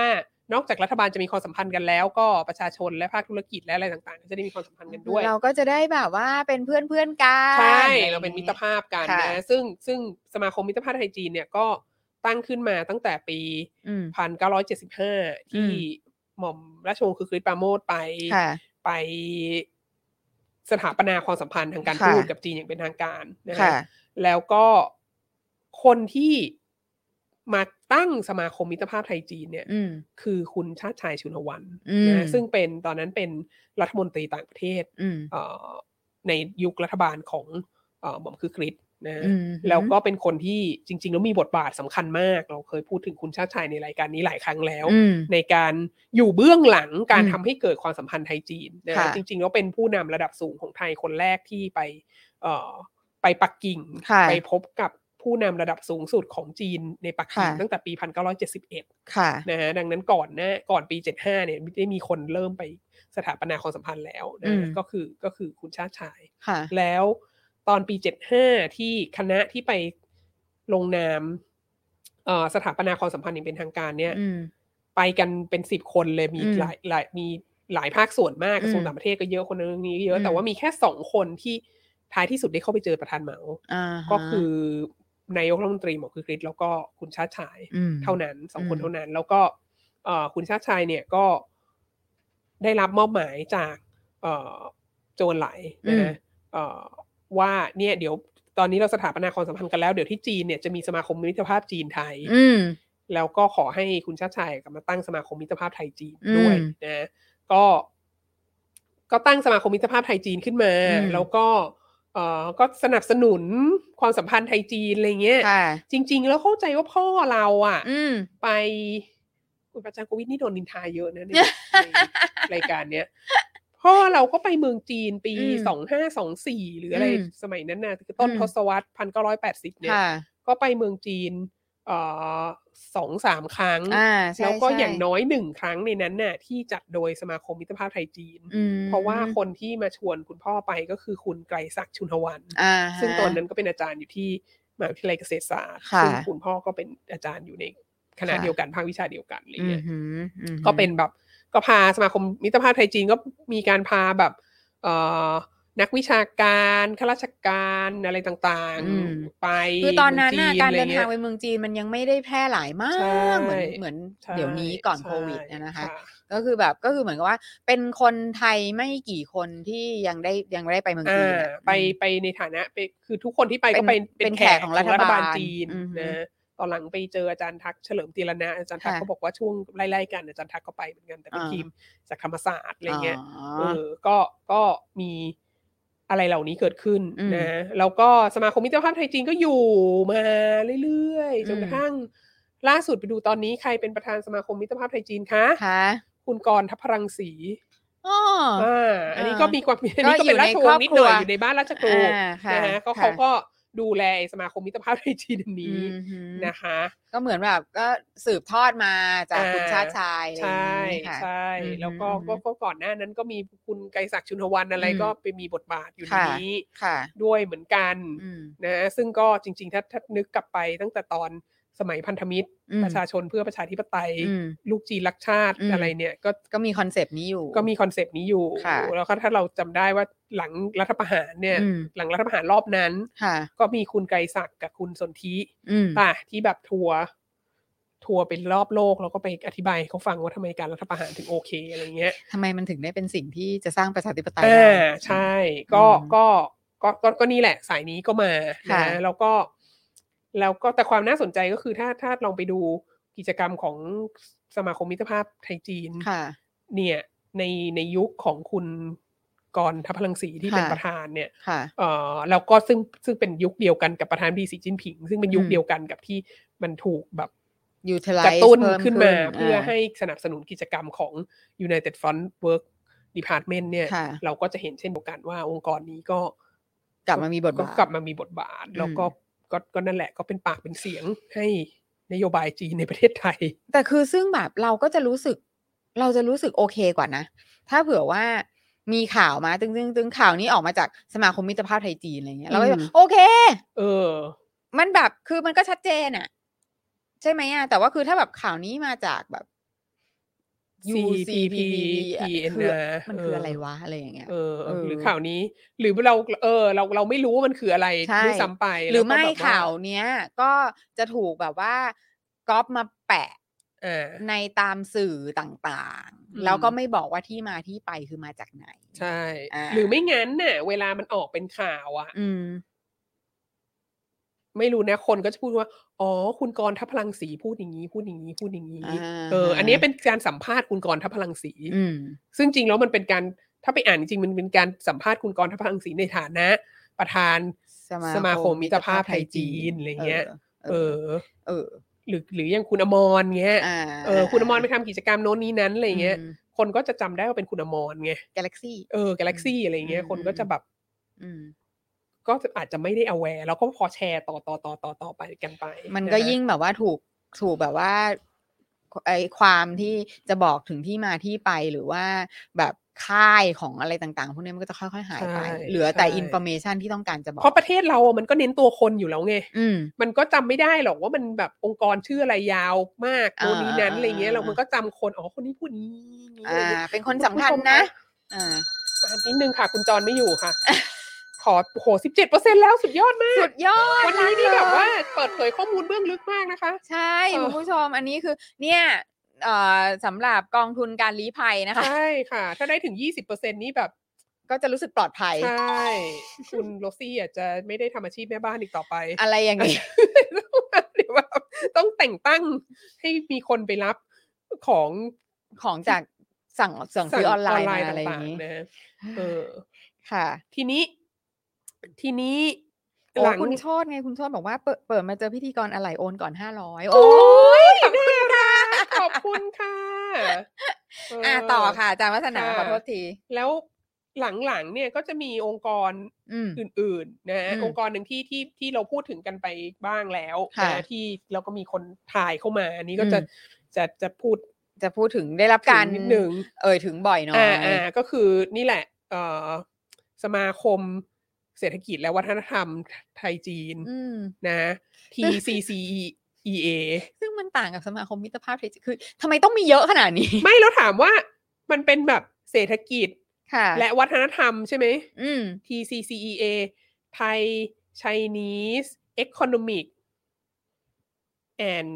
Speaker 4: นอกจากรัฐบาลจะมีความสัมพันธ์กันแล้วก็ประชาชนและภาคธุรกิจและอะไรต่างๆก็จะได้มีความสัมพันธ์กันด้วย
Speaker 3: เราก็จะได้แบบว่าเป็นเพื่อนเพื่อนกัน
Speaker 4: ใช่เราเป็นมิตรภาพกันนะซึ่งซึ่งสมาคมมิตรภาพไทยจีนเนี่ยก็ตั้งขึ้นมาตั้งแต่ปีหนึ่งพันเก้าร้อยเจ็ดสิบห้าที่หม่อมราชวงศ์คือคริสต์ปราโมชไปไปสถาปนาความสัมพันธ์ทางการทูตกับจีนอย่างเป็นทางการนะฮะแล้วก็คนที่มาตั้งสมาคมมิตรภาพไทยจีนเนี่ยคือคุณชาติชายชุนวันนะซึ่งเป็นตอนนั้นเป็นรัฐมนตรีต่างประเทศในยุครัฐบาลของหม่อมคือคริสต์นะแล้วก็เป็นคนที่จริงๆแล้วมีบทบาทสำคัญมากเราเคยพูดถึงคุณชาติชายในรายการนี้หลายครั้งแล้วในการอยู่เบื้องหลังการทำให้เกิดความสัมพันธ์ไทยจีนนะจริงๆแล้วเป็นผู้นำระดับสูงของไทยคนแรกที่ไปไปปักกิ่งไปพบกับผู้นำระดับสูงสุดของจีนในปักกิ่งตั้งแต่ปีหนึ่งพันเก้าร้อยเจ็ดสิบเอ็ดนะฮะดังนั้นก่อนนะก่อนปีเจ็ดสิบห้าเนี่ยได้มีคนเริ่มไปสถาปนาความสัมพันธ์แล้วนะก็คือก็คือคุณชาติชายแล้วตอนปีเจ็ดสิบห้าที่คณะที่ไปลงนามเอ่อสถาปนาความสัมพันธ์อย่างเป็นทางการเนี่ยไปกันเป็นสิบคนเลยมีหลายหลายมีหลายภาคส่วนมากกระทรวงต่างประเทศก็เยอะคนนึงนี้เยอะแต่ว่ามีแค่สองคนที่ท้ายที่สุดได้เข้าไปเจอประธานเหมาก็คือนายกรัฐมนตรีหม่อมคือคริสต์แล้วก็คุณชาติชายเท่านั้นสองคนเท่านั้นแล้วก็เอ่อคุณชาติชายเนี่ยก็ได้รับมอบหมายจากเอ่อโจรไหลนะเอ่อว่าเนี่ยเดี๋ยวตอนนี้เราสถาปนาความสัมพันธ์กันแล้วเดี๋ยวที่จีนเนี่ยจะมีสมาคมมิตรภาพจีนไทยแล้วก็ขอให้คุณชาติชายกลับมาตั้งสมาคมมิตรภาพไทยจีนด้วยนะก็ก็ตั้งสมาคมมิตรภาพไทยจีนขึ้นมาแล้วก็เอ่อก็สนับสนุนความสัมพันธ์ไทยจีนอะไรเงี้ยจริงๆแล้วเข้าใจว่าพ่อเราอ่ะไปคุณอาจารย์โควิดนี่โดนนินทาเยอะนะในรายการเนี้ยพ่อเราก็ไปเมืองจีนปีสองพันห้าร้อยยี่สิบสี่หรืออะไรสมัยนั้นน่ะคือต้นทศวรรษหนึ่งพันเก้าร้อยแปดสิบเนี่ยก็ไปเมืองจีนเอ่อ สองถึงสาม ครั้งแล้วก็อย่างน้อยหนึ่งครั้งในนั้นน่ะที่จัดโดยสมาคมมิตรภาพไทยจีนเพราะว่าคนที่มาชวนคุณพ่อไปก็คือคุณไกรศักดิ์ชุนวันซึ่งตอนนั้นก็เป็นอาจารย์อยู่ที่มหาวิทยาลัยเกษตรศาสตร์ซึ่งคุณพ่อก็เป็นอาจารย์อยู่ในคณะเดียวกันภาควิชาเดียวกันอะไรเงี้ยก็เป็นแบบก็พาสมาคมมิตรภาพไทยจีนก็มีการพาแบบเอ่อนักวิชาการข้าราชการอะไรต่างๆไป
Speaker 3: คือตอนนั้นน่ะการเดินทางไปเมืองจีนมันยังไม่ได้แพร่หลายมากเหมือนเหมือนเดี๋ยวนี้ก่อนโควิดนะคะก็คือแบบก็คือเหมือนกับว่าเป็นคนไทยไม่กี่คนที่ยังได้ยังไม่ได้ไปเมืองจีน
Speaker 4: ไปไปในฐานะไปคือทุกคนที่ไปก็ไปเป็นแขกของรัฐบาลจีนนะตอนหลังไปเจออาจารย์ทักเฉลิมตีรณะอาจารย์ทักเขาบอกว่าช่วงไล่ๆกันอาจารย์ทักก็ไปเหมือนกันแต่เป็นทีมจากธรรมศาสตร์อะไรเงี้ยเออก็ก็มีอะไรเหล่านี้เกิดขึ้นนะแล้วก็สมาคมมิตรภาพไทยจีนก็อยู่มาเรื่อยๆจนกระทั่งล่าสุดไปดูตอนนี้ใครเป็นประธานสมาคมมิตรภาพไทยจีนคะคุณกรณ์ทัพพรังสีอ๋ออันนี้ก็มีความอันนี้ก็เป็นราชวงศ์นิดหน่อยอยู่ในบ้านราชครูนะฮะก็เขาก็ดูแลสมาคมมิตรภาพไทยจีนนี้นะคะ
Speaker 3: ก็เหมือนแบบก็สืบทอดมาจากคุณชาติชาย
Speaker 4: ใช่ใช่แล้วก็ก็ก่อนหน้านั้นก็มีคุณไกรศักดิ์ชุนวันอะไรก็ไปมีบทบาทอยู่ในนี้ด้วยเหมือนกันนะซึ่งก็จริงๆถ้าถ้านึกกลับไปตั้งแต่ตอนสมัยพันธมิตรประชาชนเพื่อประชาธิปไตยลูกจีนรักชาติอะไรเนี่ยก็
Speaker 3: ก็มีคอนเซปต์นี้อยู่
Speaker 4: ก็มีคอนเซปต์นี้อยู่แล้วก็ถ้าเราจำได้ว่าหลังรัฐประหารเนี่ยหลังรัฐประหารรอบนั้นก็มีคุณไกรศักดิ์กับคุณสนธิป่ะที่แบบทัวร์ทัวร์เป็นรอบโลกแล้วก็ไปอธิบายเขาฟังว่าทำไมการรัฐประหารถึงโอเคอะไรเงี้ย
Speaker 3: ทำไมมันถึงได้เป็นสิ่งที่จะสร้างประชาธิปไตย
Speaker 4: ได้ใช่ก็ก็ก็ก็นี่แหละสายนี้ก็มานะแล้วก็แล้วก็แต่ความน่าสนใจก็คือถ้าถ้าลองไปดูกิจกรรมของสมาคมมิตรภาพไทยจีนเนี่ยในในยุคของคุณกรณ์ทัพพลังสีที่เป็นประธานเนี่ยเอ่อแล้วก็ซึ่งซึ่งเป็นยุคเดียวกันกับประธานดีสีจิ้นผิงซึ่งเป็นยุคเดียวกันกับที่มันถูกแบบกระตุ้นขึ้นมาเพื่อให้สนับสนุนกิจกรรมของ United Front Work Department เนี่ยเราก็จะเห็นเช่นเดียวกันว่าองค์กรนี้ก็
Speaker 3: กลับมามีบทบาท
Speaker 4: กลับมามีบทบาทแล้วก็ก็ก็นั่นแหละก็เป็นปากเป็นเสียงให้นโยบายจีนในประเทศไทย
Speaker 3: แต่คือซึ่งแบบเราก็จะรู้สึกเราจะรู้สึกโอเคกว่านะถ้าเผื่อว่ามีข่าวมาตึงตึงตึงข่าวนี้ออกมาจากสมาคมมิตรภาพไทยจีนอะไรเงี้ยเราก็โอเค
Speaker 4: เออ
Speaker 3: มันแบบคือมันก็ชัดเจนอะใช่ไหมอะแต่ว่าคือถ้าแบบข่าวนี้มาจากแบบยู ซี พี พี
Speaker 4: พี เอ็น
Speaker 3: คือ
Speaker 4: อาร์
Speaker 3: มันคืออะไรวะอะไรอย่างเงี้ย
Speaker 4: เออ
Speaker 3: เออ
Speaker 4: หรือข่าวนี้ หรือเราเออเราเราไม่รู้ว่ามันคืออะไร
Speaker 3: ใช่
Speaker 4: ด้วยซ้ำไป
Speaker 3: หรือไม่
Speaker 4: แล้วก็แบบ
Speaker 3: ข่าวเนี้ย ก็จะถูกแบบว่าก๊อปมาแปะ
Speaker 4: อ่า
Speaker 3: ในตามสื่อต่าง
Speaker 4: อืม
Speaker 3: ๆ แล้วก็ไม่บอกว่าที่มาที่ไปคือมาจากไหน
Speaker 4: ใช่
Speaker 3: อ่า
Speaker 4: หรือไม่งั้นน่ะเวลามันออกเป็นข่าวอ่ะ
Speaker 3: อืม
Speaker 4: ไม่รู้นะคนก็จะพูดว่าอ๋อคุณกรณ์ทัพพลังศรีพูดอย่างนี้พูดอย่างนี้พูดอย่างนี้
Speaker 3: อ่า
Speaker 4: เอออันนี้เป็นการสัมภาษณ์คุณกรณ์ทัพพลังศรี
Speaker 3: อืม
Speaker 4: ซึ่งจริงแล้วมันเป็นการถ้าไปอ่านจริงๆมันเป็นการสัมภาษณ์คุณกรณ์ทัพพลังศรีในฐานะ ประธานสมาคมมิตรภาพไทยจีนอะไรเงี้ย
Speaker 3: เอ
Speaker 4: เอ
Speaker 3: อ
Speaker 4: อ
Speaker 3: เออ
Speaker 4: หรือหรืออย่างคุณอมรเงี้ย
Speaker 3: อ่า
Speaker 4: เออคุณอมรไปทำกิจกรรมโน้นนี้นั้นอะไรเงี้ย
Speaker 3: อืม
Speaker 4: คนก็จะจำได้ว่าเป็นคุณอมรไง
Speaker 3: Galaxy
Speaker 4: เออกาแล็กซี่อะไรเงี้ย
Speaker 3: อืม
Speaker 4: คนก็จะแบบ
Speaker 3: อืม
Speaker 4: ก็อาจจะไม่ได้ aware แล้วก็พอแชร์ต่อต่อต่อต่อต่อไปกันไป
Speaker 3: มันก็
Speaker 4: ะฮะ
Speaker 3: ยิ่งแบบว่าถูกถูกแบบว่าไอความที่จะบอกถึงที่มาที่ไปหรือว่าแบบค่ายของอะไรต่างๆพวกนี้มันก็จะค่อยๆหายไป
Speaker 4: ใช่
Speaker 3: เหลือแต่
Speaker 4: ใช่
Speaker 3: อินโฟเมชันที่ต้องการจะบอก
Speaker 4: เพราะประเทศเราอ่ะมันก็เน้นตัวคนอยู่แล้วไง
Speaker 3: อืม
Speaker 4: มันก็จำไม่ได้หรอกว่ามันแบบองค์กรชื่ออะไรยาวมาก
Speaker 3: อ่า
Speaker 4: โน่นนี้นั้นอะไรเงี้ย
Speaker 3: อ่า
Speaker 4: เรามันก็จำคนอ๋อคนนี้พูดนี้นี้อะไร
Speaker 3: อ่า
Speaker 4: เงี้ย
Speaker 3: เป็นคนสำคัญนะ อ่า
Speaker 4: อ่านนิดนึงค่ะ คุณจรไม่อยู่ค่ะ ขอโหสิบเจ็ดเปอร์เซ็นต์แล้วสุดยอดมาก
Speaker 3: สุดยอด
Speaker 4: วันนี้นี่แบบว่า
Speaker 3: เลย
Speaker 4: เปิดเผยข้อมูลเบื้องลึกมากนะคะ
Speaker 3: ใช่
Speaker 4: เออ
Speaker 3: คุณผู้ชม อันนี้คือ เนี่ยเอ่อสำหรับกองทุนการลี้ภัยนะคะ
Speaker 4: ใช่ค่ะ ถ้าได้ถึงยี่สิบเปอร์เซ็นต์นี่แบบ
Speaker 3: ก็จะรู้สึกปลอดภัย
Speaker 4: ใช่ คุณโรซี่อาจจะไม่ได้ทำอาชีพแม่บ้านอีกต่อไป
Speaker 3: อะไรอย่างนี้
Speaker 4: เดี๋ยวแบบต้องแต่งตั้งให้มีคนไปรับของ
Speaker 3: ของจากสั่งสั่งซื้อออนไลน์มาอะไรอ
Speaker 4: ต่า
Speaker 3: ย่าง งนี้
Speaker 4: ๆนะเออ
Speaker 3: ค่ะ
Speaker 4: ทีนี้ ทีนี้
Speaker 3: โอ้
Speaker 4: หลัง
Speaker 3: คุณโชติไงคุณโชติบอกว่าเปิดเปิดมาเจอพิธีกรอะไรโอนก่อนห้าร้อย
Speaker 4: โอ้
Speaker 3: โอ้ย
Speaker 4: ยน่ารักขอบคุณค่ะเ
Speaker 3: อ่ะต่อค่ะอาจารย์วัฒนา
Speaker 4: ค่ะ
Speaker 3: ขอโทษที
Speaker 4: แล้วหลังๆเนี่ยก็จะมีองค์กร
Speaker 3: อืม
Speaker 4: อื่นๆนะ
Speaker 3: อืม
Speaker 4: องค์กรหนึ่งที่ที่ที่เราพูดถึงกันไปบ้างแล้ว
Speaker 3: ค่ะ
Speaker 4: นะที่แล้วก็มีคนถ่ายเข้ามาอันนี้ก็จะ
Speaker 3: อืม
Speaker 4: จะจะพูด
Speaker 3: จะพูดถึงได้รับการ
Speaker 4: ถึงนิดนึง
Speaker 3: เอ่ยถึงบ่อยหน่อย
Speaker 4: อ่าอ่าก็คือนี่แหละเอ่อสมาคมเศรษฐกิจและวัฒนธรรมไทยจีน
Speaker 3: อืม
Speaker 4: นะ ที ซี ซี อี เอ
Speaker 3: ซึ่งมันต่างกับสมาคมมิตรภาพไทยจีนคือทำไมต้องมีเยอะขนาดนี้
Speaker 4: ไม่แล้วถามว่ามันเป็นแบบเศรษฐกิจ
Speaker 3: ค่ะ
Speaker 4: และวัฒนธรรมใช่ไหม
Speaker 3: อืม
Speaker 4: ที ซี ซี อี เอ Thai Chinese Economic and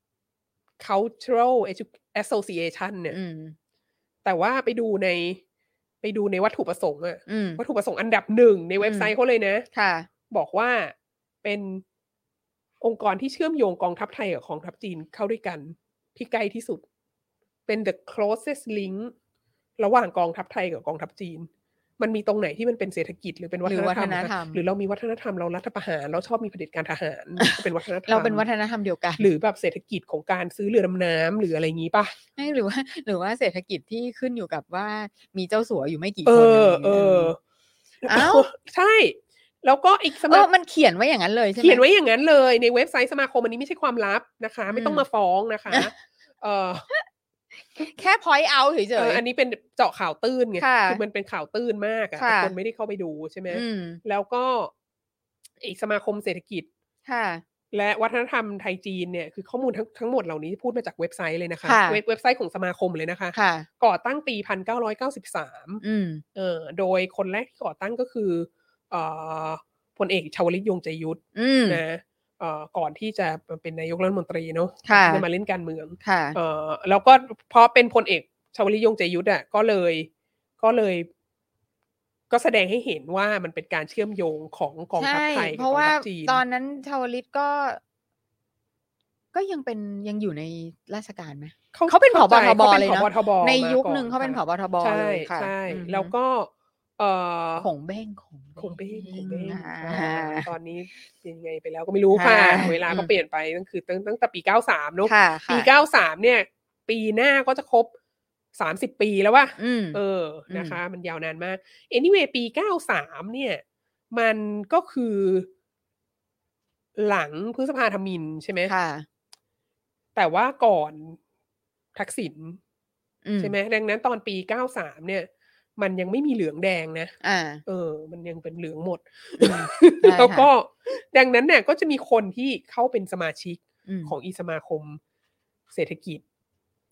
Speaker 4: Cultural Association เนี่ย
Speaker 3: อืม
Speaker 4: แต่ว่าไปดูในไปดูในวัตถุประสงค์อะ
Speaker 3: อืม
Speaker 4: วัตถุประสงค์อันดับหนึ่งในเว็บไซ
Speaker 3: อื
Speaker 4: ต์
Speaker 3: ม
Speaker 4: เขาเลยนะ
Speaker 3: ค่ะ
Speaker 4: บอกว่าเป็นองค์กรที่เชื่อมโยงกองทัพไทยกับกองทัพจีนเข้าด้วยกันที่ใกล้ที่สุด เป็น the closest link ระหว่างกองทัพไทยกับกองทัพจีน มันมีตรงไหนที่มันเป็นเศรษฐกิจหรือเป็นวัฒนธรรม
Speaker 3: หรือวัฒนธรรม
Speaker 4: หรือเรามีวัฒนธรรมเรารัฐประหารเราชอบมีเผด็จการทหาร เป็นวัฒนธรรม
Speaker 3: เราเป็นวัฒนธรรมเดียวกัน
Speaker 4: หรือแบบเศรษฐกิจของการซื้อเรือดำน้ำหรืออะไรอย่างนี้ป่ะ
Speaker 3: ไม่หรือว่า หรือว่าเศรษฐกิจที่ขึ้นอยู่กับว่ามีเจ้าสัวอยู่ไม่กี่
Speaker 4: เอ
Speaker 3: คน
Speaker 4: อ
Speaker 3: อะไร
Speaker 4: เอ
Speaker 3: อย่าง
Speaker 4: อ
Speaker 3: เงี้ย อ้าว
Speaker 4: ใช่ แล้วก็อีกส
Speaker 3: เอ
Speaker 4: มา
Speaker 3: อมันเขียนไว้อย่างนั้นเลยใช่ไหม
Speaker 4: เขียนไว้อย่างนั้นเลยในเว็บไซต์สมาคมอันนี้ไม่ใช่ความลับนะคะ ไม่ต้อง
Speaker 3: อืม
Speaker 4: มาฟ้องนะคะ เออ
Speaker 3: แค่ point out เฉย
Speaker 4: เอออันนี้เป็นเจาะข่าวตื้นไง
Speaker 3: ค่ะ
Speaker 4: คือมันเป็นข่าวตื้นมากอะ
Speaker 3: ค่ะ
Speaker 4: แต่คนไม่ได้เข้าไปดูใช่ไหม
Speaker 3: ๆอืม
Speaker 4: แล้วก็อีกสมาคมเศรษฐกิจ
Speaker 3: ค่ะ
Speaker 4: และวัฒนธรรมไทยจีนเนี่ยคือข้อมูลทั้งทั้งหมดเหล่านี้พูดมาจากเว็บไซต์เลยนะคะ
Speaker 3: ค่ะ
Speaker 4: เว็บเว็บไซต์ของสมาคมเลยนะคะ
Speaker 3: ค่ะ
Speaker 4: ก่อตั้งปีหนึ่งพันเก้าร้อยเก้าสิบสาม
Speaker 3: อืม
Speaker 4: เออโดยคนแรกที่ก่อตั้งก็คือเอ่อพลเอกชวลิตยงใจยุทธ
Speaker 3: อืม
Speaker 4: นะเอ่อก่อนที่จะมาเป็นนายกรัฐมนตรีเนาะ
Speaker 3: ค่ะ
Speaker 4: ที่จะมาเล่นการเมือง
Speaker 3: ค่ะ
Speaker 4: เอ่อแล้วก็เพราะเป็นพลเอกชวลิตยงใจยุทธอ่ะก็เลยก็เลย ก็แสดงให้เห็นว่ามันเป็นการเชื่อมโยงของกองทัพ
Speaker 3: ใช่
Speaker 4: ไทย
Speaker 3: เพ
Speaker 4: กับก
Speaker 3: ราะ
Speaker 4: อง
Speaker 3: ว่า
Speaker 4: ทัพจีน
Speaker 3: ตอนนั้นชาวลิตก็ ก็ยังเป็นยังอยู่ในราชการไหม เขาเป็นผบทบเลยเนอะ
Speaker 4: ผบทบ
Speaker 3: ใน
Speaker 4: มา
Speaker 3: ยุค
Speaker 4: ก่อ
Speaker 3: หนึ่งเขาเป็นผ
Speaker 4: ค่ะ
Speaker 3: บทบ
Speaker 4: ใช่
Speaker 3: เลยค่ะ
Speaker 4: ใช่
Speaker 3: อือฮึ
Speaker 4: แล้วก็เอ่อ
Speaker 3: ขงเบ้งขง
Speaker 4: คงเบ้งคงเบ้ง
Speaker 3: อ่า
Speaker 4: อ่าตอนนี้ยังไงไปแล้วก็ไม่รู้ค่ะ
Speaker 3: ค่ะ
Speaker 4: เวลาก็
Speaker 3: อืม
Speaker 4: เปลี่ยนไปตั้งคือตั้งตั้งแต่ปีเก้าสามเนอะ
Speaker 3: ค่ะ
Speaker 4: ปี
Speaker 3: ค่ะ
Speaker 4: เก้าสามเนี่ย ปีหน้าก็จะครบสามสิบปีแล้วว่ะ
Speaker 3: อืม
Speaker 4: เออ
Speaker 3: อืม
Speaker 4: นะคะ มันยาวนานมาก anyway ปีเก้าสามเนี่ย มันก็คือหลังพฤษภาธมิฬใช่ไหม
Speaker 3: ค่ะ
Speaker 4: แต่ว่าก่อนทักษิณ
Speaker 3: อืม
Speaker 4: ใช่ไหมดังนั้นตอนปีเก้าสามเนี่ย มันยังไม่มีเหลืองแดงนะ
Speaker 3: อ่า
Speaker 4: เออ มันยังเป็นเหลืองหมด
Speaker 3: อืมใช่
Speaker 4: แล้วก็
Speaker 3: ค่ะ
Speaker 4: ดังนั้นเนี่ยก็จะมีคนที่เข้าเป็นสมาชิก
Speaker 3: อืม
Speaker 4: ของอีสมาคมเศรษฐกิจ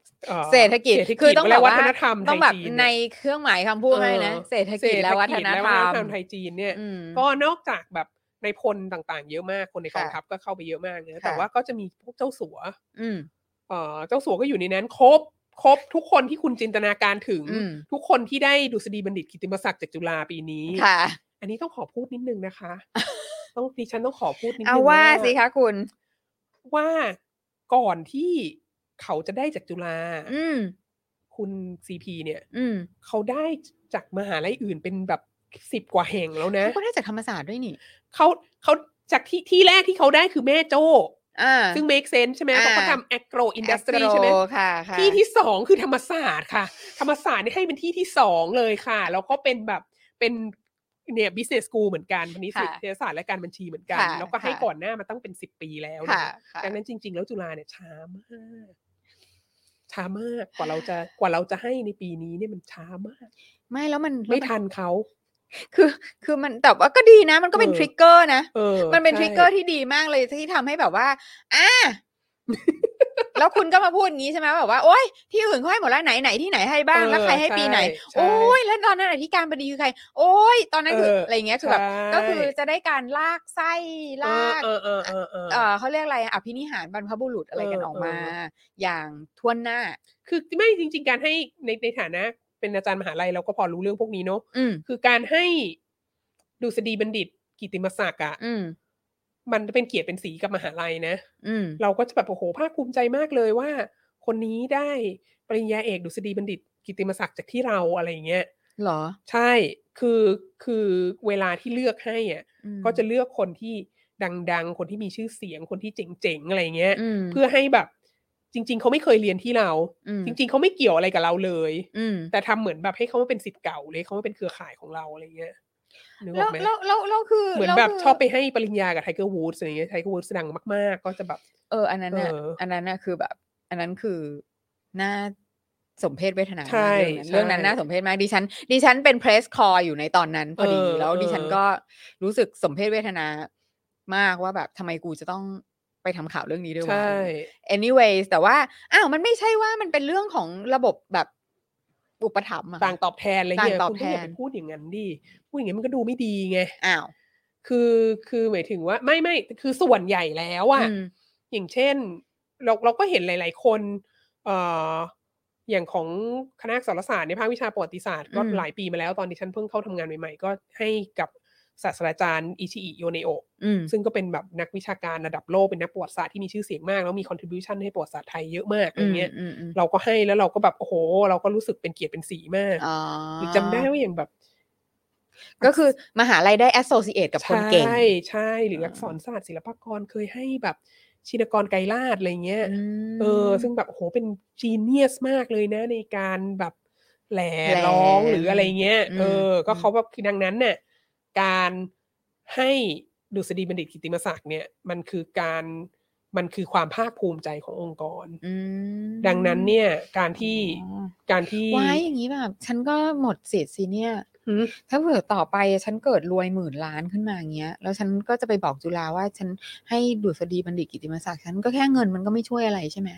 Speaker 3: เศรษฐกิจคือต้องบอกว่า
Speaker 4: วัฒนธรรม
Speaker 3: ต้องแบบ
Speaker 4: ไทยจีน
Speaker 3: ในเครื่องหมายคำพูดให้นะเศรษฐกิจและวัฒนธรรม
Speaker 4: ไทยจีนเนี่ย
Speaker 3: อืม
Speaker 4: ก็นอกจากแบบในพลต่างๆเยอะมากคนในกอง
Speaker 3: ค่ะ
Speaker 4: ทัพก็เข้าไปเยอะมากนะ
Speaker 3: ค่ะ
Speaker 4: แต่ว่าก็จะมีพวกเจ้าสัว
Speaker 3: อืม
Speaker 4: เอ่อเจ้าสัวก็อยู่ในนั้นครบครบทุกคนที่คุณจินตนาการถึง
Speaker 3: อืม
Speaker 4: ทุกคนที่ได้ดุษฎีบัณฑิตกิตติมศักดิ์จากจุฬาปีนี้
Speaker 3: ค่ะ
Speaker 4: อันนี้ต้องขอพูดนิดนึงนะคะ ต้องดิฉันต้องขอพูดนิดนึง
Speaker 3: เอาว่าสิคะคุณ
Speaker 4: ว่าก่อนที่เขาจะได้จากจุฬา
Speaker 3: อืม
Speaker 4: คุณซีพีเนี่ย
Speaker 3: อืม
Speaker 4: เขาได้จากมหาลัยอื่นเป็นแบบสิบกว่าแห่งแล้วนะ
Speaker 3: เขาก็ได้จากธรรมศาสตร์ด้วยนี่
Speaker 4: เขาเขาจากที่ที่แรกที่เขาได้คือแม่โจ้
Speaker 3: อ่า
Speaker 4: ซึ่ง make sense ใช่ไหม
Speaker 3: อ่า
Speaker 4: เพราะเขาทำ agro industry
Speaker 3: แอสโตร
Speaker 4: ใช่ไหม
Speaker 3: ค่ะค่ะ
Speaker 4: ที่ที่สองคือธรรมศาสตร์ค่ะ ธรรมศาสตร์นี่ให้เป็นที่ที่สองเลยค่ะ แล้วก็เป็นแบบเป็นเนี่ย business school เหมือนกันคณิต
Speaker 3: ค่ะ
Speaker 4: ศาสตร์และการบัญชีเหมือนกัน
Speaker 3: ค่ะ
Speaker 4: แล้วก็ให้
Speaker 3: ค่ะ
Speaker 4: ก่อนหน้ามาตั้งเป็นสิบปีแล้ว
Speaker 3: ค่ะ
Speaker 4: นะ
Speaker 3: ค่ะ
Speaker 4: ดังนั้นจริง ๆ แล้วจุฬาเนี่ยช้ามาก ช้ามากกว่าเราจะกว่าเราจะให้ในปีนี้เนี่ยมันช้ามาก
Speaker 3: ไม่แล้วมัน
Speaker 4: ไม่ทันเขา
Speaker 3: คือคือมันแต่ว่าก็ดีนะ มันก็เป็น
Speaker 4: เออ
Speaker 3: ทริกเกอร์นะ
Speaker 4: เออ
Speaker 3: มันเป็น
Speaker 4: ใช่
Speaker 3: ทริกเกอร์ที่ดีมากเลยที่ทำให้แบบว่าอ่า แล้วคุณก็มาพูดอย่างนี้ใช่ไหมแบบว่าโอ๊ยที่อื่นเขาให้หมดแล้วไหนไหนที่ไหนให้บ้าง
Speaker 4: เออ
Speaker 3: แล้วใครให้ปีไหน
Speaker 4: ใช่
Speaker 3: โอ๊ยแล้วตอนนั้นอธิการบดีคือใคร โอ๊ยตอนนั้นคือ
Speaker 4: เอออ
Speaker 3: อะไรเงี้ยคือแบบ
Speaker 4: ใช่
Speaker 3: ก็คือจะได้การลากไส้ลาก
Speaker 4: เออเออเออเออ
Speaker 3: เออเขาเรียกอะไรอภินิหารบรรพบุรุษอะไรกัน
Speaker 4: เออ
Speaker 3: ออกมา
Speaker 4: เออ
Speaker 3: อย่างท่วนหน้า
Speaker 4: คือไม่จริง ๆ การให้ในในฐานะ เป็นอาจารย์มหาลัยเราก็พอรู้เรื่องพวกนี้เนาะ
Speaker 3: อืม
Speaker 4: คือการให้ดุษฎีบัณฑิตกิตติมศักดิ์อ่ะ
Speaker 3: อืม
Speaker 4: มันเป็นเกียรติเป็นสีกับมหาลัยนะ
Speaker 3: อืม
Speaker 4: เราก็จะแบบโอ้โหภาคภูมิใจมากเลยว่า คนนี้ได้ปริญญาเอกดุษฎีบัณฑิตกิตติมศักดิ์จากที่เราอะไรอย่างเงี้ย
Speaker 3: เหรอ
Speaker 4: ใช่คือคือเวลาที่เลือกให้อ่ะ
Speaker 3: อืม
Speaker 4: ก็จะเลือกคนที่ดังๆ คนที่มีชื่อเสียงคนที่เจ๋งๆอะไรเงี้ย
Speaker 3: อืม
Speaker 4: เพื่อให้แบบจริง ๆเขาไม่เคยเรียนที่เรา
Speaker 3: อืม
Speaker 4: จริง ๆเขาไม่เกี่ยวอะไรกับเราเลย
Speaker 3: อืม
Speaker 4: แต่ทำเหมือนแบบให้เขามาเป็นศิษย์เก่าเลยเขามาเป็นเครือข่ายของเราอะไรเงี้ยนึกอ
Speaker 3: แล้
Speaker 4: อ
Speaker 3: ว
Speaker 4: กไหม
Speaker 3: แล้วแล้วแล้วคือ
Speaker 4: เหมือน
Speaker 3: ล้ว
Speaker 4: แบบ
Speaker 3: คื
Speaker 4: ชอบไปให้ปริญญากับไทเกอร์วูดส์อะไรเงี้ยไทเกอร์วูดส์ดังมากๆก็จะแบบ
Speaker 3: เอออันนั้นน่ะ
Speaker 4: เอออั
Speaker 3: อันนั้นน่ะคือแบบ อันนั้นคือน่าสมเพชเวทนา
Speaker 4: ใช่
Speaker 3: มากเรื่องนั้น
Speaker 4: ใช่
Speaker 3: เรื่องนั้นน่าสมเพชมากดิฉัน ดิฉันเป็นเพรสคอร์อยู่ในตอนนั้นพอดี
Speaker 4: เออ
Speaker 3: แล้วดิฉัน
Speaker 4: เออ
Speaker 3: ก็รู้สึกสมเพชเวทนามากว่าแบบทำไมกูจะต้องไปทำข่าวเรื่องนี้ด้วยวะ
Speaker 4: ใช่
Speaker 3: anyways แต่ว่าอ้าวมันไม่ใช่ว่ามันเป็นเรื่องของระบบแบบอุปถัมภ์อะ
Speaker 4: ต่างตอบแทนอะไรเงี้ย
Speaker 3: ต่างตอบ
Speaker 4: คุณก็อย่า
Speaker 3: แทน
Speaker 4: ไปพูดอย่างนั้นดิพูดอย่างนี้มันก็ดูไม่ดีไง
Speaker 3: อ้าว
Speaker 4: คือคือหมายถึงว่าไม่ไม่คือส่วนใหญ่แล้วอะ
Speaker 3: อืม
Speaker 4: อย่างเช่น เราเราก็เห็นหลาย ๆ คนเอ่ออย่างของคณะอักษรศาสตร์ในภาควิชาประวัติศาสตร์ก็
Speaker 3: อืม
Speaker 4: หลายปีมาแล้วตอนที่ฉันเพิ่งเข้าทำงานใหม่ๆก็ให้กับศาสตราจารย์อิชิอิโยเนโอะ
Speaker 3: อืม
Speaker 4: ซึ่งก็เป็นแบบนักวิชาการระดับโลกเป็นนักประวัติศาสตร์ที่มีชื่อเสียงมากแล้วมี contribution ให้ประวัติศาสตร์ไทยเยอะมากอะไรเงี้ย
Speaker 3: อืมอืม
Speaker 4: เราก็ให้แล้วเราก็แบบโอ้โห เราก็รู้สึกเป็นเกียรติเป็นสีมาก
Speaker 3: อ๋อ
Speaker 4: หรือจำได้ว่าอย่างแบบ
Speaker 3: ก็คือมหาลัยได้ associate กับคนเก่ง
Speaker 4: ใช่ใช่หรืออักษรศาสตร์ศิลปากรเคยให้แบบชินกรไกรลาศอะไรเงี้ย
Speaker 3: อืม
Speaker 4: เออซึ่งแบบโอ้โหเป็นจีเนียสมากเลยนะในการแบบแหล่
Speaker 3: แหล่
Speaker 4: ร้องหรืออะไรเงี้ย
Speaker 3: อืม
Speaker 4: เออ ก็
Speaker 3: อืม
Speaker 4: เขาแบบคือดังนั้นเนี่ยการให้ดุษฎีบัณฑิตกิตติมศักดิ์เนี่ยมันคือการมันคือความภาคภูมิใจขององค์กร
Speaker 3: อืม
Speaker 4: ดังนั้นเนี่ยการที่
Speaker 3: อ๋อ
Speaker 4: การที่
Speaker 3: ว้ายอย่างนี้แบบฉันก็หมดสิทธิ์สิเนี่ย
Speaker 4: หืม
Speaker 3: ถ้าเผื่อต่อไปฉันเกิดรวยหมื่นล้านขึ้นมาอย่างเงี้ย แล้วฉันก็จะไปบอกจุฬาว่าฉันให้ดุษฎีบัณฑิตกิตติมศักดิ์ฉันก็แค่เงินมันก็ไม่ช่วยอะไรใช่ไหม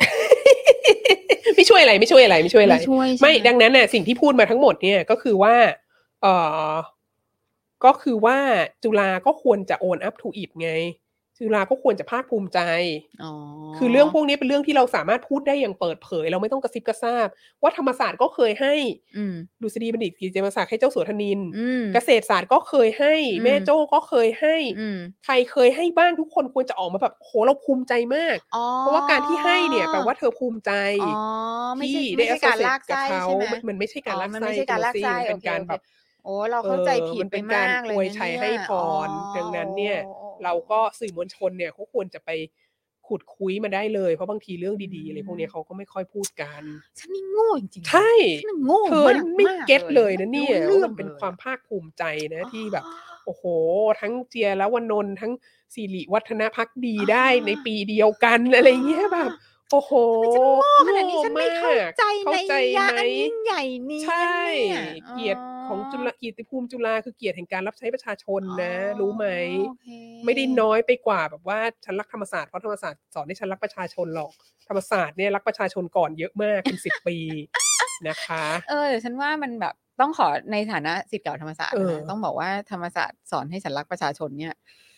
Speaker 4: ไม่ช่วยอะไรไม่ช่วยอะไรไม่ช่วยอะไร
Speaker 3: ไม่ช่วยใช่ไหม
Speaker 4: ไม่ดังนั้นน่ะสิ่งที่พูดมาทั้งหมดเนี่ยก็คือว่าเอ่อก็คือว่าจุฬาก็ควรจะ own up to it ไงจุฬาก็ควรจะภาคภูมิใจ
Speaker 3: อ๋อ
Speaker 4: คือเรื่องพวกนี้เป็นเรื่องที่เราสามารถพูดได้อย่างเปิดเผยเราไม่ต้องกระซิบกระซาบว่าธรรมศาสตร์ก็เคยให้
Speaker 3: อืม
Speaker 4: ดุษฎีบัณฑิตกิตติมศักดิ์ให้เจ้าสัวธนินทร์
Speaker 3: อืม
Speaker 4: เกษตรศาสตร์ก็เคยให้
Speaker 3: อืม
Speaker 4: แม่โจ้ก็เคยให้
Speaker 3: อืม
Speaker 4: ใครเคยให้บ้างทุกคนควรจะออกมาแบบโหเราภูมิใจมาก
Speaker 3: อ๋อ
Speaker 4: เพราะว่าการที่ให้เนี่ยแปลว่าเธอภูมิใจ
Speaker 3: อ๋อไม่ใช่
Speaker 4: ที่
Speaker 3: ไม่
Speaker 4: ได้
Speaker 3: ใช่การ
Speaker 4: associate
Speaker 3: ลากไส้
Speaker 4: บเขา
Speaker 3: ใช่ไหม
Speaker 4: มันมันไม่ใช่การ
Speaker 3: อ๋อ
Speaker 4: ลาก
Speaker 3: มัน
Speaker 4: ไส้
Speaker 3: ไม่ใช่การลากไส้
Speaker 4: คุณโรซี่มันเป็นการ
Speaker 3: โอเค
Speaker 4: แบบ
Speaker 3: โอ้เราเข้าใจผิด
Speaker 4: มัน
Speaker 3: ไป
Speaker 4: เป็น
Speaker 3: มากเลย
Speaker 4: อวย
Speaker 3: นะ
Speaker 4: ชัย
Speaker 3: เนี่ย
Speaker 4: ให้พร
Speaker 3: อ๋อ
Speaker 4: ดังนั้นเนี่ย
Speaker 3: โอ้โอ้
Speaker 4: เราก็สื่อมวลชนเนี่ยเขาควรจะไปขุดคุยมาได้เลยเพราะบางทีเรื่องดี
Speaker 3: อืม
Speaker 4: ๆอะไรพวกเนี้ยเขาก็ไม่ค่อยพูดกัน
Speaker 3: ฉันนี่โง่จริงๆ
Speaker 4: ใช่
Speaker 3: ฉันน่ะโง่
Speaker 4: เธอ
Speaker 3: มาก
Speaker 4: นี่ไม่
Speaker 3: มาก
Speaker 4: เก็ตเลยนะ
Speaker 3: ไม่
Speaker 4: เนี่ย
Speaker 3: รู้
Speaker 4: ว่า
Speaker 3: เรื่
Speaker 4: มั
Speaker 3: อน ง
Speaker 4: เป็น
Speaker 3: ลย
Speaker 4: ความภาคภูมิใจนะ
Speaker 3: อ๋อ
Speaker 4: ที่แบบ โอ้โห ทั้งเจียและวนนท์ทั้งสิริวัฒนพักดีได้
Speaker 3: อ๋อ
Speaker 4: ในปีเดียวกันอะไรเงี้ยแบบ โอ้โห
Speaker 3: ทำไมฉันโง่ขนาดนี้ฉันไม่เข้าใจ
Speaker 4: เข้าใจ
Speaker 3: ในยะ
Speaker 4: ไหม
Speaker 3: อันยิ่งใหญ่นี้
Speaker 4: ใช่
Speaker 3: เนี่ย
Speaker 4: เกียรติคของจุฬาเกียรติภูมิจุฬาคือเกียรติแห่งการรับใช้ประชาชนนะ
Speaker 3: อ๋อ
Speaker 4: รู้ไหม
Speaker 3: โอเค
Speaker 4: ไม่ได้น้อยไปกว่าแบบว่าฉันรักธรรมศาสตร์เพราะธรรมศาสตร์สอนให้ฉันรักประชาชนหรอกธรรมศาสตร์เนี่ยรักประชาชนก่อนเยอะมากเป็นสิบปีนะคะ
Speaker 3: เออฉันว่ามันแบบต้องขอในฐานะศิษย์เก่าธรรมศาสตร์
Speaker 4: เออ
Speaker 3: นะต้องบอกว่าธรรมศาสตร์สอนให้ฉันรักประชาชนเนี่ย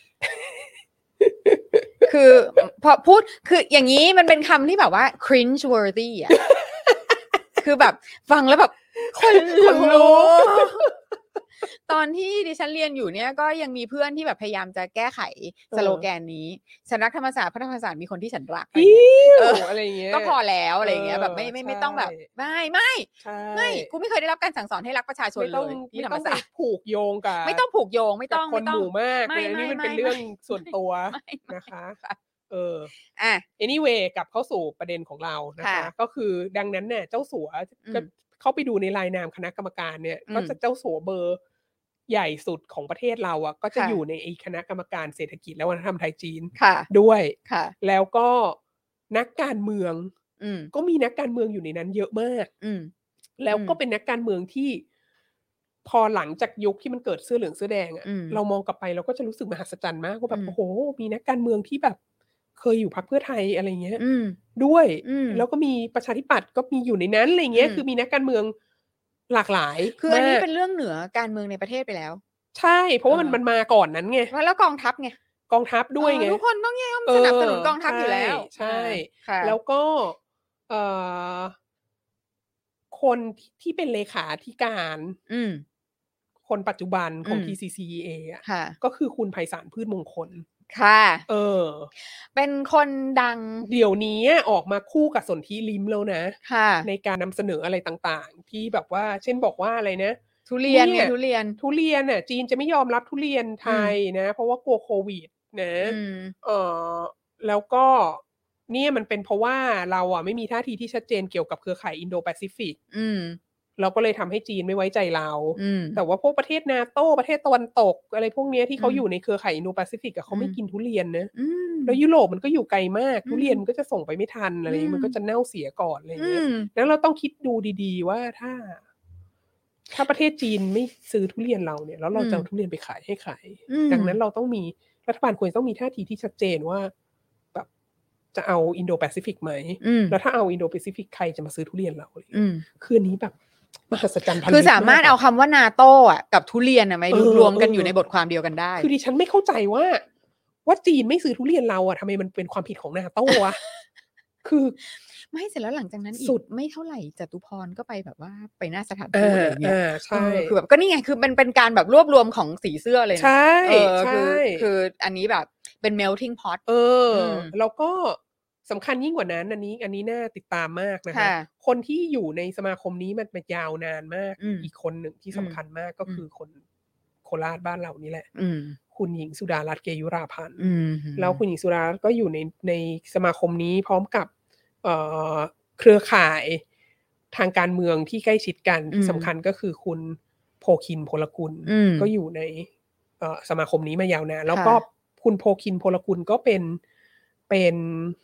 Speaker 3: คือพอพูดคืออย่างนี้มันเป็นคำที่แบบว่า cringe worthy อ่ะ คือแบบฟังแล้วแบบคนลุกตอนที่ดิฉันเรียนอยู่เนี่ยก็ยังมีเพื่อนที่แบบพยายามจะแก้ไขสโลแกนนี้ฉันรักธรรมศาสตร์เพราะธรรมศาสตร์มีคนที่ฉันรัก
Speaker 4: อิ๊
Speaker 3: เอ
Speaker 4: ว
Speaker 3: อ
Speaker 4: อะไรอย่างเงี้ย
Speaker 3: ก็พอแล้วอะไรอย่างเงี้ยแบบไม่ไม่ไม่ต้องแบบ
Speaker 4: ใช่
Speaker 3: ไม่ไม่
Speaker 4: ใช่
Speaker 3: ไม่กูไม่เคยได้รับการสั่งสอนให้รักประชาชน
Speaker 4: ไม่
Speaker 3: เล
Speaker 4: ต้อง
Speaker 3: ยที่
Speaker 4: ไม่
Speaker 3: ธรร
Speaker 4: ต้
Speaker 3: ม
Speaker 4: อง
Speaker 3: ศา
Speaker 4: ไป
Speaker 3: สตร์
Speaker 4: ผูกโยงกับ
Speaker 3: ไม่ต้องผูกโยงไม่ต้อง
Speaker 4: กับคน
Speaker 3: ไม่ต้
Speaker 4: ห
Speaker 3: อง
Speaker 4: มู่มาก
Speaker 3: ไม่
Speaker 4: เลยอันนี้มัน
Speaker 3: ไม่
Speaker 4: เป็น
Speaker 3: ไม่
Speaker 4: เรื่อง
Speaker 3: ไม่
Speaker 4: ส่วนตัว
Speaker 3: ไม่ไม่
Speaker 4: นะคะ
Speaker 3: ค่ะ
Speaker 4: เออ
Speaker 3: อ่ะ
Speaker 4: anyway กลับเข้าสู่ประเด็นของเรานะคะ
Speaker 3: ค่ะ
Speaker 4: ก็คือดังนั้นเนี่ยเจ้าสัว
Speaker 3: อืม
Speaker 4: ก็เข้าไปดูในรายนามคณะกรรมการเนี่ย
Speaker 3: อืม
Speaker 4: ก็จะเจ้าสัวเบอร์ใหญ่สุดของประเทศเราอ่ะก็จะ
Speaker 3: ค่ะ
Speaker 4: อยู่ในไอ้คณะกรรมการเศรษฐกิจและวัฒนธรรมไทยจีน
Speaker 3: ค่ะ
Speaker 4: ด้วย
Speaker 3: ค่ะ
Speaker 4: แล้วก็นักการเมือง
Speaker 3: อืม
Speaker 4: ก็มีนักการเมืองอยู่ในนั้นเยอะมาก
Speaker 3: อืม
Speaker 4: แล้วก็
Speaker 3: อืม
Speaker 4: เป็นนักการเมืองที่พอหลังจากยุคที่มันเกิดเสื้อเหลืองเสื้อแดงอะ
Speaker 3: อืม
Speaker 4: เรามองกลับไปเราก็จะรู้สึกมหัศจรรย์มากว่าแบ
Speaker 3: อื
Speaker 4: บ
Speaker 3: ม
Speaker 4: โอ้โห มีนักการเมืองที่แบบเคยอยู่พรรคเพื่อไทยอะไรเงี้ย
Speaker 3: อืม
Speaker 4: ด้วย
Speaker 3: อืม
Speaker 4: แล้วก็มีประชาธิปัตย์ก็มีอยู่ในนั้นอะไรเงี้ย
Speaker 3: อืม
Speaker 4: คือมีนักการเมืองหลากหลาย
Speaker 3: คืออันนี้
Speaker 4: มาก
Speaker 3: เป็นเรื่องเหนือการเมืองในประเทศไปแล้ว
Speaker 4: ใช่ เพราะว่ามัน
Speaker 3: เออ
Speaker 4: มันมาก่อนนั้นไง
Speaker 3: แล้วกองทัพไง
Speaker 4: กองทัพด้วยไง
Speaker 3: เออทุกคนต้องย่อม
Speaker 4: เอ
Speaker 3: ส
Speaker 4: อ
Speaker 3: นับสนุนกองทัพอยู่แล้ว
Speaker 4: ใช่
Speaker 3: อ่า
Speaker 4: ใช่
Speaker 3: ค่ะ
Speaker 4: แล้วก็เอ่อคนที่เป็นเลขาธิการ
Speaker 3: อืม
Speaker 4: คนปัจจุบันของ
Speaker 3: อืม
Speaker 4: ที ซี ซี อี เอ อะ
Speaker 3: ค่ะ
Speaker 4: ก็คือคุณไพศาลพืชมงคล
Speaker 3: ค่ะ
Speaker 4: เออ
Speaker 3: เป็นคนดัง
Speaker 4: เดี๋ยวนี้ออกมาคู่กับสนธิลิ้มแล้วนะ
Speaker 3: ค่ะ
Speaker 4: ในการนำเสนออะไรต่างๆ ที่แบบว่า เช่นบอกว่าอะไรนะ
Speaker 3: ทุเรียน
Speaker 4: เนี่
Speaker 3: ไง
Speaker 4: ย
Speaker 3: ทุเรียน
Speaker 4: ทุเรียนน่ะจีนจะไม่ยอมรับทุเรียนไทยนะ เพราะว่ากลัวโควิดนะ
Speaker 3: อืม
Speaker 4: เออแล้วก็เนี่ยมันเป็นเพราะว่าเราอ่ะไม่มีท่าทีที่ชัดเจนเกี่ยวกับเครือข่ายอินโดแปซิฟิก
Speaker 3: อืม
Speaker 4: เราก็เลยทำให้จีนไม่ไว้ใจเรา
Speaker 3: อืม
Speaker 4: แต่ว่าพวกประเทศนาโต้ประเทศตะวันตกอะไรพวกเนี้ยที่เขา
Speaker 3: อืม
Speaker 4: อยู่ในเครือข่ายอินโดแปซิฟิกอะเขาไม่
Speaker 3: อืม
Speaker 4: กินทุเรียนนะ
Speaker 3: อืม
Speaker 4: แล้วยุโรปมันก็อยู่ไกลมาก
Speaker 3: อืม
Speaker 4: ทุเรียนมันก็จะส่งไปไม่ทันอะไรอย่างเงี้ย
Speaker 3: อืม
Speaker 4: มันก็จะเน่าเสียก่อนอะไรอย่าง
Speaker 3: อื
Speaker 4: เงี้ย
Speaker 3: ม
Speaker 4: แล้วเราต้องคิดดูดีๆว่าถ้า ถ้าประเทศจีนไม่ซื้อทุเรียนเราเนี่ย แล้วเรา
Speaker 3: อืม
Speaker 4: จะเอาทุเรียนไปขายให้ใคร
Speaker 3: อืม
Speaker 4: ดังนั้นเราต้องมีรัฐบาลควรต้องมีท่าทีที่ชัดเจนว่าแบบจะเอาอินโดแปซิฟิกไหม
Speaker 3: อืม
Speaker 4: แล้วถ้าเอาอินโดแปซิฟิกใครจะมาซื้อทุเรียนเราอะไรอย่าง
Speaker 3: อื
Speaker 4: เงี้ย
Speaker 3: ม
Speaker 4: คืออันนี้แบบมหัศจรรย์พัน
Speaker 3: คือ
Speaker 4: ลึก
Speaker 3: สามารถ
Speaker 4: ก
Speaker 3: เอาคำว่านาโต้อะกับทุเรียนอะมาร
Speaker 4: เออ
Speaker 3: รวมกัน
Speaker 4: เออ
Speaker 3: อยู่ในบทความเดียวกันได้
Speaker 4: คือดิฉันไม่เข้าใจว่า ว่าจีนไม่ซื้อทุเรียนเราอ่ะทำไมมันเป็นความผิดของนาโต้วะ คือ
Speaker 3: ไม่เสร็จแล้วหลังจากนั้นอี
Speaker 4: สุ
Speaker 3: ก
Speaker 4: ด
Speaker 3: ไม่เท่าไหร่จตุพรก็ไปแบบว่าไปหน้าสถาน
Speaker 4: อ่า
Speaker 3: ทูตอะไรอย่างเงี้ย
Speaker 4: อ่าใช่
Speaker 3: เออคือแบบก็นี่ไงคือเป็นเป็นการแบบรวบรวมของสีเสื้อเลยนะ
Speaker 4: ใช่
Speaker 3: เออ
Speaker 4: ใช่
Speaker 3: คือคืออันนี้แบบเป็น melting pot
Speaker 4: เอออ
Speaker 3: ม
Speaker 4: แล้วก็สำคัญยิ่งกว่านั้น อันนี้ อันนี้น่าติดตามมากนะคะ
Speaker 3: ค่ะ
Speaker 4: คนที่อยู่ในสมาคมนี้มันมายาวนานมาก
Speaker 3: อืม
Speaker 4: อีกคนหนึ่งที่สำคัญมากก็
Speaker 3: อืม
Speaker 4: คือคนโคราชบ้านเรานี่แหละ
Speaker 3: อืม
Speaker 4: คุณหญิงสุดารัตน์เกยุราพันธ์
Speaker 3: อืม
Speaker 4: แล้วคุณหญิงสุดารัตน์ก็อยู่ในในสมาคมนี้พร้อมกับเอ่อเครือข่ายทางการเมืองที่ใกล้ชิดกัน
Speaker 3: อื
Speaker 4: ที่
Speaker 3: ม
Speaker 4: สำคัญก็คือคุณโพคินพลกุล
Speaker 3: อืม
Speaker 4: ก็อยู่ในเอ่อสมาคมนี้มายาวนานแล้ว
Speaker 3: ค่ะ
Speaker 4: ก็คุณโพคินพลกุลก็เป็นเป็น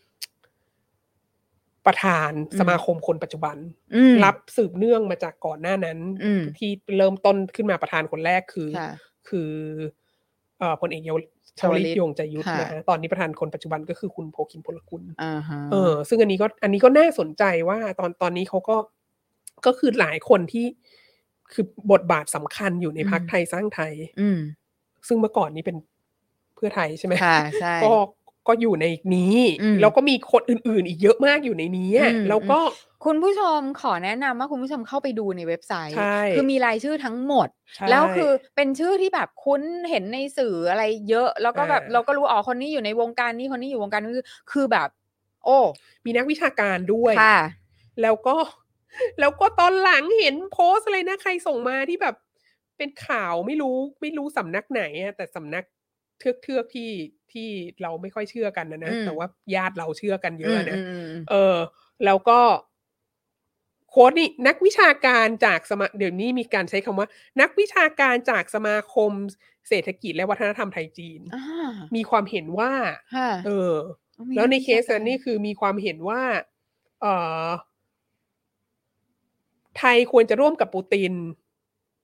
Speaker 4: ประธานสมาคมคนปัจจุบัน
Speaker 3: อืม
Speaker 4: รับสืบเนื่องมาจากก่อนหน้านั้น
Speaker 3: อืม
Speaker 4: ที่เริ่มต้นขึ้นมาประธานคนแรกคือ
Speaker 3: ค่ะ
Speaker 4: คือเอ่อพลเอกเยาวช
Speaker 3: ชว
Speaker 4: ว
Speaker 3: ลิ
Speaker 4: ลิ
Speaker 3: ต
Speaker 4: ตยงใจยุทธ
Speaker 3: ค่ะ
Speaker 4: นะฮะตอนนี้ประธานคนปัจจุบันก็คือคุณโพคินพลกุล
Speaker 3: อ่าฮะ
Speaker 4: เออซึ่งอันนี้ก็อันนี้ก็น่าสนใจว่าตอนตอนนี้เขาก็ก็คือหลายคนที่คือบทบาทสำคัญอยู่ในพรรคไทยสร้างไทย
Speaker 3: อืม
Speaker 4: ซึ่งเมื่อก่อนนี้เป็นเพื่อไทยใช่ไหม
Speaker 3: ค่ะใช่
Speaker 4: ก็ก็อยู่ในนี้
Speaker 3: อืม
Speaker 4: แล้วก็มีคนอื่นๆ อีกเยอะมากอยู่ในนี้อะ
Speaker 3: อืม
Speaker 4: แล้วก็
Speaker 3: คุณผู้ชมขอแนะนำว่าคุณผู้ชมเข้าไปดูในเว็บไซต์
Speaker 4: ใช่
Speaker 3: คือมีรายชื่อทั้งหมด
Speaker 4: ใช่
Speaker 3: แล้วคือเป็นชื่อที่แบบคุ้นเห็นในสื่ออะไรเยอะ แล้วก็แบบ
Speaker 4: อ่า
Speaker 3: เราก็รู้อ๋อคนนี้อยู่ในวงการนี้คนนี้อยู่วงการนี้คือคือแบบ โอ้
Speaker 4: มีนักวิชาการด้วย
Speaker 3: ค่ะ
Speaker 4: แล้วก็ แล้วก็ตอนหลังเห็นโพสต์อะไรนะใครส่งมาที่แบบเป็นข่าวไม่รู้ไม่รู้สำนักไหนอะแต่สำนักเทือกเทือกๆที่ที่เราไม่ค่อยเชื่อกันนะนะ
Speaker 3: อืม
Speaker 4: แต่ว่าญาติเราเชื่อกันเยอะนะ
Speaker 3: อืมอืมอืม
Speaker 4: เออ แล้วก็โค้ดนี่นักวิชาการจากสมาเดี๋ยวนี้มีการใช้คำว่า นักวิชาการจากสมาคมเศรษฐกิจและวัฒนธรรมไทยจีน
Speaker 3: อ่า
Speaker 4: มีความเห็นว่า
Speaker 3: ค่ะ
Speaker 4: เออ
Speaker 3: มี
Speaker 4: แล้วใน
Speaker 3: ก
Speaker 4: เคสนั้นนี่คือมีความเห็นว่า เอ่อ ไทยควรจะร่วมกับปูติน เพ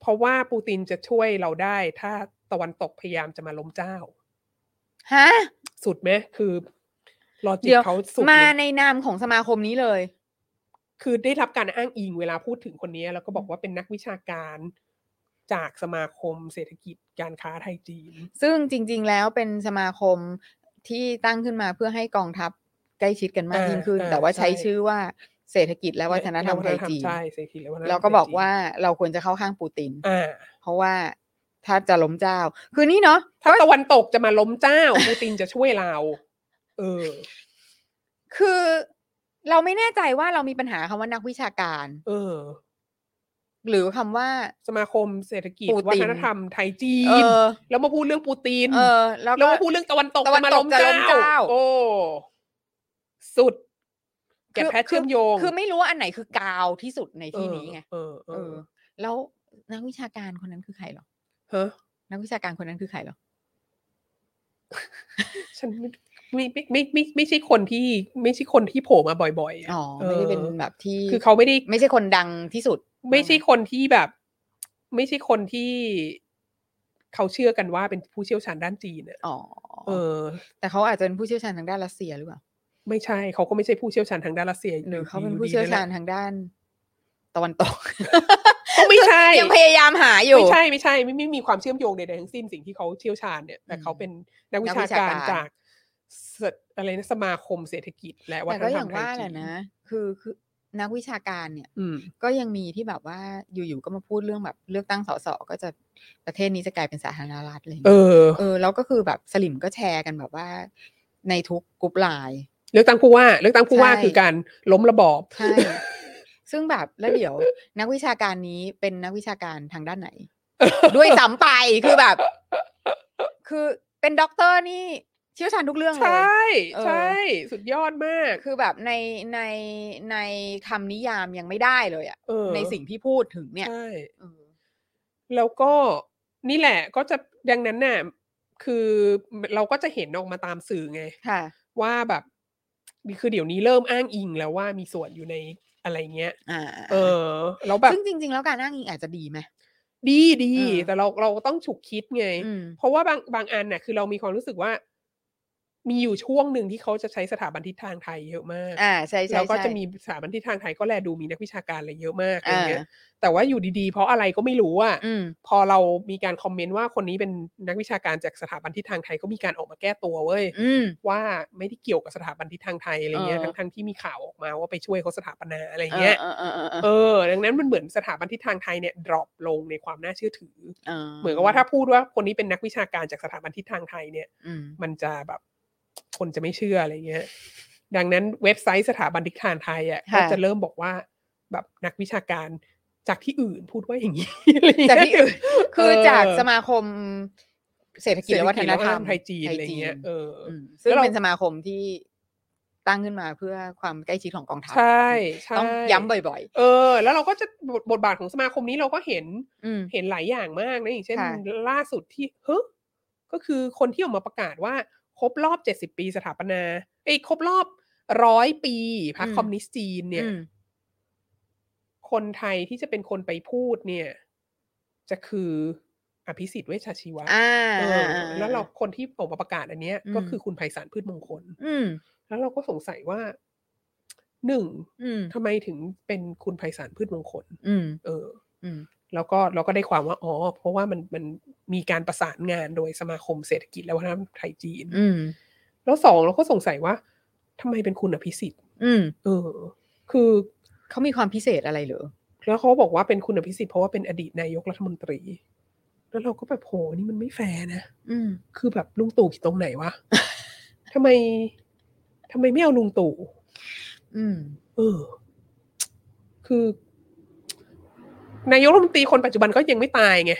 Speaker 4: เพราะว่าปูตินจะช่วยเราได้ถ้าตะวันตกพยายามจะมาล้มเจ้า
Speaker 3: ฮะ
Speaker 4: สุดไหมคือลอจิกเขาสุด
Speaker 3: มาในนามของสมาคมนี้เลย
Speaker 4: คือได้รับการอ้างอิงเวลาพูดถึงคนนี้แล้วก็บอกว่าเป็นนักวิชาการจากสมาคมเศรษฐกิจการค้าไทยจีน
Speaker 3: ซึ่งจริงๆแล้วเป็นสมาคมที่ตั้งขึ้นมาเพื่อให้กองทัพใกล้ชิดกันมากยิ่งขึ้นแต่ว่าใช้ชื่อว่าเศรษฐกิจและวัฒนธรรมไทยจีน
Speaker 4: ใช่เศรษฐกิจและวัฒนธรรม
Speaker 3: แล้วก็บอกว่าเราควรจะเข้าข้างปูตินเพราะว่าถ้าจะล้มเจ้าคือนี่เนาะ
Speaker 4: ถ้าตะวันตกจะมาล้มเจ้าปูตินจะช่วยเราเออ
Speaker 3: คือเราไม่แน่ใจว่าเรามีปัญหาคำว่านักวิชาการ
Speaker 4: เออ
Speaker 3: หรือคำว่า
Speaker 4: สมาคมเศรษฐกิจวัฒนธรรมไทยจีนแล้วมาพูดเรื่องปูติน
Speaker 3: เออแล้ว
Speaker 4: มาพูดเรื่องตะวันตกจะมาล้มเจ้าโอ้สุดแกแพทเชื่อมโยง
Speaker 3: คือไม่รู้ว่าอันไหนคือกาวที่สุดในที่นี้ไงเออเออแล้วนักวิชาการคนนั้นคือใครหรอ
Speaker 4: ฮะ
Speaker 3: นักวิชาการคนนั้นคือใครหรอ
Speaker 4: ฉันไม่ไม่ไม่ไม่ไม่ใช่คนที่ไม่ใช่คนที่โผล่มาบ่อยๆ
Speaker 3: อ๋อไม่ได้เป็นแบบที่
Speaker 4: คือเขาไม่ได้
Speaker 3: ไม่ใช่คนดังที่สุด
Speaker 4: ไม่ใช่คนที่แบบไม่ใช่คนที่เขาเชื่อกันว่าเป็นผู้เชี่ยวชาญด้านจีนอ่ะ
Speaker 3: อ๋อ
Speaker 4: เออ
Speaker 3: แต่เขาอาจจะเป็นผู้เชี่ยวชาญทางด้านรัสเซียหรือเปล่า
Speaker 4: ไม่ใช่เขาก็ไม่ใช่ผู้เชี่ยวชาญทางด้านรัสเซีย
Speaker 3: หรือเขาเป็นผู้เชี่ยวชาญทางด้านตะวันตก
Speaker 4: ก็ไม่ใช่
Speaker 3: ยังพยายามหาอยู่
Speaker 4: ไม่ใช่ไม่ใช่ไม่ไม่มีความเชื่อมโยงใดๆทั้งสิ้นสิ่งที่เขาเชี่ยวชาญเนี่ยแต่เขาเป็นนักวิชาการจากอะไรนะสมาคมเศรษฐกิจและวัฒนธรรมไทยจีนแต่ก็อย่างว่าแหละ
Speaker 3: นะคือคือนักวิชาการเนี่ยก็ยังมีที่แบบว่าอยู่ๆก็มาพูดเรื่องแบบเลือกตั้งสสก็จะประเทศนี้จะกลายเป็นสาธารณรัฐอะไรอย่างเงี้ยเออเออแล้วก็คือแบบสลิมก็แชร์กันแบบว่าในทุกกลุ่มไลน์
Speaker 4: เลือกตั้งผู้ว่าเลือกตั้งผู้ว่าคือการล้มระบอบ
Speaker 3: ใช่ซึ่งแบบแล้วเดี๋ยวนักวิชาการนี้เป็นนักวิชาการทางด้านไหนด้วยซ้ำไปคือแบบคือเป็นด็อกเตอร์นี่เชี่ยวชาญทุกเรื่องเลย
Speaker 4: ใช่ใช่สุดยอดมาก
Speaker 3: คือแบบในในในคำนิยามยังไม่ได้เลยอ่ะในสิ่งที่พูดถึงเนี่ย
Speaker 4: ใช่แล้วก็นี่แหละก็จะดังนั้นน่ะคือเราก็จะเห็นออกมาตามสื่อไงว่าแบบคือเดี๋ยวนี้เริ่มอ้างอิงแล้วว่ามีส่วนอยู่ในอะไรเงี้ยเออแล้วแบบ
Speaker 3: ซึ่งจริงๆแล้วการอ้างอิงอาจจะดีไหม
Speaker 4: ดีดีแต่เราเราต้องฉุกคิดไงเพราะว่าบางบางอันน่ะคือเรามีความรู้สึกว่ามีอยู่ช่วงหนึ่งที่เขาจะใช้สถาบันทิศทางไทยเยอะมาก
Speaker 3: อ่าใช่ๆๆ
Speaker 4: แล้วก็จะมีสถาบันทิศทางไทยก็แลดูมีนักวิชาการอะไรเยอะมากอะไรเงี้ยแต่ว่าอยู่ดีๆเพราะอะไรก็ไม่รู้อ่ะพอเรามีการคอมเมนต์ว่าคนนี้เป็นนักวิชาการจากสถาบันทิศทางไทยก็มีการออกมาแก้ตัวเว้ยว่าไม่ได้เกี่ยวกับสถาบันทิศทางไทยอะไรเงี้ยทั้งๆที่มีข่าวออกมาว่าไปช่วยเขาสถาปนาอะไรเงี้ยเออดังนั้นมันเหมือนสถาบันทิศทางไทยเนี่ยดรอปลงในความน่าเชื่อถือเหมือนกับว่าถ้าพูดว่าคนนี้เป็นนักวิชาการจากสถาบันทิศทางไทยเนี่ยมันจะแบบคนจะไม่เชื่ออะไรเงี้ยดังนั้นเว็บไซต์สถาบันทิศทางไทยอ่ะก็จะเริ่มบอกว่าแบบนักวิชาการจากที่อื่นพูดว่าอย่างนี้
Speaker 3: จากที่อื่นคือจากสมาคมเศรษฐกิจและวัฒนธรรม
Speaker 4: ไทยจีนอะไรเงี้ยเออ
Speaker 3: ซึ่งเป็นสมาคมที่ตั้งขึ้นมาเพื่อความใกล้ชิดของกองทัพ
Speaker 4: ใช่
Speaker 3: ต้องย้ำบ่อย
Speaker 4: ๆเออแล้วเราก็จะบทบาทของสมาคมนี้เราก็เห็นเห็นหลายอย่างมากนะอย่างเช่นล่าสุดที่เฮ้ยก็คือคนที่ออกมาประกาศว่าครบรอบเจ็ดสิบปีสถาปนาเอ้ยครบรอบหนึ่งร้อยปีพรรคคอมมิวนิสต์จีนเนี่ยคนไทยที่จะเป็นคนไปพูดเนี่ยจะคืออภิสิทธิ์เวชชาชีวะเออแล้วเราคนที่ออกมาประกาศอันเนี้ยก็คือคุณไพศาลพืชมงคลแล้วเราก็สงสัยว่าหนึ่งทำไมถึงเป็นคุณไพศาลพืชมงคลเออแล้วก็เราก็ได้ความว่าอ๋อเพราะว่ามันมันมีการประสานงานโดยสมาคมเศรษฐกิจและวัฒนธรรมไทยจีนแล้วสองเราก็สงสัยว่าทำไมเป็นคุณอภิสิทธิ์เออคือ
Speaker 3: เขามีความพิเศษอะไรเหรอ
Speaker 4: แล้วเขาบอกว่าเป็นคุณอภิสิทธิ์เพราะว่าเป็นอดีตนายกรัฐมนตรีแล้วเราก็แบบโหนี่มันไม่แฟร์นะคือแบบลุงตู่คิดตรงไหนวะ ทำไมทำไมไม่เอาลุงตู่เออคือนายกรัฐมนตรีคนปัจจุบันก็ยังไม่ตายไง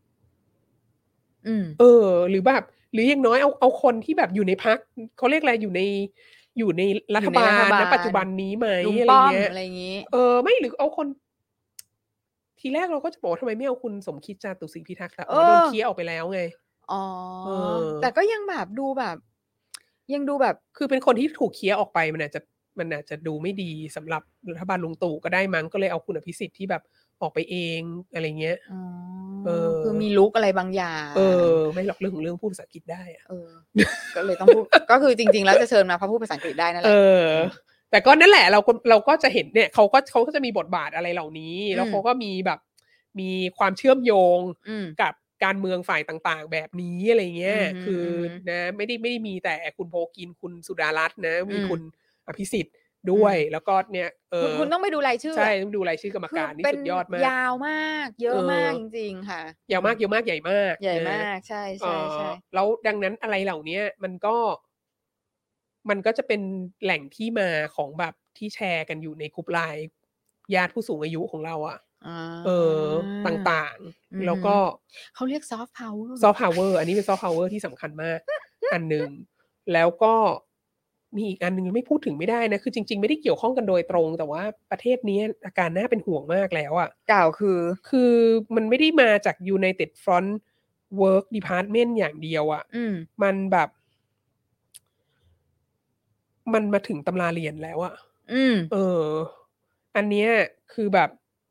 Speaker 4: เออหรือแบบหรืออย่างน้อยเอาเอาคนที่แบบอยู่ในพรรคเขาเรียกอะไรอยู่ในอยู่ในรัฐบาลณปัจจุบันนี้ไหมอะไรเงี้ย
Speaker 3: อะไรอย่างงี้
Speaker 4: เออไม่หรือเอาคนทีแรกเราก็จะบอกทำไมไม่เอาคุณสมคิดจาตุศรีพิทักษ์แต่โดนเคลียร์ออกไปแล้วไง
Speaker 3: อ๋อแต่ก็ยังแบบดูแบบยังดูแบบ
Speaker 4: คือเป็นคนที่ถูกเคลียร์ออกไปมันอาจจะมันอาจจะดูไม่ดีสำหรับรัฐบาลลุงตู่ก็ได้มั้งก็เลยเอาคุณอภิสิทธิ์ที่แบบออกไปเองอะไรเงี้ย
Speaker 3: อ๋อ
Speaker 4: เออ
Speaker 3: คือมีลุกอะไรบางอย่าง
Speaker 4: เออไม่หรอกเรื่องของเรื่องพูดภาษาอังกฤษได้อะ
Speaker 3: เออ ก็เลยต้องพูด ก็คือจริงๆแล้วจะเชิญมาเพราะพูดภาษาอังกฤษได้นั่นแห
Speaker 4: เอ
Speaker 3: ละ
Speaker 4: อ แต่ก็นั่นแหละเราก็เราก็จะเห็นเนี่ยเขาก็เขาก็จะมีบทบาทอะไรเหล่านี้ แล้วเขาก็มีแบบมีความเชื่อมโยง
Speaker 3: อืม
Speaker 4: กับการเมืองฝ่ายต่างๆ แบบนี้อะไรเงี้ย
Speaker 3: อืม
Speaker 4: คือ
Speaker 3: ม
Speaker 4: นะไม่ได้ไม่ได้มีแต่คุณโพกินคุณสุดารัตน์นะมี
Speaker 3: อืม
Speaker 4: คุณอภิสิทธิ์ด้วย
Speaker 3: อืม
Speaker 4: แล้วก็เนี่ยเอ
Speaker 3: คุณ
Speaker 4: อ
Speaker 3: คุณต้องไปดูรายชื่อ
Speaker 4: ใช่
Speaker 3: อะ
Speaker 4: ต้องดูรายชื่อกรรม
Speaker 3: คือ
Speaker 4: การนี่
Speaker 3: เป็
Speaker 4: สุ
Speaker 3: น
Speaker 4: ดยอดมาก
Speaker 3: ยาวมาก เยอะ
Speaker 4: เออ
Speaker 3: มากจริงๆค่ะ
Speaker 4: ยาวมากเยอะมากใหญ่มาก
Speaker 3: ใหญ่
Speaker 4: นะ
Speaker 3: มากใช่
Speaker 4: เอ่
Speaker 3: ๆ
Speaker 4: อ
Speaker 3: ๆ
Speaker 4: แล้วดังนั้นอะไรเหล่าเนี้ยมันก็ มันก็จะเป็นแหล่งที่มาของแบบที่แชร์กันอยู่ในกลุ่ม ไลน์ ญาติผู้สูงอายุของเราอะ
Speaker 3: อ๋อ
Speaker 4: เออ ต่าง
Speaker 3: อือฮึ
Speaker 4: ๆ แล้วก็
Speaker 3: เขาเรียก Soft Power
Speaker 4: Soft Power อันนี้เป็น Soft Power ที่สำคัญมาก อันหนึ่ง แล้วก็มีอีกอันหนึ่งไม่พูดถึงไม่ได้นะ คือจริง ๆ ไม่ได้เกี่ยวข้องกันโดยตรง แต่ว่าประเทศนี้อาการน่าเป็นห่วงมากแล้วอะ
Speaker 3: กล่าวคือ
Speaker 4: คือมันไม่ได้มาจาก United Front Work Department อย่างเดียวอะ
Speaker 3: อืม
Speaker 4: มันแบบ มันมาถึงตำราเรียนแล้วอะ
Speaker 3: อืม
Speaker 4: เออ อันเนี้ยคือแบบ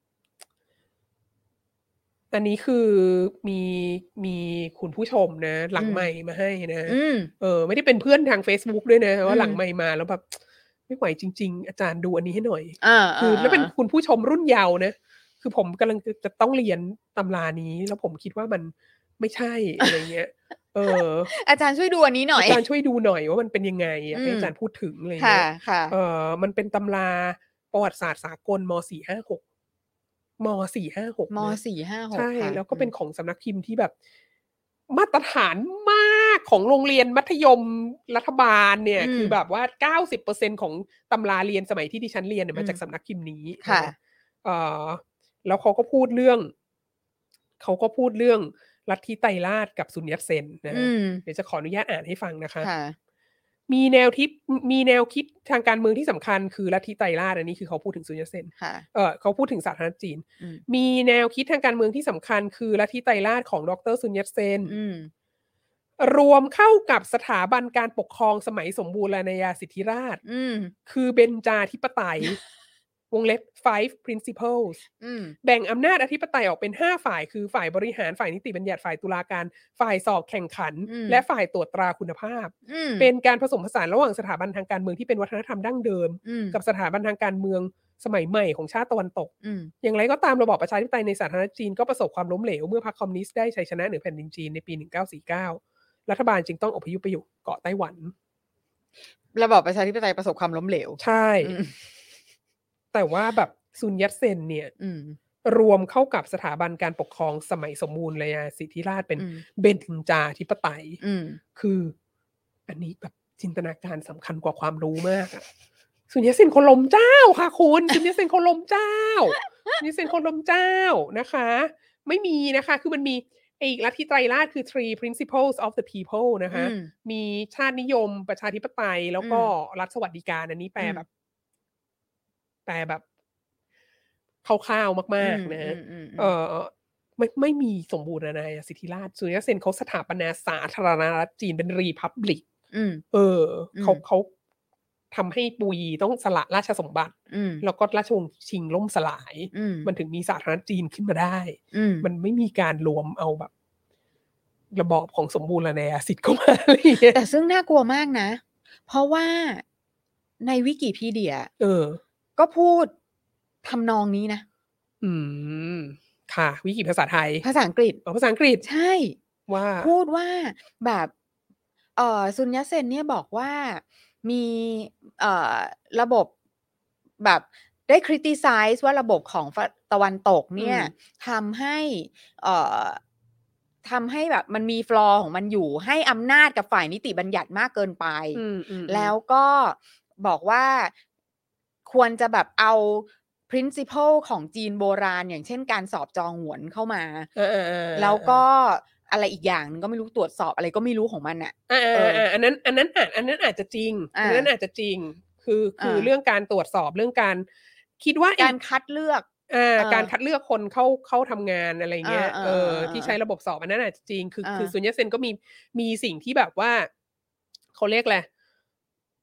Speaker 4: อันนี้คือมีมีคุณผู้ชมนะ หลัง
Speaker 3: อืม
Speaker 4: ไมค์มาให้นะ
Speaker 3: อืม
Speaker 4: เออ ไม่ได้เป็นเพื่อนทางเฟซบุ๊กด้วยนะ
Speaker 3: อื
Speaker 4: ว่าหลัง
Speaker 3: ม
Speaker 4: ไมค์มาแล้วแบบ ไม่ไหวจริง ๆ อาจารย์ดูอันนี้ให้หน่อย
Speaker 3: อา
Speaker 4: คือแล้วเป็น
Speaker 3: ๆ ๆ
Speaker 4: คุณผู้ชมรุ่นเยาว์นะ คือผมกำลังจะ จะต้องเรียนตำรานี้ แล้วผมคิดว่ามันไม่ใช่ อะไรเงี้ย เออ
Speaker 3: อาจารย์ช่วยดูอันนี้หน่อย
Speaker 4: อาจารย์ช่วยดูหน่อยว่ามันเป็นยังไง อยาก
Speaker 3: อื
Speaker 4: ให้
Speaker 3: ม
Speaker 4: อาจารย์พูดถึง อะไร
Speaker 3: ค่ะ
Speaker 4: เงี้ย
Speaker 3: ค่ะ
Speaker 4: เอ่อ มันเป็นตำราประวัติศาสตร์สากล ม. สี่ห้าหก ม. สี่ห้าหก
Speaker 3: ม.
Speaker 4: นะ
Speaker 3: สี่ห้าห
Speaker 4: ใช่
Speaker 3: ก ค่ะ
Speaker 4: แล้วก็
Speaker 3: อื
Speaker 4: เป็น
Speaker 3: ม
Speaker 4: ของสำนักพิมพ์ที่แบบมาตรฐานมากของโรงเรียนมัธยมรัฐบาลเนี่ย
Speaker 3: อืม
Speaker 4: คือแบบว่า เก้าสิบเปอร์เซ็นต์ ของตำราเรียนสมัยที่ดิฉันเรียนเนี่ย
Speaker 3: อื
Speaker 4: มาม จากสำนักพิมพ์นี้
Speaker 3: ค่ะ
Speaker 4: น เอ่อ แล้วเขาก็พูดเรื่อง เขาก็พูดเรื่องลัทธิไตรราชย์กับซุนยัตเซนนะ
Speaker 3: อืม
Speaker 4: เดี๋ยวจะขออนุญาตอ่านให้ฟังนะคะ
Speaker 3: ค่ะ
Speaker 4: มีแนวทิศ ม มีแนวคิดทางการเมืองที่สำคัญคือลัทธิไตรราชย์ อันนี้คือเขาพูดถึงซุนยัตเซน
Speaker 3: ค่ะ
Speaker 4: เอ่อ เขาพูดถึงสาธารณรัฐจีน
Speaker 3: อืม
Speaker 4: มีแนวคิดทางการเมืองที่สำคัญคือลัทธิไตรราชย์ของดร. ซุนยัตเซน
Speaker 3: อืม
Speaker 4: รวมเข้ากับสถาบันการปกครองสมัยสมบูรณาญาสิทธิราชย์
Speaker 3: อืม
Speaker 4: คือเบญจาธิปไตย วงเล็บ five principles
Speaker 3: อืม
Speaker 4: แบ่งอำนาจอธิปไตยออกเป็น ห้า ฝ่าย คือฝ่ายบริหาร ฝ่ายนิติบัญญัติ ฝ่ายตุลาการ ฝ่ายสอบแข่งขัน
Speaker 3: อืม
Speaker 4: และฝ่ายตรวจตราคุณภาพ
Speaker 3: อืม
Speaker 4: เป็นการผสมผสานระหว่างสถาบันทางการเมืองที่เป็นวัฒนธรรมดั้งเดิม
Speaker 3: อืม
Speaker 4: กับสถาบันทางการเมืองสมัยใหม่ของชาติตะวันตก
Speaker 3: อืม
Speaker 4: อย่างไรก็ตามระบอบประชาธิปไตยในสาธารณรัฐจีนก็ประสบความล้มเหลวเมื่อพรรคคอมมิวนิสต์ได้ชัยชนะเหนือแผ่นดินจีนในปี หนึ่งเก้าสี่เก้า รัฐบาลจึงต้องอพยพไปอยู่เกาะไต้หวัน
Speaker 3: ระบอบประชาธิปไตยประสบความล้มเหลว
Speaker 4: ใช่
Speaker 3: อืม
Speaker 4: แต่ว่าแบบซุนยัตเซนเนี่ย
Speaker 3: อืม
Speaker 4: รวมเข้ากับสถาบันการปกครองสมัยสมบูรณาญาสิทธิราชย์เป็น
Speaker 3: อืม
Speaker 4: เบญจาธิปไตย
Speaker 3: อืม
Speaker 4: คืออันนี้แบบจินตนาการสำคัญกว่าความรู้มากอะซุนยัตเซนคนล้มเจ้าค่ะคุณ ซุนยัตเซนคนล้มเจ้า ซุนยัตเซนคนล้มเจ้านะคะ ไม่มีนะคะ คือมันมีไอ้ลัทธิไตรราชย์คือ three principles of the people นะคะ
Speaker 3: อืม
Speaker 4: มีชาตินิยมประชาธิปไตย แล้วก็รัฐสวัสดิการ อันนี้แปล
Speaker 3: อืม
Speaker 4: แบบ แปลแบบคร่าวๆ
Speaker 3: อื
Speaker 4: มาก
Speaker 3: ม
Speaker 4: ๆ นะ
Speaker 3: อืม
Speaker 4: เอ่
Speaker 3: ๆ
Speaker 4: อ ไม่ ไม่มีสมบูรณาญาสิทธิราชย์ ซุนยัตเซนเขาสถาปนาสาธารณรัฐจีนเป็น Republic
Speaker 3: อืม
Speaker 4: เออ
Speaker 3: อืม
Speaker 4: เขา เขาทำให้ปูยีต้องสละราชสมบัติ
Speaker 3: อืม
Speaker 4: แล้วก็ราชวงศ์ชิงล่มสลาย
Speaker 3: อืม
Speaker 4: มันถึงมีสาธารณรัฐจีนขึ้นมาได้
Speaker 3: อืม
Speaker 4: มันไม่มีการรวมเอาแบบ ระบอบของสมบูรณาญาสิทธิ์เข้ามา อะไรอย่างเงี้ย
Speaker 3: แต่ซึ่งน่ากลัวมากนะ เพราะว่าในวิกิพีเดีย
Speaker 4: เออ
Speaker 3: ก็พูดทำนองนี้นะ
Speaker 4: อืม ค่ะ วิกิภาษาไทย
Speaker 3: ภาษาอังกฤษ
Speaker 4: อ๋อ ภาษาอังกฤษ
Speaker 3: ใช่
Speaker 4: ว่า
Speaker 3: พูดว่าแบบ เอ่อ ซุนยัตเซนเนี่ยบอกว่ามี เอ่อ ระบบแบบได้ criticize ว่าระบบของ ฝ ตะวันตกเนี่ย
Speaker 4: อืม
Speaker 3: ทำให้ เอ่อ ทำให้แบบมันมี ฟลอ ของมันอยู่ ให้อำนาจกับฝ่ายนิติบัญญัติมากเกินไป
Speaker 4: อืม ๆ ๆ
Speaker 3: แล้วก็บอกว่าควรจะแบบเอา principle ของจีนโบราณ อย่างเช่น การสอบจองหวนเข้ามา
Speaker 4: เออ ๆ ๆ
Speaker 3: แล้วก็อะไรอีกอย่างหนึ่งก็ไม่รู้ ตรวจสอบอะไรก็ไม่รู้ของมันน่ะ
Speaker 4: อา
Speaker 3: เออ
Speaker 4: ๆ ๆ อันนั้น อันนั้นอาจ อันนั้นอาจจะจริง
Speaker 3: อา
Speaker 4: อันนั้นอาจจะจริง คือ คือ
Speaker 3: อา
Speaker 4: เรื่องการตรวจสอบ เรื่องการ คิดว่าไอ้
Speaker 3: การคัดเลือก
Speaker 4: อา
Speaker 3: เออ
Speaker 4: การคัดเลือกคนเข้า เข้าทำงาน อะไรเงี้ย
Speaker 3: อา
Speaker 4: เออ
Speaker 3: ๆ ๆ
Speaker 4: ที่ใช้ระบบสอบ อันนั้นอาจจะจริง คือ
Speaker 3: อา
Speaker 4: คือซุนยัตเซนก็มี มีสิ่งที่แบบว่า เขาเรียกอะไร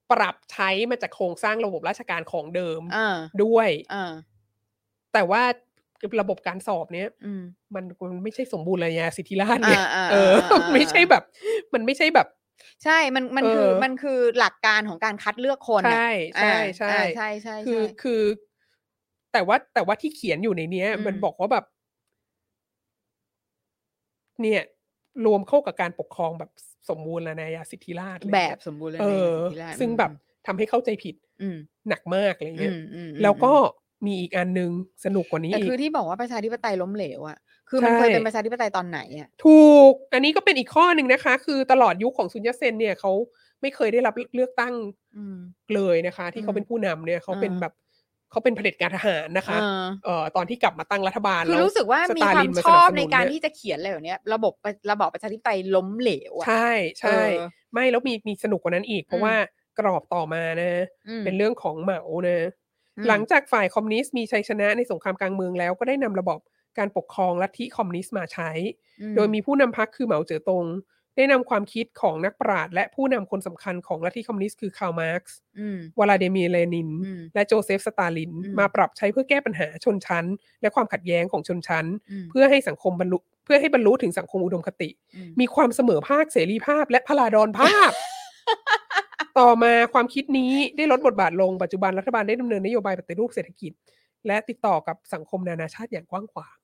Speaker 4: ปรับใช้มาจากโครงสร้างระบบราชการของเดิม
Speaker 3: อ่า
Speaker 4: ด้วย
Speaker 3: อ่า
Speaker 4: แต่ว่าระบบการสอบเนี้ย
Speaker 3: อืม
Speaker 4: มันมันไม่ใช่สมบูรณ์เลยสิทธิราชเนี่ย
Speaker 3: อ่าๆๆๆ
Speaker 4: เออ ไม่ใช่แบบ มันไม่ใช่แบบ
Speaker 3: ใช่ มัน มัน
Speaker 4: เออ
Speaker 3: คือ มันคือหลักการของการคัดเลือกคน
Speaker 4: ใช่
Speaker 3: น่ะ
Speaker 4: ใช่
Speaker 3: อา
Speaker 4: ใช่
Speaker 3: อา ใช่ ๆ ๆ
Speaker 4: คือ คือ แต่ว่า แต่ว่าที่เขียนอยู่ในเนี้ย
Speaker 3: อืม
Speaker 4: มันบอกว่าแบบ เนี่ย รวมเข้ากับการปกครองแบบ ส สมบูรณาญาสิทธิราชย์ อะไร
Speaker 3: แบ
Speaker 4: เงี้
Speaker 3: บ
Speaker 4: ย
Speaker 3: สมบูรณา
Speaker 4: เอ
Speaker 3: ญา
Speaker 4: อ
Speaker 3: สิทธิราชย์
Speaker 4: ซึ่งแบบ
Speaker 3: อืม
Speaker 4: ทำให้เข้าใจผิด
Speaker 3: อืม
Speaker 4: หนักมาก อะไร
Speaker 3: อื
Speaker 4: เงี้ย
Speaker 3: ม ๆ ๆ
Speaker 4: แล้วก็
Speaker 3: ๆ
Speaker 4: มีอีกอันหนึ่งสนุกกว่านี้
Speaker 3: แต่
Speaker 4: อี
Speaker 3: คื
Speaker 4: ก
Speaker 3: อที่บอกว่าประชาธิปไตยล้มเหลวอะ คือ
Speaker 4: ใช
Speaker 3: มันเคยเป็นประชาธิปไตยตอนไหนอะ?
Speaker 4: ถูก อันนี้ก็เป็นอีกข้อหนึ่งนะคะ คือตลอดยุคของซุนยัตเซ็นเนี่ย เขาไม่เคยได้รับ ล เลือกตั้ง
Speaker 3: อืม
Speaker 4: เลยนะคะ
Speaker 3: อื
Speaker 4: ที่เขา
Speaker 3: ม
Speaker 4: เป็นผู้นำเนี่ย เขาเป็น
Speaker 3: เออ
Speaker 4: แบบ เขาเป็นเผด็จการทหารนะ
Speaker 3: เอ
Speaker 4: คะ
Speaker 3: อ
Speaker 4: เอ่อ ตอนที่กลับมาตั้งรัฐบาล
Speaker 3: คื
Speaker 4: แล้
Speaker 3: อ
Speaker 4: ว
Speaker 3: รู้สึกว่า
Speaker 4: ส
Speaker 3: มี
Speaker 4: ตา
Speaker 3: ควา
Speaker 4: ลิ
Speaker 3: ม
Speaker 4: นมา
Speaker 3: ช
Speaker 4: สนั
Speaker 3: อ
Speaker 4: บบ ส
Speaker 3: ใน
Speaker 4: นุน
Speaker 3: การ
Speaker 4: เนี่ย
Speaker 3: ที่จะเขียนอะไรแบบเนี้ย ระบบ ป ระบอบประชาธิปไตยล้มเหลวอะ
Speaker 4: ใช่
Speaker 3: เอ
Speaker 4: ใช่
Speaker 3: อ
Speaker 4: ไม่ แล้วมี มีสนุกกว่านั้นอีก เพ
Speaker 3: อื
Speaker 4: ราะว่าม กรอบต่อมานะ
Speaker 3: อืม
Speaker 4: เป็นเรื่องของเหมานะ
Speaker 3: อื
Speaker 4: หลัง
Speaker 3: ม
Speaker 4: จากฝ่ายคอมมิวนิสต์มีชัยชนะในสงครามกลางเมืองแล้ว ก็ได้นำระบอบการปกครองลัทธิคอมมิวนิสต์มาใช้
Speaker 3: อื
Speaker 4: โดย
Speaker 3: ม
Speaker 4: มีผู้นำพรรคคือเหมาเจ๋อตง ได้นำความคิดของนักปราชญ์และผู้นำคนสำคัญของลัทธิคอมมิวนิสต์คือ Karl Marx
Speaker 3: อืม
Speaker 4: วลาดิเมียร์ เลนิน
Speaker 3: อืม
Speaker 4: และโจเซฟ สตาลิน
Speaker 3: อืม
Speaker 4: มาปรับใช้เพื่อแก้ปัญหาชนชั้น และความขัดแย้งของชนชั้น
Speaker 3: อืม
Speaker 4: เพื่อให้สังคมบรรลุ เพื่อให้บรรลุถึงสังคมอุดมคติ
Speaker 3: อืม
Speaker 4: มีความเสมอภาค เสรีภาพ และพลาดรภาพ ต่อมาความคิดนี้ได้ลดบทบาทลง ปัจจุบันรัฐบาลได้ดำเนินนโยบายปฏิรูปเศรษฐกิจ และติดต่อกับสังคมนานาชาติอย่างกว้างขวาง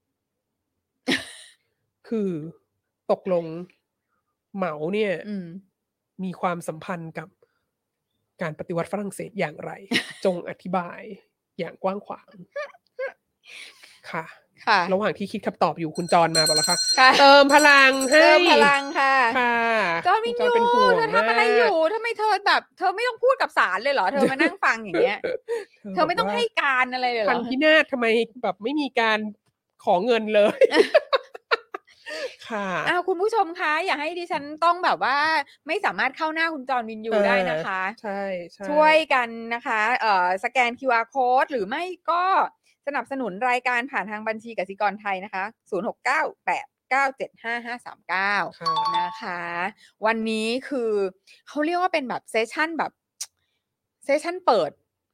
Speaker 4: คือตกลงเหมาเนี่ย
Speaker 3: อืม
Speaker 4: มีความสัมพันธ์กับการปฏิวัติฝรั่งเศสอย่างไร จงอธิบายอย่างกว้างขวาง ค่ะ
Speaker 3: ค่ะ
Speaker 4: ระหว่างที่คิดคำตอบอยู่คุณจรมาเปล่าล่ะคะ?
Speaker 3: ค่ะ
Speaker 4: เติมพลังให้
Speaker 3: เติมพลังค่ะ
Speaker 4: ค่ะ
Speaker 3: จอห์น
Speaker 4: คุ
Speaker 3: วิ
Speaker 4: ณ
Speaker 3: น
Speaker 4: จ
Speaker 3: ยู
Speaker 4: เป็นห่วง
Speaker 3: เธอทำอะไร
Speaker 4: มา
Speaker 3: อก ยู่ ทำไมเธอแบบ เธอไม่ต้องพูดกับศาลเลยเหรอ? เธอมานั่งฟังอย่างเงี้ย เธอไม่ต้อง
Speaker 4: แบบว่า
Speaker 3: ให้การอะไรเลยเหร
Speaker 4: พั
Speaker 3: อ?
Speaker 4: งพินาศ ทำไมแบบไม่มีการขอเงินเลย ค่ะ
Speaker 3: อ้าว คุณผู้ชมคะ อย่าให้ดิฉันต้องแบบว่าไม่สามารถเข้าหน้าคุณจอห์น วินยู
Speaker 4: เออ
Speaker 3: ได้นะคะ
Speaker 4: ใช่ ๆ
Speaker 3: ช่วยกันนะคะ เอ่อ สแกน คิว อาร์ Code หรือไม่ก็สนับสนุนรายการผ่านทางบัญชีกสิกรไทยนะคะ ศูนย์ หก เก้า แปด เก้า เจ็ด ห้า ห้า สาม เก้า
Speaker 4: ค่ะ
Speaker 3: นะคะ วันนี้คือเขาเรียกว่าเป็นแบบเซสชันแบบ เซสชันเปิด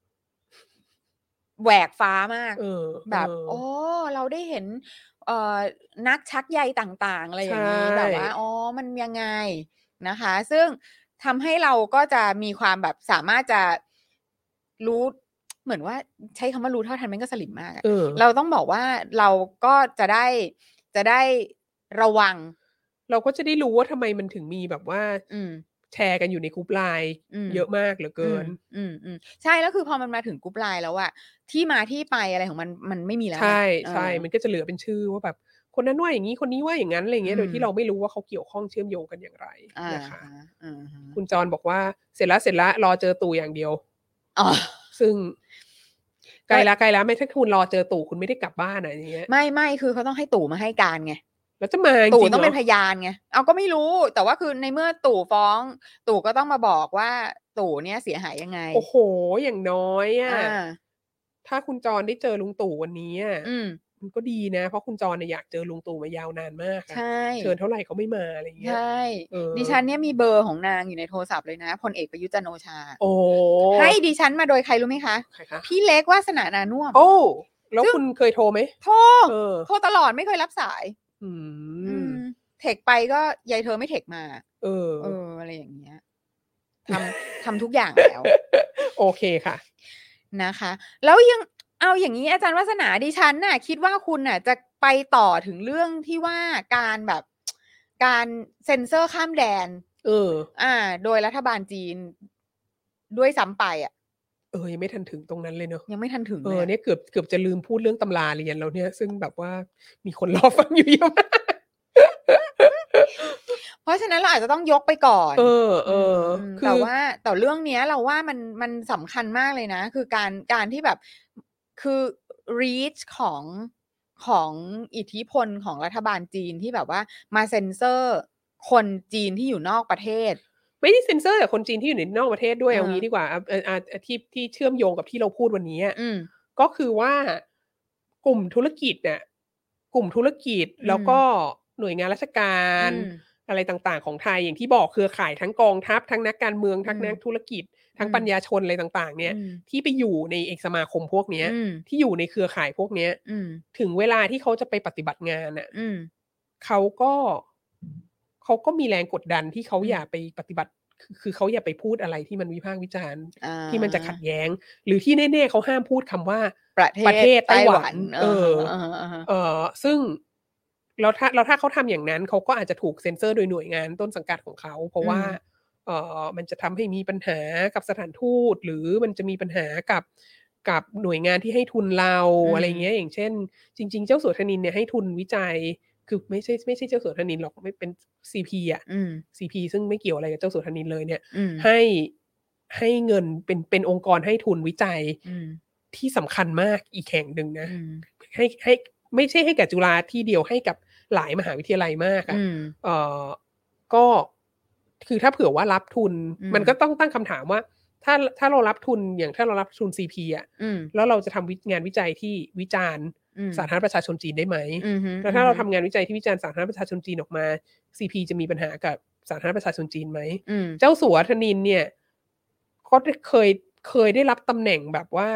Speaker 3: แหวกฟ้ามาก
Speaker 4: เออ
Speaker 3: แบบ
Speaker 4: เออ
Speaker 3: อ๋อ เราได้เห็น เอ่อ นักชักใยต่าง ๆ อะไรอย่างงี้
Speaker 4: ใช่
Speaker 3: แบบว่า อ๋อ มันยังไงนะคะ ซึ่งทำให้เราก็จะมีความแบบสามารถจะรู้ เหมือนว่า ใช้คำว่ารู้เท่าทันมันก็สลิ่มมากอะ
Speaker 4: เออ
Speaker 3: เราต้องบอกว่าเราก็จะได้ จะได้ระวัง
Speaker 4: เราก็จะได้รู้ว่าทำไมมันถึงมีแบบว่า
Speaker 3: อืม
Speaker 4: แชร์กันอยู่ในกรุ๊ป LINE
Speaker 3: อืม
Speaker 4: เยอะมากเหลือเก
Speaker 3: อื
Speaker 4: ิ
Speaker 3: ม
Speaker 4: น
Speaker 3: อืม ๆ ใช่ แล้วคือพอมันมาถึงกรุ๊ป LINE แล้วอะ ที่มาที่ไปอะไรของมัน มันไม่มีแล้ว
Speaker 4: ใช่
Speaker 3: ไง เอ
Speaker 4: ใช่
Speaker 3: อ
Speaker 4: มันก็จะเหลือเป็นชื่อว่าแบบคนนั้นว่าอย่างงี้ คนนี้ว่าอย่างงั้น อะไรอย่างเงี้ย
Speaker 3: อืม
Speaker 4: โดยที่เราไม่รู้ว่าเขาเกี่ยวข้องเชื่อมโยงกันอย่างไร
Speaker 3: อะ
Speaker 4: นะคะ
Speaker 3: ฮะ อือฮึ
Speaker 4: คุณจรบอกว่า เสร็จแล้ว ๆ รอเจอตู่อย่างเดียว
Speaker 3: อ๋อ
Speaker 4: ซึ่ง ใก
Speaker 3: ก็
Speaker 4: ล้แล้ว ๆ ไม่ ถ้าคุณรอเจอตู่คุณไม่ได้กลับบ้านอะ อย่างเงี้ย
Speaker 3: ไม่ ๆ คือเขาต้องให้ตู่มาให้การไง
Speaker 4: แล้วจะมาจ
Speaker 3: ตู่
Speaker 4: ริง ๆ
Speaker 3: ต้อ
Speaker 4: เห
Speaker 3: ง
Speaker 4: รอ?
Speaker 3: เป็นพยานไง อ้าว ก็ไม่รู้ แต่ว่าคือในเมื่อตู่ฟ้อง ตู่ก็ต้องมาบอกว่าตู่เนี่ยเสียหายยังไง
Speaker 4: โอ้โฮ อย่างน้อยอะ
Speaker 3: อา
Speaker 4: ถ้าคุณจรได้เจอลุงตู่วันนี้อะ
Speaker 3: อืม
Speaker 4: มันก็ดีนะ เพราะคุณจรน่ะอยากเจอลุงตู่มายาวนานมากอ
Speaker 3: ใช
Speaker 4: ะ
Speaker 3: ่
Speaker 4: เชิญเท่าไรก็ไม่มา อะไรอย่างเงี้
Speaker 3: ใช
Speaker 4: ย
Speaker 3: ่
Speaker 4: เออ
Speaker 3: ดิฉันเนี่ยมีเบอร์ของนางอยู่ในโทรศัพท์เลยนะ พลเอกประยุทธ์จันทร์โอชา
Speaker 4: โอ้
Speaker 3: ให้ดิฉันมาโดยใครรู้ไหมคะ?
Speaker 4: ใครคะ?
Speaker 3: พี่เล็ก วาสนา นานุ่วม
Speaker 4: โอ้ แล้ว
Speaker 3: ซึ่ง
Speaker 4: คุณเคยโทรไหม?
Speaker 3: โทร
Speaker 4: เออ
Speaker 3: โทรตลอดไม่เคยรับสาย
Speaker 4: อื
Speaker 3: อื
Speaker 4: ม
Speaker 3: ม เทกไปก็ยายเธอไม่เทกมา
Speaker 4: เออ
Speaker 3: เออ อะไรอย่างเงี้ย ทำ ทำทุกอย่างแล้ว
Speaker 4: โอเคค่ะ
Speaker 3: นะคะ แล้วยัง เอาอย่างงี้อาจารย์วาสนา ดิฉันน่ะคิดว่าคุณน่ะจะไปต่อถึงเรื่องที่ว่าการแบบ การเซ็นเซอร์ข้ามแดน
Speaker 4: เออ
Speaker 3: อา โดยรัฐบาลจีน ด้วยซ้ำไปอะ
Speaker 4: เออ ยังไม่ทันถึงตรงนั้นเลยเนาะ
Speaker 3: ยังไม่ทันถึง
Speaker 4: เออ
Speaker 3: เลยอะ
Speaker 4: เนี่ยเกือบ เกือบจะลืมพูดเรื่องตำราเรียนแล้วเนี่ย ซึ่งแบบว่ามีคน รอฟังอยู่เยอะมาก
Speaker 3: เพราะฉะนั้นเราอาจจะต้องยกไปก่อน
Speaker 4: เออ
Speaker 3: อืม
Speaker 4: ๆ
Speaker 3: ๆ
Speaker 4: คื
Speaker 3: แต่
Speaker 4: อ
Speaker 3: ว่า แต่เรื่องเนี้ยเราว่ามัน มันสำคัญมากเลยนะ คือการ การที่แบบ คือ reach ของ ของอิทธิพลของรัฐบาลจีนที่แบบว่ามาเซ็นเซอร์คนจีนที่อยู่นอกประเทศ
Speaker 4: ไม่ได้เซ็นเซอร์แต่คนจีนที่อยู่ในนอกประเทศด้วย
Speaker 3: เออ
Speaker 4: เอางี้ดีกว่า อ่า เออ อ่า ที่ ที่เชื่อมโยงกับที่เราพูดวันนี้อะ
Speaker 3: อืม
Speaker 4: ก็คือว่ากลุ่มธุรกิจน่ะ กลุ่มธุรกิจ
Speaker 3: อืม
Speaker 4: แล้วก็หน่วยงานราชกา
Speaker 3: อื
Speaker 4: ร
Speaker 3: ม
Speaker 4: อะไรต่าง ๆ ของไทย อย่างที่บอกเครือข่ายทั้งกองทัพ ทั้งนักการเมือง
Speaker 3: อื
Speaker 4: ทั้งนัก
Speaker 3: ม
Speaker 4: ธุรกิจทั้งปัญญาชนอะไรต่างๆเนี่ย
Speaker 3: อืม
Speaker 4: ที่ไปอยู่ในเอกสมาคมพวกเนี้ย
Speaker 3: อืม
Speaker 4: ที่อยู่ในเครือข่ายพวกเนี้ย
Speaker 3: อืม
Speaker 4: ถึงเวลาที่เขาจะไปปฏิบัติงานอ่ะ
Speaker 3: อืม
Speaker 4: เขาก็เขาก็มีแรงกดดันที่เขา
Speaker 3: อืม
Speaker 4: อย่าไปปฏิบัติคือคือเขาอย่าไปพูดอะไรที่มันวิพากษ์วิจารณ์
Speaker 3: อ่า
Speaker 4: ที่มันจะขัดแย้ง หรือที่แน่ๆเขาห้ามพูดคำว่า
Speaker 3: ประเทศ
Speaker 4: ประเทศไต้หวัน
Speaker 3: เอ
Speaker 4: เอ
Speaker 3: อ
Speaker 4: อ
Speaker 3: เออเออ
Speaker 4: เออซึ่งแล้วถ้าแล้วถ้าเขาทำอย่างนั้นเขาก็อาจจะถูกเซ็นเซอร์โดยหน่วยงานต้นสังกัดของเขา เพราะว่า เออมันจะทำให้มีปัญหากับสถานทูต หรือมันจะมีปัญหากับกับหน่วยงานที่ให้ทุนเรา
Speaker 3: อืม
Speaker 4: อะไรเงี้ย อย่างเช่น จริง ๆ เจ้าสัวธนินทร์เนี่ยให้ทุนวิจัย คือไม่ใช่ไม่ใช่เจ้าสัวธนินทร์หรอกไม่เป็น ซี พี อ่ะ
Speaker 3: อืม
Speaker 4: ซี พี ซึ่งไม่เกี่ยวอะไรกับเจ้าสัวธนินทร์เลยเนี่ย
Speaker 3: อืม
Speaker 4: ให้ให้เงินเป็นเป็นองค์กรให้ทุนวิจัย
Speaker 3: อืม
Speaker 4: ที่สำคัญมากอีกแห่งหนึ่งนะ
Speaker 3: อืม
Speaker 4: ให้ให้ไม่ใช่ให้แก่จุฬาที่เดียวให้กับหลายมหาวิทยาลัยมากอะ
Speaker 3: อืม
Speaker 4: เออก็คือถ้าเผื่อว่ารับทุน
Speaker 3: อืม
Speaker 4: มันก็ต้องตั้งคำถามว่า ถ้าถ้าเรารับทุนอย่างถ้าเรารับทุน ซี พี อ่ะ
Speaker 3: อืม
Speaker 4: แล้วเราจะทำวิงานวิจัยที่วิจารณ์
Speaker 3: อืม
Speaker 4: สาธารณประชาชนจีนได้ไหม
Speaker 3: อืมฮึ
Speaker 4: แล้วถ้าเราทำงานวิจัยที่วิจารณ์สาธารณประชาชนจีนออกมา ซี พี จะมีปัญหากับสาธารณประชาชนจีนไหม
Speaker 3: อืม
Speaker 4: เจ้าสัวธนินทร์เนี่ยก็เคยเคยได้รับตำแหน่งแบบว่า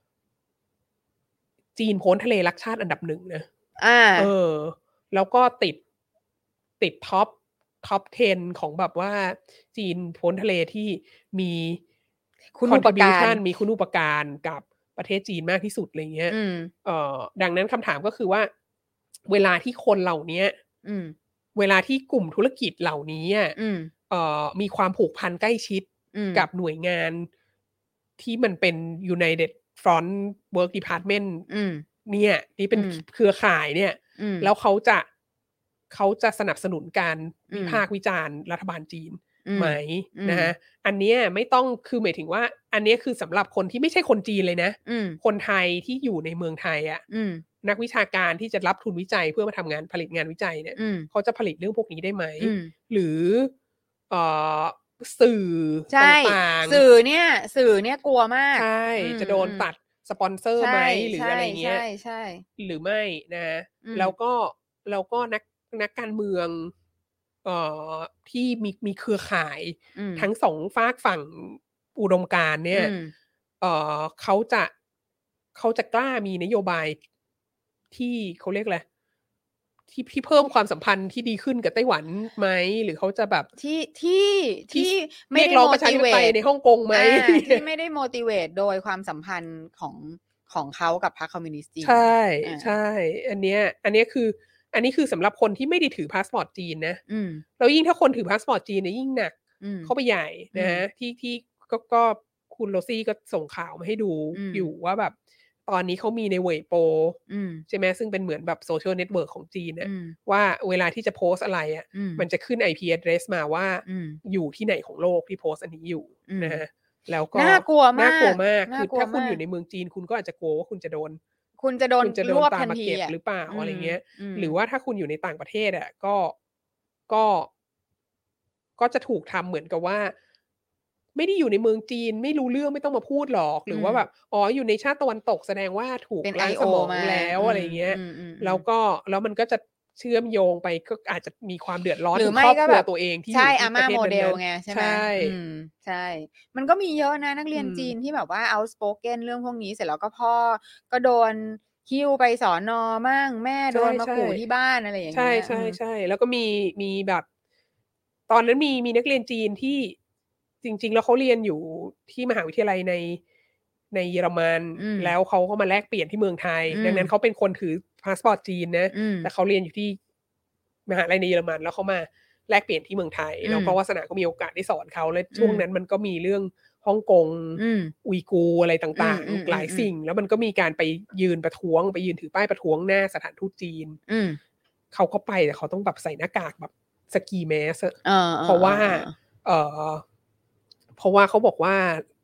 Speaker 4: จีนพ้นทะเลรักชาติอันดับหนึ่งนะ
Speaker 3: อ่า
Speaker 4: เออ แล้วก็ติดติดท็อปท็อปสิบของแบบว่า จีนพ้นทะเลที่มี
Speaker 3: คุณูปการ
Speaker 4: contribution มีคุณูปการกับประเทศจีนมากที่สุดอะไรเงี้ย
Speaker 3: อืม
Speaker 4: เอ่อดังนั้นคำถามก็คือว่า เวลาที่คนเหล่านี้
Speaker 3: อืม
Speaker 4: เวลาที่กลุ่มธุรกิจเหล่านี้อ่ะ
Speaker 3: อืม
Speaker 4: เอ่อมีความผูกพันใกล้ชิด
Speaker 3: อืม
Speaker 4: กับหน่วยงานที่มันเป็น United Front Work Department
Speaker 3: อืม
Speaker 4: เนี่ยที่เป็น
Speaker 3: อืม
Speaker 4: เครือข่ายเนี่ย
Speaker 3: อืม
Speaker 4: แล้วเขาจะเขาจะสนับสนุนการ
Speaker 3: อืม
Speaker 4: วิพากษ์วิจารณ์รัฐบาลจีน
Speaker 3: อืม
Speaker 4: ไหม
Speaker 3: อืม
Speaker 4: นะฮะอันเนี้ยไม่ต้องคือหมายถึงว่า อันเนี้ยคือสำหรับคนที่ไม่ใช่คนจีนเลยนะ
Speaker 3: อืม
Speaker 4: คนไทยที่อยู่ในเมืองไทยอ่ะ
Speaker 3: อืม
Speaker 4: นักวิชาการที่จะรับทุนวิจัยเพื่อมาทำงานผลิตงานวิจัยเนี่ย
Speaker 3: อืม
Speaker 4: เขาจะผลิตเรื่องพวกนี้ได้ไหม
Speaker 3: อืม
Speaker 4: หรือเอ่อสื่อ
Speaker 3: ใช่
Speaker 4: ต่างๆ
Speaker 3: สื่อเนี่ย สื่อเนี่ยกลัวมาก
Speaker 4: ใช่
Speaker 3: อืม
Speaker 4: จะโดน
Speaker 3: อืม
Speaker 4: ตัดสปอนเซอร์ไหม
Speaker 3: ใช่
Speaker 4: หรือ
Speaker 3: ใช่
Speaker 4: อะไรเงี้ย
Speaker 3: ใช่ใช่
Speaker 4: หรือไม่นะ
Speaker 3: อืม
Speaker 4: แล้วก็แล้วก็นักนักการเมืองเอ่อที่มีมีเครือข่าย
Speaker 3: อืม
Speaker 4: ทั้งสองฝากฝั่งอุดมการณ์เนี่ย
Speaker 3: อืม
Speaker 4: เอ่อเขาจะเขาจะกล้ามีนโยบายที่เขาเรียกอะไรที่ที่เพิ่มความสัมพันธ์ที่ดีขึ้นกับไต้หวันไหม หรือเขาจะแบบ
Speaker 3: ที่ที่ที่ไม่
Speaker 4: เรียก
Speaker 3: ได้
Speaker 4: ร้องประชาธิปไตย
Speaker 3: motivate
Speaker 4: ในฮ่องกงไหม
Speaker 3: อ่าที่ไม่ได้ motivate โดยความสัมพันธ์ของของเขากับพรรคคอมมิวนิสต์จีน
Speaker 4: ใช่
Speaker 3: อ่า
Speaker 4: ใช่ อันเนี้ยอันเนี้ยคือ อันนี้คือสำหรับคนที่ไม่ได้ถือพาสปอร์ตจีนนะ
Speaker 3: อืม
Speaker 4: แล้วยิ่งถ้าคนถือพาสปอร์ตจีนเนี่ยยิ่งหนัก
Speaker 3: อืม
Speaker 4: เข้าไปใหญ่นะฮะ
Speaker 3: อืม
Speaker 4: ที่ที่ก็ก็คุณโรซี่ก็ส่งข่าวมาให้ดู
Speaker 3: อืม
Speaker 4: อยู่ว่าแบบตอนนี้เขามีในเว่ยโป
Speaker 3: อืม
Speaker 4: ใช่ไหมซึ่งเป็นเหมือนแบบโซเชียลเน็ตเวิร์กของจีนเนี่ย
Speaker 3: อืม
Speaker 4: ว่าเวลาที่จะโพสอะไรอ่ะ
Speaker 3: อืม
Speaker 4: มันจะขึ้น ไอ พี address มาว่า
Speaker 3: อืม
Speaker 4: อยู่ที่ไหนของโลกที่โพสอันนี้อยู่
Speaker 3: อืม
Speaker 4: นะฮะแล้วก็
Speaker 3: น่ากลัวมาก
Speaker 4: น่ากลัวมาก
Speaker 3: น่า
Speaker 4: คือก
Speaker 3: ลัว
Speaker 4: ถ้าคุณ
Speaker 3: มาก
Speaker 4: อยู่ในเมืองจีน คุณก็อาจจะกลัวว่าคุณจะโดน
Speaker 3: คุณจะโดน
Speaker 4: คุณจะโด
Speaker 3: ร
Speaker 4: น
Speaker 3: วบ
Speaker 4: ตาม
Speaker 3: ทัน
Speaker 4: มา
Speaker 3: ที
Speaker 4: เก็บ
Speaker 3: อ่ะ
Speaker 4: หรือเปล่า
Speaker 3: อืม
Speaker 4: อะไรเงี้ย
Speaker 3: อืม
Speaker 4: หรือว่าถ้าคุณอยู่ในต่างประเทศอ่ะก็ก็ก็จะถูกทำเหมือนกับว่า ไม่ได้อยู่ในเมืองจีนไม่รู้เรื่องไม่ต้องมาพูดหรอก หรือว่าแบบอ๋ออยู่ในชาติตะวันตกแสดงว่าถูก
Speaker 3: เป็น
Speaker 4: ล้าง
Speaker 3: ไอ โอ
Speaker 4: สมอง
Speaker 3: มา
Speaker 4: แล้ว
Speaker 3: อืม
Speaker 4: อะไรเงี้ย
Speaker 3: อืมอืม
Speaker 4: แล้วก็แล้วมันก็จะเชื่อมโยงไปก็อาจจะมีความเดือดร้อน
Speaker 3: หรือ
Speaker 4: ถึง
Speaker 3: ไม่
Speaker 4: ครอบ
Speaker 3: ก็
Speaker 4: ครั
Speaker 3: แบ
Speaker 4: ว
Speaker 3: บ
Speaker 4: ตัวเองที่อ
Speaker 3: ใช่
Speaker 4: ยู่
Speaker 3: อา
Speaker 4: ที่ป
Speaker 3: ม่า
Speaker 4: ระเทศ
Speaker 3: โมเดล
Speaker 4: นั้น
Speaker 3: ไงใช่
Speaker 4: ๆ
Speaker 3: ไหม
Speaker 4: ใช่
Speaker 3: อืมใช่ มันก็มีเยอะนะนักเรียน
Speaker 4: อืม
Speaker 3: จีนที่แบบว่า outspoken เรื่องพวกนี้เสร็จแล้วก็พ่อก็โดนหิ้วไปสอนอมั่งแม่โดนมา
Speaker 4: ใช่
Speaker 3: ขู่ที่บ้านอะไรอย่าง
Speaker 4: ใช่
Speaker 3: เงี้ย
Speaker 4: ใช่
Speaker 3: อืม
Speaker 4: ใช่ แล้วก็มีมีแบบ ตอนนั้นมีมีนักเรียนจีนที่จริง ๆ แล้วเขาเรียนอยู่ที่มหาวิทยาลัยในในเยอรมัน
Speaker 3: อืม
Speaker 4: แล้วเขาก็มาแลกเปลี่ยนที่เมืองไทย
Speaker 3: อืม
Speaker 4: ดังนั้นเขาเป็นคนถือพาสปอร์ตจีนนะ
Speaker 3: อืม
Speaker 4: แต่เขาเรียนอยู่ที่มหาลัยในเยอรมัน แล้วเขามาแลกเปลี่ยนที่เมืองไทย
Speaker 3: อืม
Speaker 4: แล้วก็วาสนาก็มีโอกาสได้สอนเขาและช่วง
Speaker 3: อืม
Speaker 4: นั้นมันก็มีเรื่องฮ่องกง
Speaker 3: อืม
Speaker 4: อุยกูร์อะไรต่าง
Speaker 3: อืมอืม
Speaker 4: ๆ หลาย
Speaker 3: อืม
Speaker 4: สิ่ง แล้วมันก็มีการไปยืนประท้วง ไปยืนถือป้ายประท้วงหน้าสถานทูตจีน
Speaker 3: อืม
Speaker 4: เขาก็ไปแต่เขาต้องแบบใส่หน้ากากแบบสกีแมสอะ
Speaker 3: เออ
Speaker 4: เพราะว่า เออเพราะว่าเขาบอกว่า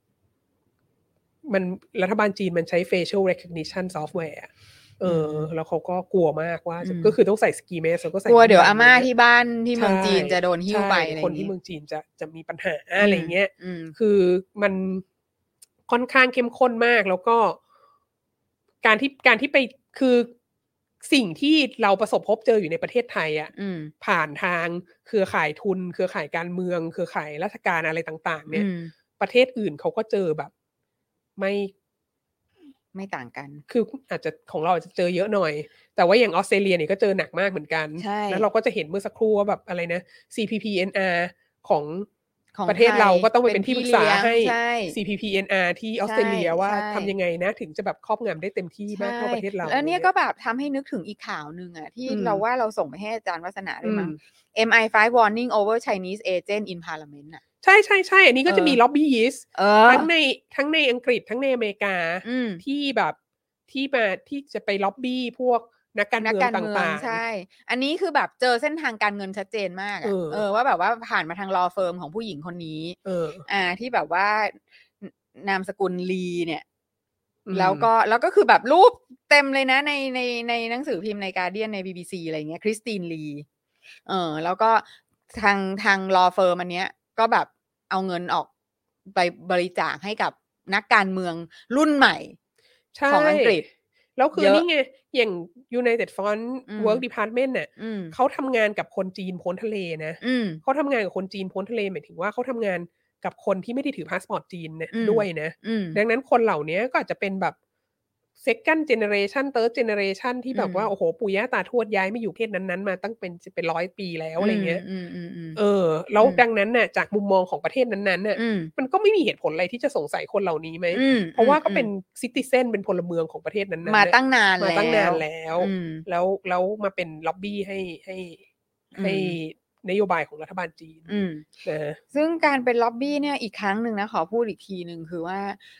Speaker 4: มันรัฐบาลจีนมันใช้ facial recognition software อะเอออ แล้วเขาก็กลัวมากว่าจะ
Speaker 3: อืม
Speaker 4: ก็คือต้องใส่สกีแมสแล้วก็ใส่
Speaker 3: กลัวเดี๋ยว
Speaker 4: แว่
Speaker 3: อาน ม่า
Speaker 4: อะไรเงี้ย
Speaker 3: ที่บ้านที่เมือง
Speaker 4: ใช่
Speaker 3: จีนจะโดนหิ้วไป
Speaker 4: ใช่
Speaker 3: อะไรอ
Speaker 4: คน
Speaker 3: ย่าง
Speaker 4: ที่
Speaker 3: งี้
Speaker 4: เมืองจีนจะจะมีปัญหาอะไรเงี้ย
Speaker 3: อืม
Speaker 4: คือมันค่อนข้างเข้มข้นมาก แล้วก็การที่การที่ไปคือสิ่งที่เราประสบพบเจออยู่ในประเทศไทยอ่ะ
Speaker 3: อืม
Speaker 4: ผ่านทางเครือข่ายทุน เครือข่ายการเมือง เครือข่ายราชการอะไรต่างๆ เนี่ย
Speaker 3: อืม
Speaker 4: ประเทศอื่นเขาก็เจอแบบไม่
Speaker 3: ไม่ต่างกัน
Speaker 4: คืออาจจะของเราอาจจะเจอเยอะหน่อยแต่ว่าอย่างออสเตรเลียเนี่ยก็เจอหนักมากเหมือนกันแล้วเราก็จะเห็นเมื่อสักครู่ว่าแบบอะไรนะ ซี พี พี เอ็น อาร์ ของประเทศเราก็ต้องไปเป็นที่ปรึกษาให้ ซี พี พี เอ็น อาร์ ที่ออสเตรเลียว่าทำยังไงนะถึงจะแบบครอบงำได้เต็มที่มากเท่าประเทศเรา
Speaker 3: แล้วเนี่ยก็แบบทำให้นึกถึงอีกข่าวนึงอ่ะที่เราว่าเราส่งไปให้อาจารย์วัฒนาด้วยมั้ง เอ็ม ไอ ไฟว์ warning over Chinese agent in parliament อ่ะ
Speaker 4: ใช่ใช่ใช่อันนี้ก็จะมีล็อบบี้ยิสทั้งในทั้งในอังกฤษทั้งในอเมริกาที่แบบที่มาที่จะไปล็อบบี้พวกนักการเมืองต่างๆ
Speaker 3: ใช่อันนี้คือแบบเจอเส้นทางการเงินชัดเจนมากอ่ะเออว่าแบบว่าผ่านมาทางลอเฟิร์มของผู้หญิงคนนี้
Speaker 4: เออ
Speaker 3: อ่าที่แบบว่านามสกุลลีเนี่ยแล้วก็แล้วก็คือแบบรูปเต็มเลยนะในในในหนังสือพิมพ์ใน Guardian ใน บี บี ซี อะไรเงี้ยคริสตินลีเออแล้วก็ทางทางลอเฟิร์มอันเนี้ยก็แบบเอาเงินออกไปบริจาคให้กับนักการเมืองรุ่นใหม่ของอังกฤษ
Speaker 4: แล้วคือนี่ไงอย่าง United Front Work Department เนี่ยเขาทำงานกับคนจีนพ้นทะเลนะเขาทำงานกับคนจีนพ้นทะเลหมายถึงว่าเขาทำงานกับคนที่ไม่ได้ถือพาสปอร์ตจีนเนี่ยด้วยนะดังนั้นคนเหล่านี้ก็อาจจะเป็นแบบ second generation third generation ที่แบบว่าโอ้โหปู่ย่าตาทวดย้ายมาอยู่ประเทศนั้นๆมาตั้งเป็นเป็นร้อยปีแล้วอะไรเงี้ยเออแล้วดังนั้นน่ะจากมุมมองของประเทศนั้นๆน่ะมันก็ไม่มีเหตุผลอะไรที่จะสงสัยคนเหล่านี้ไหมเพราะว่าก็เป็นซิติเซนเป็นพลเมืองของประเทศนั้นๆ
Speaker 3: มาตั้งนานแล้ว
Speaker 4: มาตั้งนานแล้วแล้วแล้วมาเป็นล็อบบี้ให้ให้ให้นโยบายของรัฐบาลจีน
Speaker 3: นะซึ่งการเป็นล็อบบี้เนี่ยอีกครั้งหนึ่งนะขอพูดอีกทีนึงคือว่า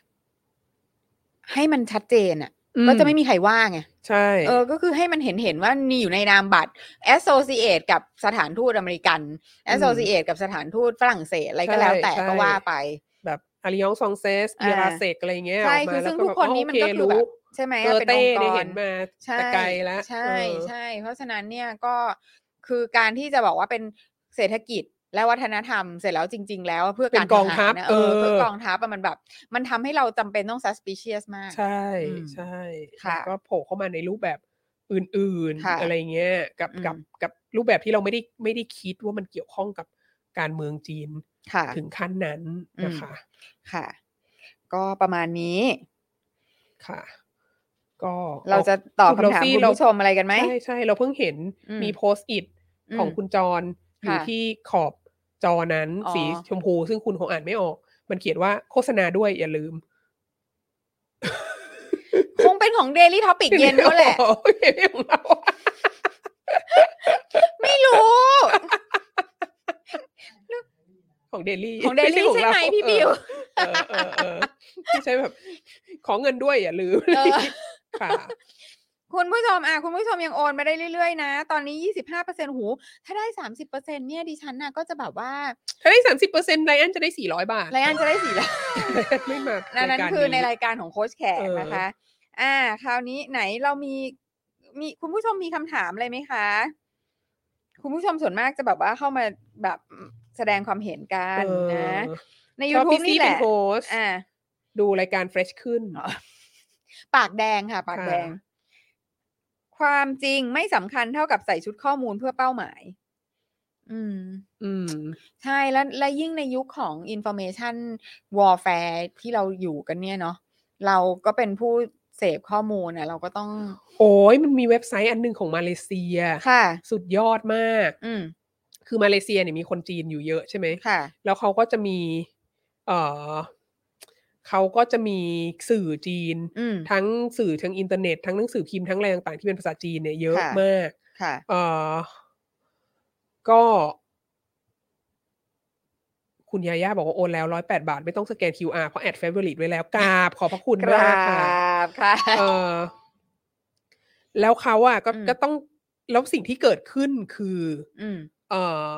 Speaker 3: ให้มันชัดเจนอ่ะก็จะไม่มีใครว่าไง
Speaker 4: ใช่
Speaker 3: เออก็คือให้มันเห็นเห็นว่านี่อยู่ในนามบัตร Associate กับสถานทูตอเมริกัน Associate กับสถานทูตฝรั่งเศสอะไรก็แล้วแต่ก็ว่าไป
Speaker 4: แบบ Alliance Française เบียร์เซกอะไรเงี้ย
Speaker 3: ใช่คือซึ่งทุกคนนี้มันก็คือแบบใช่ไหม
Speaker 4: เป็นองค์กรเห็นมาแต่ไกลแล้ว
Speaker 3: ใช่ใช่เพราะฉะนั้นเนี่ยก็คือการที่จะบอกว่าเป็นเศรษฐกิจและวัฒนธรรมเสร็จแล้วจริงๆแล้วเพื่อการ
Speaker 4: กองทัพ
Speaker 3: เออเพื่อกองทัพมันแบบมันทำให้เราจำเป็นต้อง suspicious มาก
Speaker 4: ใช่ใช่ก็โผล่เข้ามาในรูปแบบอื่นๆอะไรเงี้ยกับกับกับรูปแบบที่เราไม่ได้ไม่ได้คิดว่ามันเกี่ยวข้องกับการเมืองจีนถึงขั้นนั้นนะคะ
Speaker 3: ค่ะก็ประมาณนี้
Speaker 4: ค่ะก็
Speaker 3: เราจะตอบคำถามคุณผู้ชมอะไรกันไหม
Speaker 4: ใช่ใช่เราเพิ่งเห็นมีโพสต์อิทของคุณจรอยู่ที่ขอบจอนั้นสีชมพูซึ่งคุณคงอ่านไม่ออกมันเขียนว่าโฆษณาด้วยอย่าลืม
Speaker 3: คงเป็นของ Daily Topic เย็นก็แหละไม่รู้
Speaker 4: ของ Daily
Speaker 3: ของ Daily ใช่ไหมพี่บิว
Speaker 4: เออเออเออที่ใช้แบบขอเงินด้วยอย่าลืมค่ะ
Speaker 3: คุณผู้ชมอ่ะคุณผู้ชมยังโอนมาได้เรื่อยๆนะตอนนี้ ยี่สิบห้าเปอร์เซ็นต์ หูถ้าได้ สามสิบเปอร์เซ็นต์ เนี่ยดิฉันน่ะก็จะแบบว่า
Speaker 4: ถ้าได้ สามสิบเปอร์เซ็นต์ ไลอ้อนจะได้สี่ร้อยบาท
Speaker 3: ไลอ้อนจะได้สี่ร้อย
Speaker 4: ไม่มา
Speaker 3: นั่นคือในรายการของโค้ชแขกนะคะอ่าคราวนี้ไหนเรามีมีคุณผู้ชมมีคำถามอะไรไหมคะคุณผู้ชมส่วนมากจะแบบว่าเข้ามาแบบแสดงความเห็นกันนะใน YouTube นี่แหละ
Speaker 4: อ่าดูรายการ Fresh ขึ้น
Speaker 3: ปากแดงค่ะปากแดงความจริงไม่สำคัญเท่ากับใส่ชุดข้อมูลเพื่อเป้าหมายอืม
Speaker 4: อืม
Speaker 3: ใช่แล้วและยิ่งในยุคของ information warfare ที่เราอยู่กันเนี่ยเนาะเราก็เป็นผู้เสพข้อมูลนะเราก็ต้อง
Speaker 4: โอ้ยมันมีเว็บไซต์อันนึงของมาเลเซีย
Speaker 3: ค่ะ
Speaker 4: สุดยอดมาก
Speaker 3: อืม
Speaker 4: คือมาเลเซียเนี่ยมีคนจีนอยู่เยอะใช่ไหม
Speaker 3: ค่ะ
Speaker 4: แล้วเขาก็จะมีเอ่อเขาก็จะมีสื่อจีนทั้งสื่อทั้งอินเทอร์เน็ตทั้งหนังสือพิมพ์ทั้งอะไรต่างๆที่เป็นภาษาจีนเนี่ยเยอะมากเอ่อก็คุณยาย่าบอกว่าโอนแล้วหนึ่งร้อยแปดบาทไม่ต้องสแกน คิว อาร์ เพราะแอด favorite ไว้แล้วกราบขอบพระคุณมาก
Speaker 3: ค่ะ
Speaker 4: เออแล้วเขาอ่ะก็ก็ต้องแล้วสิ่งที่เกิดขึ้นคือเอ่อ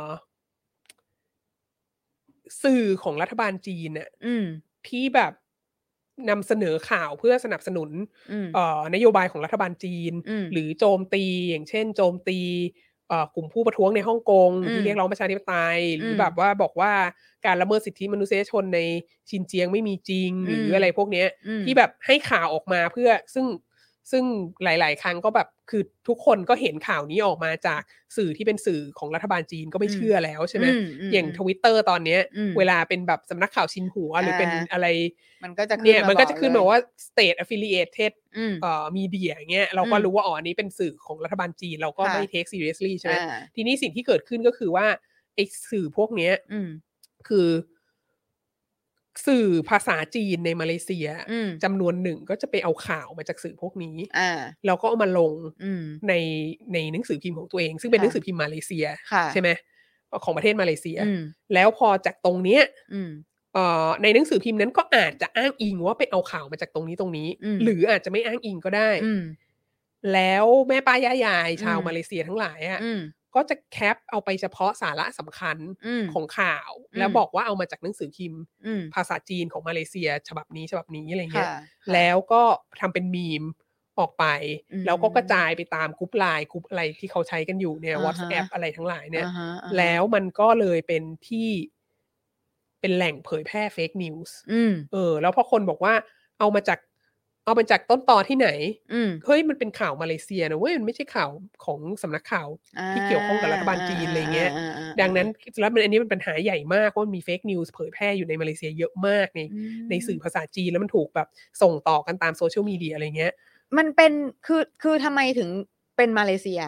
Speaker 4: สื่อของรัฐบาลจีนน่ะที่แบบนำเสนอข่าวเพื่อสนับสนุนเอ่อนโยบายของรัฐบาลจีนหรือโจมตีอย่างเช่นโจมตีเอ่อกลุ่มผู้ประท้วงในฮ่องกงที่เรียกร้องประชาธิปไตยหรือแบบว่าบอกว่าการละเมิดสิทธิมนุษยชนในชินเจียงไม่มีจริงหรืออะไรพวกนี้ที่แบบให้ข่าวออกมาเพื่อซึ่งซึ่งหลายๆครั้งก็แบบคือทุกคนก็เห็นข่าวนี้ออกมาจากสื่อที่เป็นสื่อของรัฐบาลจีนก็ไม่เชื่อแล้วใช่ไหมอย่าง Twitter ตอนเนี้ยเวลาเป็นแบบสำนักข่าวชินหัวหรือเป็นอะไร
Speaker 3: มันก็จะ
Speaker 4: เนี่ยมันก็จะขึ้นมาว่า state affiliated เอ่อ media อย่างเงี้ยเราก็รู้ว่าอ๋ออันนี้เป็นสื่อของรัฐบาลจีนเราก็ไม่ take seriously ใช่ไหมทีนี้สิ่งที่เกิดขึ้นก็คือว่าไอ้สื่อพวกเนี้ยคือสื่อภาษาจีนในมาเลเซียจำนวนหนึ่งก็จะไปเอาข่าวมาจากสื่อพวกนี้แล้วก็เอามาลงในในหนังสือพิมพ์ของตัวเองซึ่งเป็นหนังสือพิมพ์มาเลเซียใช่ไหมของประเทศมาเลเซียแล้วพอจากตรงเนี้ยในหนังสือพิมพ์นั้นก็อาจจะอ้างอิงว่าไปเอาข่าวมาจากตรงนี้ตรงนี้หรืออาจจะไม่อ้างอิงก็ได้แล้วแม่ป้ายายายชาวมาเลเซียทั้งหลายอ่ะก็จะแคปเอาไปเฉพาะสาระสำคัญของข่าวแล้วบอกว่าเอามาจากหนังสือพิมพ์ภาษาจีนของมาเลเซียฉบับนี้ฉบับนี้อะไรเงี้ยแล้วก็ทำเป็นมีมออกไปแล้วก็กระจายไปตามกรุ๊ปไลน์กรุ๊ปอะไรที่เขาใช้กันอยู่เนี่ย WhatsApp อะไรทั้งหลายเนี่ยแล้วมันก็เลยเป็นที่เป็นแหล่งเผยแพร่เฟกนิวส์เออแล้วพอคนบอกว่าเอามาจากเอาเป็นจากต้นตอที่ไหนเฮ้ยมันเป็นข่าวมาเลเซียนะเว้ยมันไม่ใช่ข่าวของสำนักข่าวที่เกี่ยวข้องกับรัฐบาลจีนอะไรเงี้ยดังนั้นแล้วมันอันนี้มันปัญหาใหญ่มากเพราะมันมีเฟกนิวส์เผยแพร่อยู่ในมาเลเซียเยอะมากในในสื่อภาษาจีนแล้วมันถูกแบบส่งต่อกันตามโซเชียลมีเดียอะไรเงี้ย
Speaker 3: มันเป็นคือคือทำไมถึงเป็นมาเลเซีย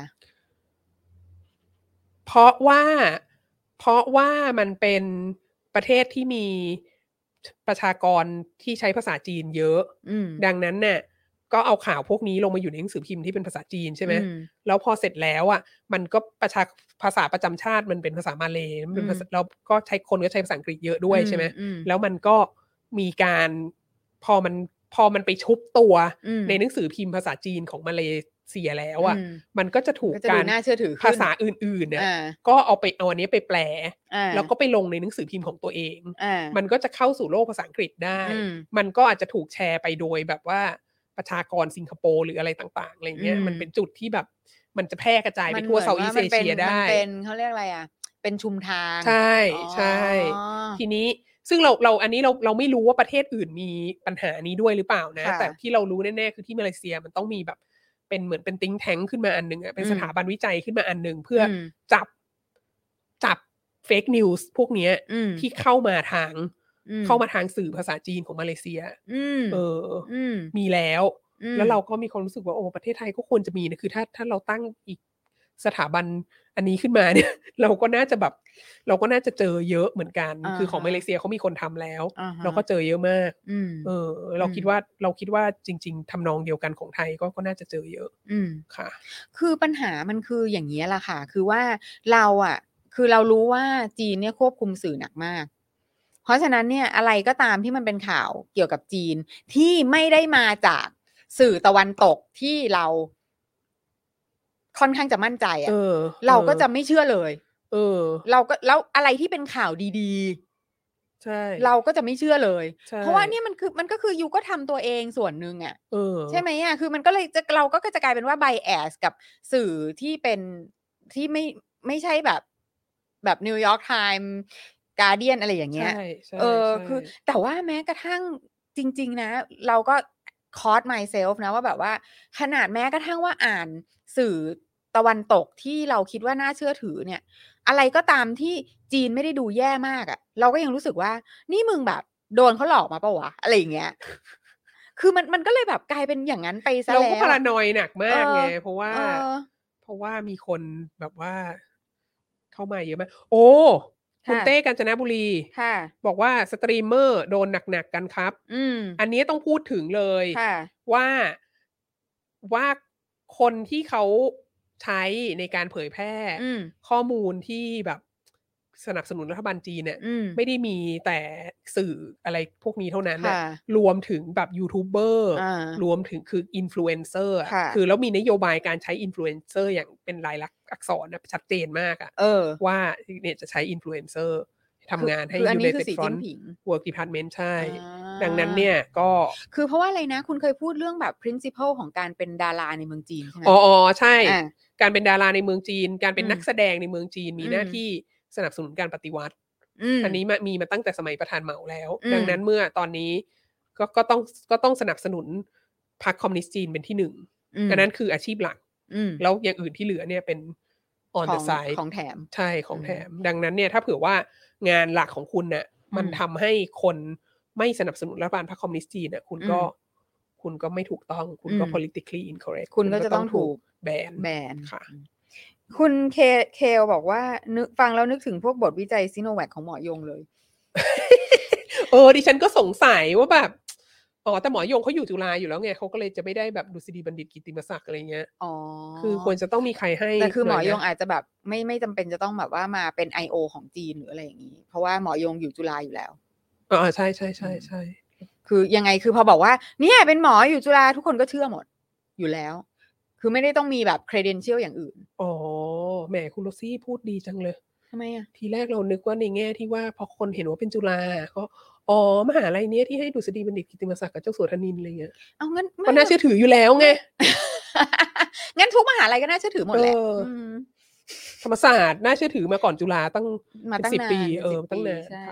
Speaker 4: เพราะว่าเพราะว่ามันเป็นประเทศที่มีประชากรที่ใช้ภาษาจีนเยอะดังนั้นเนี่ยก็เอาข่าวพวกนี้ลงมาอยู่ในหนังสือพิมพ์ที่เป็นภาษาจีนใช่ไหมแล้วพอเสร็จแล้วอ่ะมันก็ประชาภาษาประจำชาติมันเป็นภาษามาเลย์มันเป็นภาษาแล้วก็ใช้คนก็ใช้ภาษาอังกฤษเยอะด้วยใช่ไหมแล้วมันก็มีการพอมันพอมันไปชุบตัวในหนังสือพิมพ์ภาษาจีนของมาเลเซียแล้วอ่ะมันก็จะถูกการภาษาอื่นๆเนี่ยก็เอาไปเอาอันนี้ไปแปลแล้วก็ไปลงในหนังสือพิมพ์ของตัวเองมันก็จะเข้าสู่โลกภาษาอังกฤษได้มันก็อาจจะถูกแชร์ไปโดยแบบว่าประชากรสิงคโปร์หรืออะไรต่างๆอะไรเงี้ยมันเป็นจุดที่แบบมันจะแพร่กระจายไปทั่วเซาท์อีสต์เอเชียได้
Speaker 3: มันเป็นเขาเรียกอะไรอ่ะเป็นชุมทาง
Speaker 4: ใช่ใช่ทีนี้ซึ่งเราเราอันนี้เราเราไม่รู้ว่าประเทศอื่นมีปัญหานี้ด้วยหรือเปล่านะแต่ที่เรารู้แน่ๆคือที่มาเลเซียมันต้องมีแบบเป็นเหมือนเป็นthink tankขึ้นมาอันนึงอ่ะเป็นสถาบันวิจัยขึ้นมาอันนึงเพื่อจับจับเฟกนิวส์พวกนี้ที่เข้ามาทางเข้ามาทางสื่อภาษาจีนของมาเลเซียเออมีแล้วแล้วเราก็มีความรู้สึกว่าโอ้ประเทศไทยก็ควรจะมีนะคือถ้าถ้าเราตั้งอีกสถาบันอันนี้ขึ้นมาเนี่ยเราก็น่าจะแบบเราก็น่าจะเจอเยอะเหมือนกัน uh-huh. คือของมาเลเซียเขามีคนทำแล้ว uh-huh. เราก็เจอเยอะมากเออเราคิดว่าเราคิดว่าจริงๆทำนองเดียวกันของไทยก็ก็น่าจะเจอเยอะค่ะ
Speaker 3: คือปัญหามันคืออย่างนี้แหละค่ะคือว่าเราอ่ะคือเรารู้ว่าจีนเนี่ยควบคุมสื่อหนักมากเพราะฉะนั้นเนี่ยอะไรก็ตามที่มันเป็นข่าวเกี่ยวกับจีนที่ไม่ได้มาจากสื่อตะวันตกที่เราค่อนข้างจะมั่นใจอ่ะ เออ เราก็จะไม่เชื่อเลยเออเราก็แล้วอะไรที่เป็นข่าวดีๆใช่เราก็จะไม่เชื่อเลยเพราะว่าเนี่ยมันคือมันก็คือยูก็ทำตัวเองส่วนนึงอ่ะใช่ไหมอ่ะคือมันก็เลยจะเราก็จะกลายเป็นว่าไบแอสกับสื่อที่เป็นที่ไม่ไม่ใช่แบบแบบนิวยอร์กไทม์การ์เดียนอะไรอย่างเงี้ยเออคือแต่ว่าแม้กระทั่งจริงๆนะเราก็คอร์ส myself นะว่าแบบว่าขนาดแม้กระทั่งว่าอ่านสื่อตะวันตกที่เราคิดว่าน่าเชื่อถือเนี่ยอะไรก็ตามที่จีนไม่ได้ดูแย่มากอ่ะเราก็ยังรู้สึกว่านี่มึงแบบโดนเขาหลอกมาปะวะอะไรอย่างเงี้ยคือมันมันก็เลยแบบกลายเป็นอย่างนั้นไปซะแล้วเรา
Speaker 4: ก็พารานอยหนักมากไงเพราะว่าเพราะว่ามีคนแบบว่าเข้ามาเยอะมากโอ้คุณเต้กาญจนบุรีบอกว่าสตรีมเมอร์โดนหนักๆกันครับ อ, อันนี้ต้องพูดถึงเลยว่าว่าคนที่เขาใช้ในการเผยแพร่ข้อมูลที่แบบสนับสนุนรัฐบาลจีนเนี่ยไม่ได้มีแต่สื่ออะไรพวกนี้เท่านั้นนะรวมถึงแบบยูทูบเบอร์รวมถึงคืออินฟลูเอนเซอร์คือแล้วมีนโยบายการใช้อินฟลูเอนเซอร์อย่างเป็นลายลักษณ์อักษรนะชัดเจนมากอ่ะว่าเนี่ยจะใช้อินฟลูเอนเซอร์ทำงานให้ United Front Work Department ใช่ดังนั้นเนี่ยก็
Speaker 3: คือเพราะว่าอะไรนะคุณเคยพูดเรื่องแบบ principle ของการเป็นดาราในเมืองจีนใช่ไหม
Speaker 4: อ๋อใช่การเป็นดาราในเมืองจีนการเป็นนักแสดงในเมืองจีนมีหน้าที่สนับสนุนการปฏิวัติอันนี้มีมาตั้งแต่สมัยประธานเหมาแล้วดังนั้นเมื่อตอนนี้ก็ก็ต้องก็ต้องสนับสนุนพรรคคอมมิวนิสต์จีนเป็นที่หนึ่ง
Speaker 3: อืม
Speaker 4: อันนั้นคืออาชีพหลัก
Speaker 3: อืม
Speaker 4: แล้วอย่างอื่นที่เหลือเนี่ยเป็น on
Speaker 3: ขอ
Speaker 4: the
Speaker 3: ง
Speaker 4: side
Speaker 3: ของแถม
Speaker 4: ใช่ของ
Speaker 3: อืม
Speaker 4: แถม ดังนั้นเนี่ยถ้าเผื่อว่างานหลักของคุณน่ะมัน
Speaker 3: อืม
Speaker 4: ทำให้คนไม่สนับสนุนรัฐบาลพรรคคอมมิวนิสต์จีนน่ะคุณก็
Speaker 3: อืม
Speaker 4: คุณก็ไม่ถูกต้อง คุณก็
Speaker 3: อืม
Speaker 4: politically incorrect
Speaker 3: คุณก็จะต้องถูก
Speaker 4: แบน
Speaker 3: แบน
Speaker 4: ค่ะ
Speaker 3: คุณเคเคลบอกว่านึกฟังแล้วนึกถึงพวกบทวิจัยซิโนแวคของหมอยงเลย
Speaker 4: เออดิฉันก็สงสัยว่าแบบอ๋อแต่หมอยงเขาอยู่จุฬาอยู่แล้วไงเขาก็เลยจะไม่ได้แบบดุษฎีบัณฑิตกิตติมศักดิ์อะไรเงี้ย
Speaker 3: อ๋อ
Speaker 4: คือควรจะต้องมีใครให้
Speaker 3: แต่คือหมอ
Speaker 4: น่
Speaker 3: ยง
Speaker 4: นะ
Speaker 3: อาจจะแบบไม่ไม่จำเป็นจะต้องแบบว่ามาเป็น ไอ โอ ของจีนหรืออะไรอย่างนี้ เพราะว่าหมอยงอยู่จุฬาอยู่แล้ว
Speaker 4: อ๋อใช่ใช่ใช่ใช่
Speaker 3: คือยังไงคือพอบอกว่าเนี่ยเป็นหมออยู่จุฬาทุกคนก็เชื่อหมดอยู่แล้ว คือไม่ได้ต้องมีแบบ credential อย่างอื่น
Speaker 4: อ๋อแหมคุณโรซี่พูดดีจังเลย
Speaker 3: ทำไมอ่ะ
Speaker 4: ทีแรกเรานึกว่าในแง่ที่ว่าพอคนเห็นว่าเป็นจุฬาก็อ๋อมหาลัยเนี้ยที่ให้ดุษฎีบัณฑิตกิตติมศักดิ์กับเจ้าสัวธนินทร์อะไรเงี้ย
Speaker 3: เอางั้น
Speaker 4: ก็น่าเชื่อถืออยู่แล้วไง
Speaker 3: งั้นทุกมหาลัยก็น่าเชื่อถือหมดแหละ
Speaker 4: เอออื
Speaker 3: ม
Speaker 4: ธรรมศาสตร์น่าเชื่อถือมาก่อนจุฬาตั้ง
Speaker 3: มา
Speaker 4: เป็น
Speaker 3: ตั้ง
Speaker 4: สิบ
Speaker 3: นาน
Speaker 4: ปี
Speaker 3: เป็น
Speaker 4: เออ
Speaker 3: สิบ
Speaker 4: ตั้ง
Speaker 3: ปี
Speaker 4: นาน
Speaker 3: ใช่
Speaker 4: ค่ะ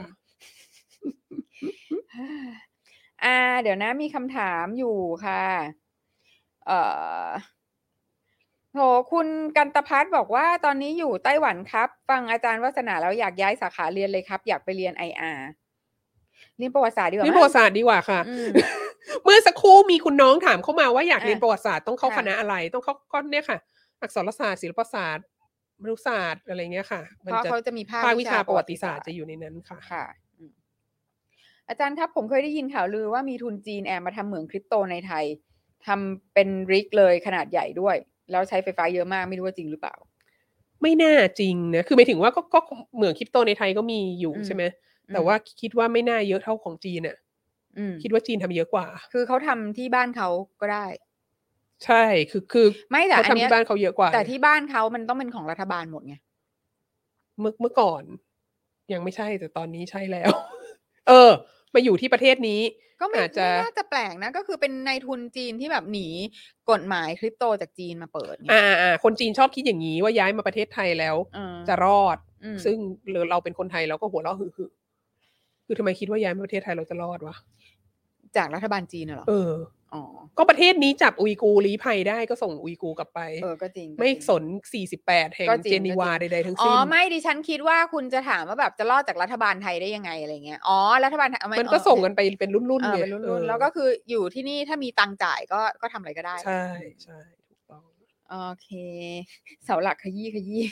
Speaker 3: อ่า เดี๋ยวนะมีคำถามอยู่ค่ะ เอ่อโหคุณกันตพัฒน์บอกว่าตอนนี้อยู่ไต้หวันครับ ฟังอาจารย์วัฒนาแล้วอยากย้ายสาขาเรียนเลยครับ อยากไปเรียน ไอ อาร์ เรียนประวัติศาสตร์ดีกว่า
Speaker 4: เรียน
Speaker 3: มั้
Speaker 4: ประ
Speaker 3: ย
Speaker 4: วัติศาสตร์ดีกว่าค่ะ
Speaker 3: อืม
Speaker 4: เมื่อสักครู่มีคุณน้องถามเข้ามาว่าอยาก
Speaker 3: อ่ะ
Speaker 4: เรียนประวัติศาสตร์ต้องเข้า
Speaker 3: ค่ะ
Speaker 4: คณะอะไร ต้องเข้าก็เนี่ยค่ะ อักษรศาสตร์ศิลปศาสตร์มนุษยศาสตร์อะไรเงี้ยค่ะ
Speaker 3: เพราะเขาจะมีภาค
Speaker 4: ภาควิชาประวัติศาสตร์จะอยู่ในนั้นค่ะ
Speaker 3: ค่ะอืมอาจารย์ครับผมเคยได้ยินข่าวลือว่ามีทุนจีนแอบมาทำเหมืองคริปโตในไทยทำเป็นริกเลยขนาดใหญ่ด้วย แล้วใช้ไฟฟ้าเยอะมากไม่รู้ว่าจริงหรือเปล่า
Speaker 4: ไม่น่าจริงนะ คือหมายถึงว่าก็ก็เหมืองคริปโตในไทยก็มีอยู่
Speaker 3: อืม
Speaker 4: ใช่ไหม
Speaker 3: อืม
Speaker 4: แต่ว่าคิดว่าไม่น่าเยอะเท่าของจีนน่ะ
Speaker 3: อืม
Speaker 4: คิดว่าจีนทำเยอะกว่า
Speaker 3: คือเขาทำที่บ้านเขาก็ได้
Speaker 4: ใช่ คือคือ
Speaker 3: ไม่แต่
Speaker 4: เขา
Speaker 3: อัน
Speaker 4: ทำ
Speaker 3: เนี้ย
Speaker 4: ที่บ้านเขาเยอะกว่า
Speaker 3: แต่ที่บ้านเขามันต้องเป็นของรัฐบาลหมดไง
Speaker 4: เมื่อเมื่อก่อน ยังไม่ใช่แต่ตอนนี้ใช่แล้ว เออ มาอยู่ที่ประเทศนี้
Speaker 3: ก็ไม่
Speaker 4: อาจจะ
Speaker 3: ไม่น่าจะแปลกนะ ก็คือเป็นนายทุนจีนที่แบบหนีกฎหมายคริปโตจากจีนมาเปิดไง
Speaker 4: อ่าอ่าคนจีนชอบคิดอย่างนี้ว่าย้ายมาประเทศไทยแล้ว
Speaker 3: เออ
Speaker 4: จะรอด
Speaker 3: อืม
Speaker 4: ซึ่งเราเป็นคนไทยเราก็หัวเราะหึ่ๆคือทำไมคิดว่าย้ายมาประเทศไทยเราจะรอดวะ
Speaker 3: จากรัฐบาลจีนน่ะเหรอ
Speaker 4: เออ
Speaker 3: อ๋อ
Speaker 4: ก็ประเทศนี้จับอุยกูร์ลี้ภัยได้ก็ส่งอุยกูร์กลับไป
Speaker 3: เออก็จริงก็
Speaker 4: ไม่
Speaker 3: จริง
Speaker 4: สนสี่สิบแปดแห่ง
Speaker 3: ก็จริง
Speaker 4: เจนีวา
Speaker 3: ก็จริ
Speaker 4: ใด
Speaker 3: ง
Speaker 4: ๆทั้ง
Speaker 3: อ๋อ
Speaker 4: สิ้น
Speaker 3: ไม่ดิฉันคิดว่าคุณจะถามว่าแบบจะรอดจากรัฐบาลไทยได้ยังไงอะไรเงี้ยอ๋อรัฐบาลไทยเอาไ
Speaker 4: มันก็
Speaker 3: เออ
Speaker 4: ส่งกันไปเป็นรุ่น
Speaker 3: เอ
Speaker 4: ๆ
Speaker 3: อ
Speaker 4: ไง
Speaker 3: เป็นรุ่น
Speaker 4: เออ
Speaker 3: ๆแล้วก็คืออยู่ที่นี่ถ้ามีตังค์จ่ายก็ก็ทำอะไรก็ได้
Speaker 4: ใช่ใช่ถูกต้อง
Speaker 3: โอเค เสาหลักขยี้ขยี้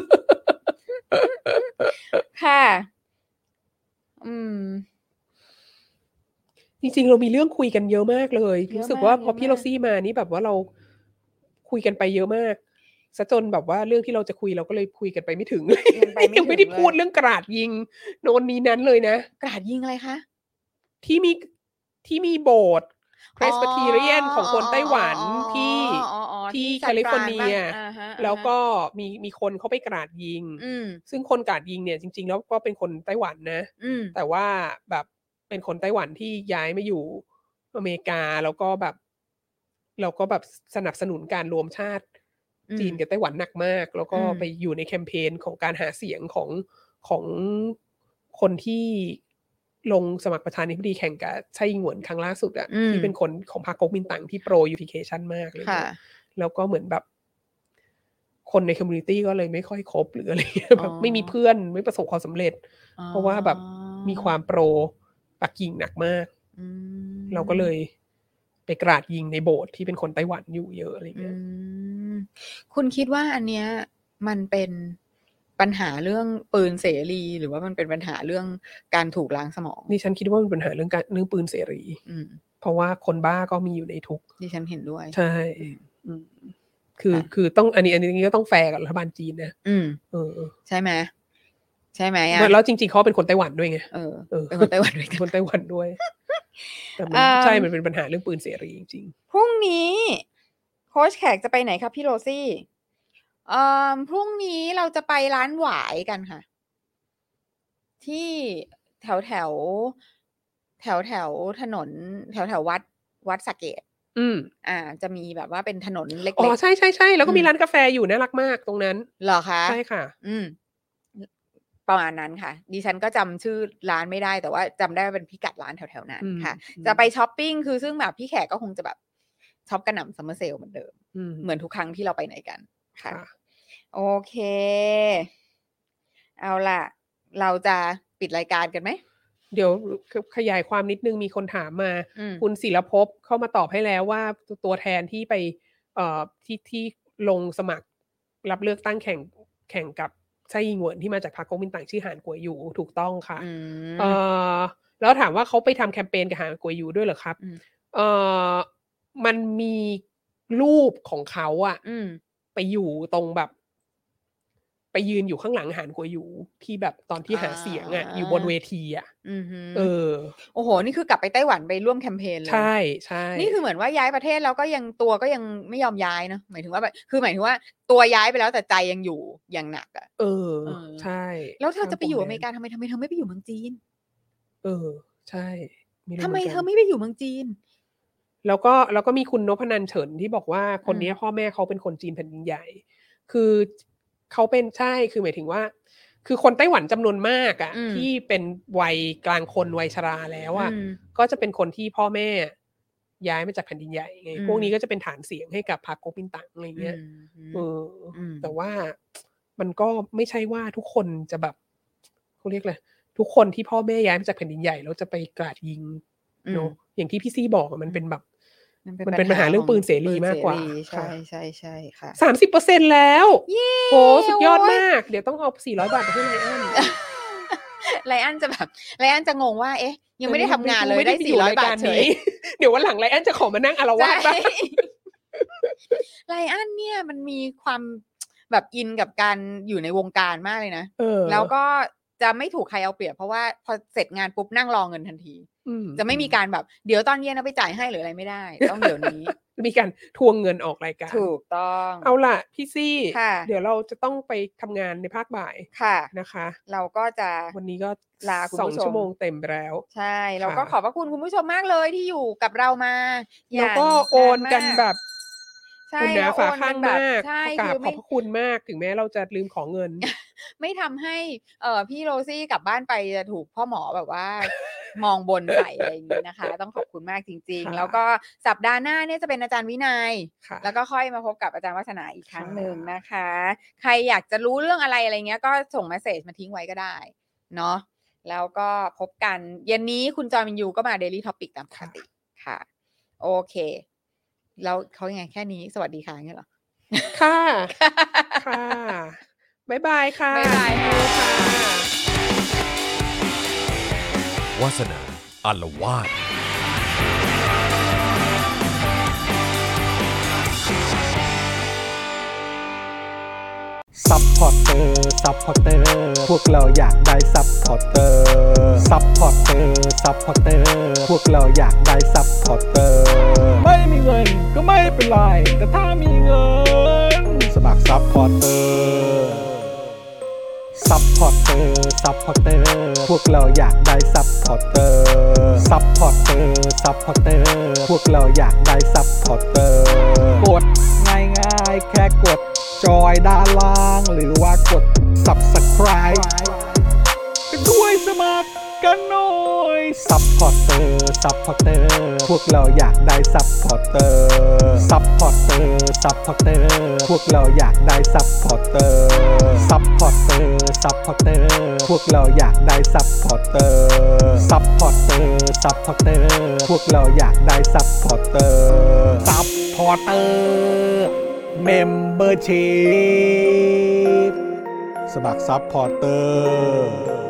Speaker 3: ค่ะ อืม
Speaker 4: จริงๆเรามีเรื่องคุยกันเยอะมากเลย
Speaker 3: เยอะ
Speaker 4: รู้สึกว่า
Speaker 3: มาก
Speaker 4: พอ
Speaker 3: เยอะ
Speaker 4: พี่
Speaker 3: มาก
Speaker 4: โรซี่มานี่แบบว่าเราคุยกันไปเยอะมากซะจนแบบว่าเรื่องที่เราจะคุยเราก็เลยคุยกันไปไม่ถึง
Speaker 3: ยังไปไม่
Speaker 4: ยังไม่ได้
Speaker 3: ถึง
Speaker 4: พูด
Speaker 3: เลย
Speaker 4: เรื่องกราดยิงโน่นนี้นั้นเลยนะ
Speaker 3: กราดยิงอะไรคะ
Speaker 4: ที่มีที่มีโบสถ์เพรส b เ t เ r ียนของคนไต้หวัน
Speaker 3: อ๋อ
Speaker 4: ที่
Speaker 3: อ๋ออ๋อ
Speaker 4: ที่
Speaker 3: ซา
Speaker 4: แคลิฟอร์เนีย
Speaker 3: ป่ะอ่าฮะ
Speaker 4: แล้ว
Speaker 3: อ่าฮะ
Speaker 4: ก็มีมีคนเขาไปกราดยิง
Speaker 3: อืม
Speaker 4: ซึ่งคนกราดยิงเนี่ยจริง ๆ แล้วก็เป็นคนไต้หวันนะ
Speaker 3: อืม
Speaker 4: แต่ว่าแบบเป็นคนไต้หวันที่ย้ายมาอยู่อเมริกาแล้วก็แบบเราก็แบบสนับสนุนการรวมชาติ
Speaker 3: อืม
Speaker 4: จีนกับไต้หวันหนักมาก แล้วก็
Speaker 3: อืม
Speaker 4: ไปอยู่ในแคมเปญของการหาเสียงของของคนที่ลงสมัครประธานาธิบดีแข่งกับไช่อิงหวนครั้งล่าสุดอะ
Speaker 3: อืม
Speaker 4: ที่เป็นคนของพรรคก๊กมินตั๋งที่โปรยูนิเคชันมากเลย
Speaker 3: ค่ะ
Speaker 4: แล้วก็เหมือนแบบ คนในคอมมูนิตี้ก็เลยไม่ค่อยคบหรืออะไรเงี้ย
Speaker 3: อ๋อ
Speaker 4: แบบไม่มีเพื่อนไม่ประสบความสำเร็จ
Speaker 3: อ๋อ
Speaker 4: เพราะว่าแบบมีความโปรปักกิ่งหนักมาก
Speaker 3: อืม
Speaker 4: เราก็เลยไปกราดยิงในโบสถ์ที่เป็นคนไต้หวันอยู่เยอะอะไร
Speaker 3: อื
Speaker 4: เงี้ย
Speaker 3: มคุณคิดว่าอันเนี้ยมันเป็นปัญหาเรื่องปืนเสรีหรือว่ามันเป็นปัญหาเรื่องการถูกล้างสมอง
Speaker 4: นี่ฉันคิดว่ามันเป็นปัญหาเรื่องการเรื่องปืนเสรี
Speaker 3: อืม
Speaker 4: เพราะว่าคนบ้าก็มีอยู่ในทุก
Speaker 3: ดิฉันเห็นด้วย
Speaker 4: ใช่
Speaker 3: อืม
Speaker 4: อืมคือ
Speaker 3: ค่ะ
Speaker 4: คือต้องอันนี้อันนี้ก็ต้องแฟร์กับรัฐบาลจีนนะ
Speaker 3: อืม
Speaker 4: เออ
Speaker 3: ใช่ไหมใช่ไหมอ่ะ
Speaker 4: แล้วจริงๆเขาเป็นคนไต้หวันด้วยไง
Speaker 3: เออ
Speaker 4: เออ
Speaker 3: เป็นคนไต้หวันด้วยกัน
Speaker 4: คนไต้หวันด้วย แต่มัน
Speaker 3: เอิ่ม
Speaker 4: ใช่มันเป็นปัญหาเรื่องปืนเสรีจริง
Speaker 3: พรุ่งนี้โค้ชแขกจะไปไหนครับพี่โรซี่เอ่อพรุ่งนี้เราจะไปร้านหวายกันค่ะ ที่แถวแถวแถวแถวถนน แถวแถววัดวัดสระเกต
Speaker 4: ๆ อืม
Speaker 3: อ่า จะมีแบบว่าเป็นถนนเล็ก
Speaker 4: อ๋อใช่ใช่ใช่แล้วก็มี
Speaker 3: อืม
Speaker 4: ร้านกาแฟอยู่น่ารักมากตรงนั้น
Speaker 3: ๆเหรอคะ
Speaker 4: ใช่ค่ะ
Speaker 3: อืม ประมาณนั้นค่ะ ดิฉันก็จำชื่อร้านไม่ได้แต่ว่าจำได้ว่าเป็นพิกัดร้านแถวๆนั้น
Speaker 4: อืม
Speaker 3: ค่ะ
Speaker 4: อืม
Speaker 3: จะไปช้อปปิ้งคือซึ่งแบบพี่แขกก็คงจะแบบช็อปกระหน่ำซัมเมอร์เซลเหมือนเดิมเหมือนทุกครั้งที่เราไปไหนกันค่ะโอเคเอาล่ะเราจะปิดรายการกันไหม
Speaker 4: เดี๋ยวขยายความนิดนึงมีคนถามมาคุณศิลภพเข้ามาตอบให้แล้วว่าตัวแทนที่ไปเอ่อที่ที่ลงสมัครรับเลือกตั้งแข่งแข่งกับไส้อิงเหวินที่มาจากพรรคก๊กมินตั๋งชื่อหานกัวอยู่ถูกต้องค่ะเอ่อแล้วถามว่าเขาไปทำแคมเปญกับหานกัวอยู่ด้วยเหรอครับเอ่อมันมีรูปของเขาอะไปอยู่ตรงแบบไปยืนอยู่ข้างหลังหานกัวอยู่ที่แบบตอนที่หาเสียงอะอยู่บนเวทีอะเออ
Speaker 3: โอ้โหนี่คือกลับไปไต้หวันไปร่วมแคมเปญเลย
Speaker 4: ใช่ใช่
Speaker 3: นี่คือเหมือนว่าย้ายประเทศแล้วก็ยังตัวก็ยังไม่ยอมย้ายนะหมายถึงว่าแบบคือหมายถึงว่าตัวย้ายไปแล้วแต่ใจยังอยู่อย่างหนักอ่ะ
Speaker 4: เออใช่
Speaker 3: แล้วเธอจะไปอยู่อเมริกาทำไมทำไมเธอไม่ไปอยู่เมืองจีน
Speaker 4: เออใช่
Speaker 3: ทำไมเธอไม่ไปอยู่เมืองจีน
Speaker 4: แล้วก็แล้วก็มีคุณนพนันท์เฉินที่บอกว่าคนนี้พ่อแม่เขาเป็นคนจีนแผ่นดินใหญ่คือเขาเป็นใช่คือหมายถึงว่าคือคนไต้หวันจำนวนมากอ่ะที่เป็นวัยกลางคนวัยชราแล้วอ่ะก็จะเป็นคนที่พ่อแม่ย้ายมาจากแผ่นดินใหญ่ไงพวกนี้ก็จะเป็นฐานเสียงให้กับพรรคก๊กมินตั๋งอะไรเงี้ยเออแต่ว่ามันก็ไม่ใช่ว่าทุกคนจะแบบเขาเรียกอะไรทุกคนที่พ่อแม่ย้ายมาจากแผ่นดินใหญ่แล้วจะไปกราดยิงเนาะอย่างที่พี่ซี่บอกมันเป็นแบบมันเป็นปัญหาเรื่องปืนเสรีมากกว่า
Speaker 3: ใช่ใช่ใช่ค่ะ
Speaker 4: สามสิบเปอร์เซ็นต์ แล้วโหสุดยอดมากเดี๋ยวต้องเอาสี่ร้อยบาทไปให้ไลอ้อน
Speaker 3: ไลอ้อนจะแบบไลอ้อนจะงงว่าเอ๊ะยังไม่ได้ทำงานเลยได้สี่ร้อยบาทเฉย
Speaker 4: เดี๋ยววันหลังไลอ้อนจะขอมานั่งอาละวาดบ้าง
Speaker 3: ไลอ้อนเนี่ยมันมีความแบบอินกับการอยู่ในวงการมากเลยนะแล้วก็จะไม่ถูกใครเอาเปรียบเพราะว่าพอเสร็จงานปุ๊บนั่งรอเงินทันทีจะไม่มีการแบบเดี๋ยวตอนเย็นเอาไปจ่ายให้หรืออะไรไม่ได้ต้องเดี๋ยวนี้
Speaker 4: มีการทวงเงินออกรายการ
Speaker 3: ถูกต้อง
Speaker 4: เอาล่ะพี่ซี่เดี๋ยวเราจะต้องไปทำงานในภาคบ่ายนะคะ
Speaker 3: เราก็จะ
Speaker 4: วันนี้ก็
Speaker 3: ลาคุณผู้ชม
Speaker 4: สองชั่วโมงเต็มไปแล้ว
Speaker 3: ใช่เราก็ขอบพระคุณคุณผู้ชมมากเลยที่อยู่กับเรามา
Speaker 4: แล้วก็โอนกันแบบคุณน้าฝาข้างมากขอบขอบพระคุณมากถึงแม้เราจะลืมขอเงิน
Speaker 3: ไม่ทำให้เอ่อพี่โรซี่กลับบ้านไปจะถูกพ่อหมอแบบว่ามองบนใส่อะไรอย่างนี้นะคะต้องขอบคุณมากจริงๆแล้วก็สัปดาห์หน้าเนี่ยจะเป็นอาจารย์วินัยแล้วก็ค่อยมาพบกับอาจารย์วัฒนาอีกครั้งหนึ่งนะคะใครอยากจะรู้เรื่องอะไรอะไรเงี้ยก็ส่งเมสเสจมาทิ้งไว้ก็ได้เนาะแล้วก็พบกันเย็นนี้คุณจอยมินยูก็มา Daily Topic ตามปกติค่ะโอเคแล้วเขายังไงแค่นี้สวัสดีค่ะงี้เหรอ
Speaker 4: ค่ะค่ะบ๊ายบายค่ะ
Speaker 3: บ๊ายบายค่ะ
Speaker 2: วาสนาอารวาส
Speaker 1: ซัพพอร์เตอร์ซัพพอร์เตอร์พวกเราอยากได้ซัพพอร์เตอร์ซัพพอร์เตอร์ซัพพอร์เตอร์พวกเราอยากได้ซัพพอร์เตอร์ไม่มีเงินก็ไม่เป็นไรแต่ถ้ามีเงินสมัครซัพพอร์เตอร์ซัพพอร์เตอร์ซัพพอร์เตอร์พวกเราอยากได้ซัพพอร์เตอร์ซัพพอร์เตอร์ซัพพอร์เตอร์พวกเราอยากได้ซัพพอร์เตอร์กดง่ายๆแค่กดจอยด้านล่างหรือว่ากด ซับสไครบ์ ไปด้วยสมัครกันหน่อยซัพพอร์เตอร์ซัพพอร์เตอร์พวกเราอยากได้ซัพพอร์เตอร์ซัพพอร์เตอร์ซัพพอร์เตอร์พวกเราอยากได้ซัพพอร์เตอร์ซัพพอร์เตอร์ซัพพอร์เตอร์พวกเราอยากได้ซัพพอร์เตอร์ซัพพอร์เตอร์ซัพพอร์เตอร์พวกเราอยากได้ซัพพอร์เตอร์ซัพพอร์เตอร์เมมเบอร์ชีพสมัครซัพพอร์เตอร์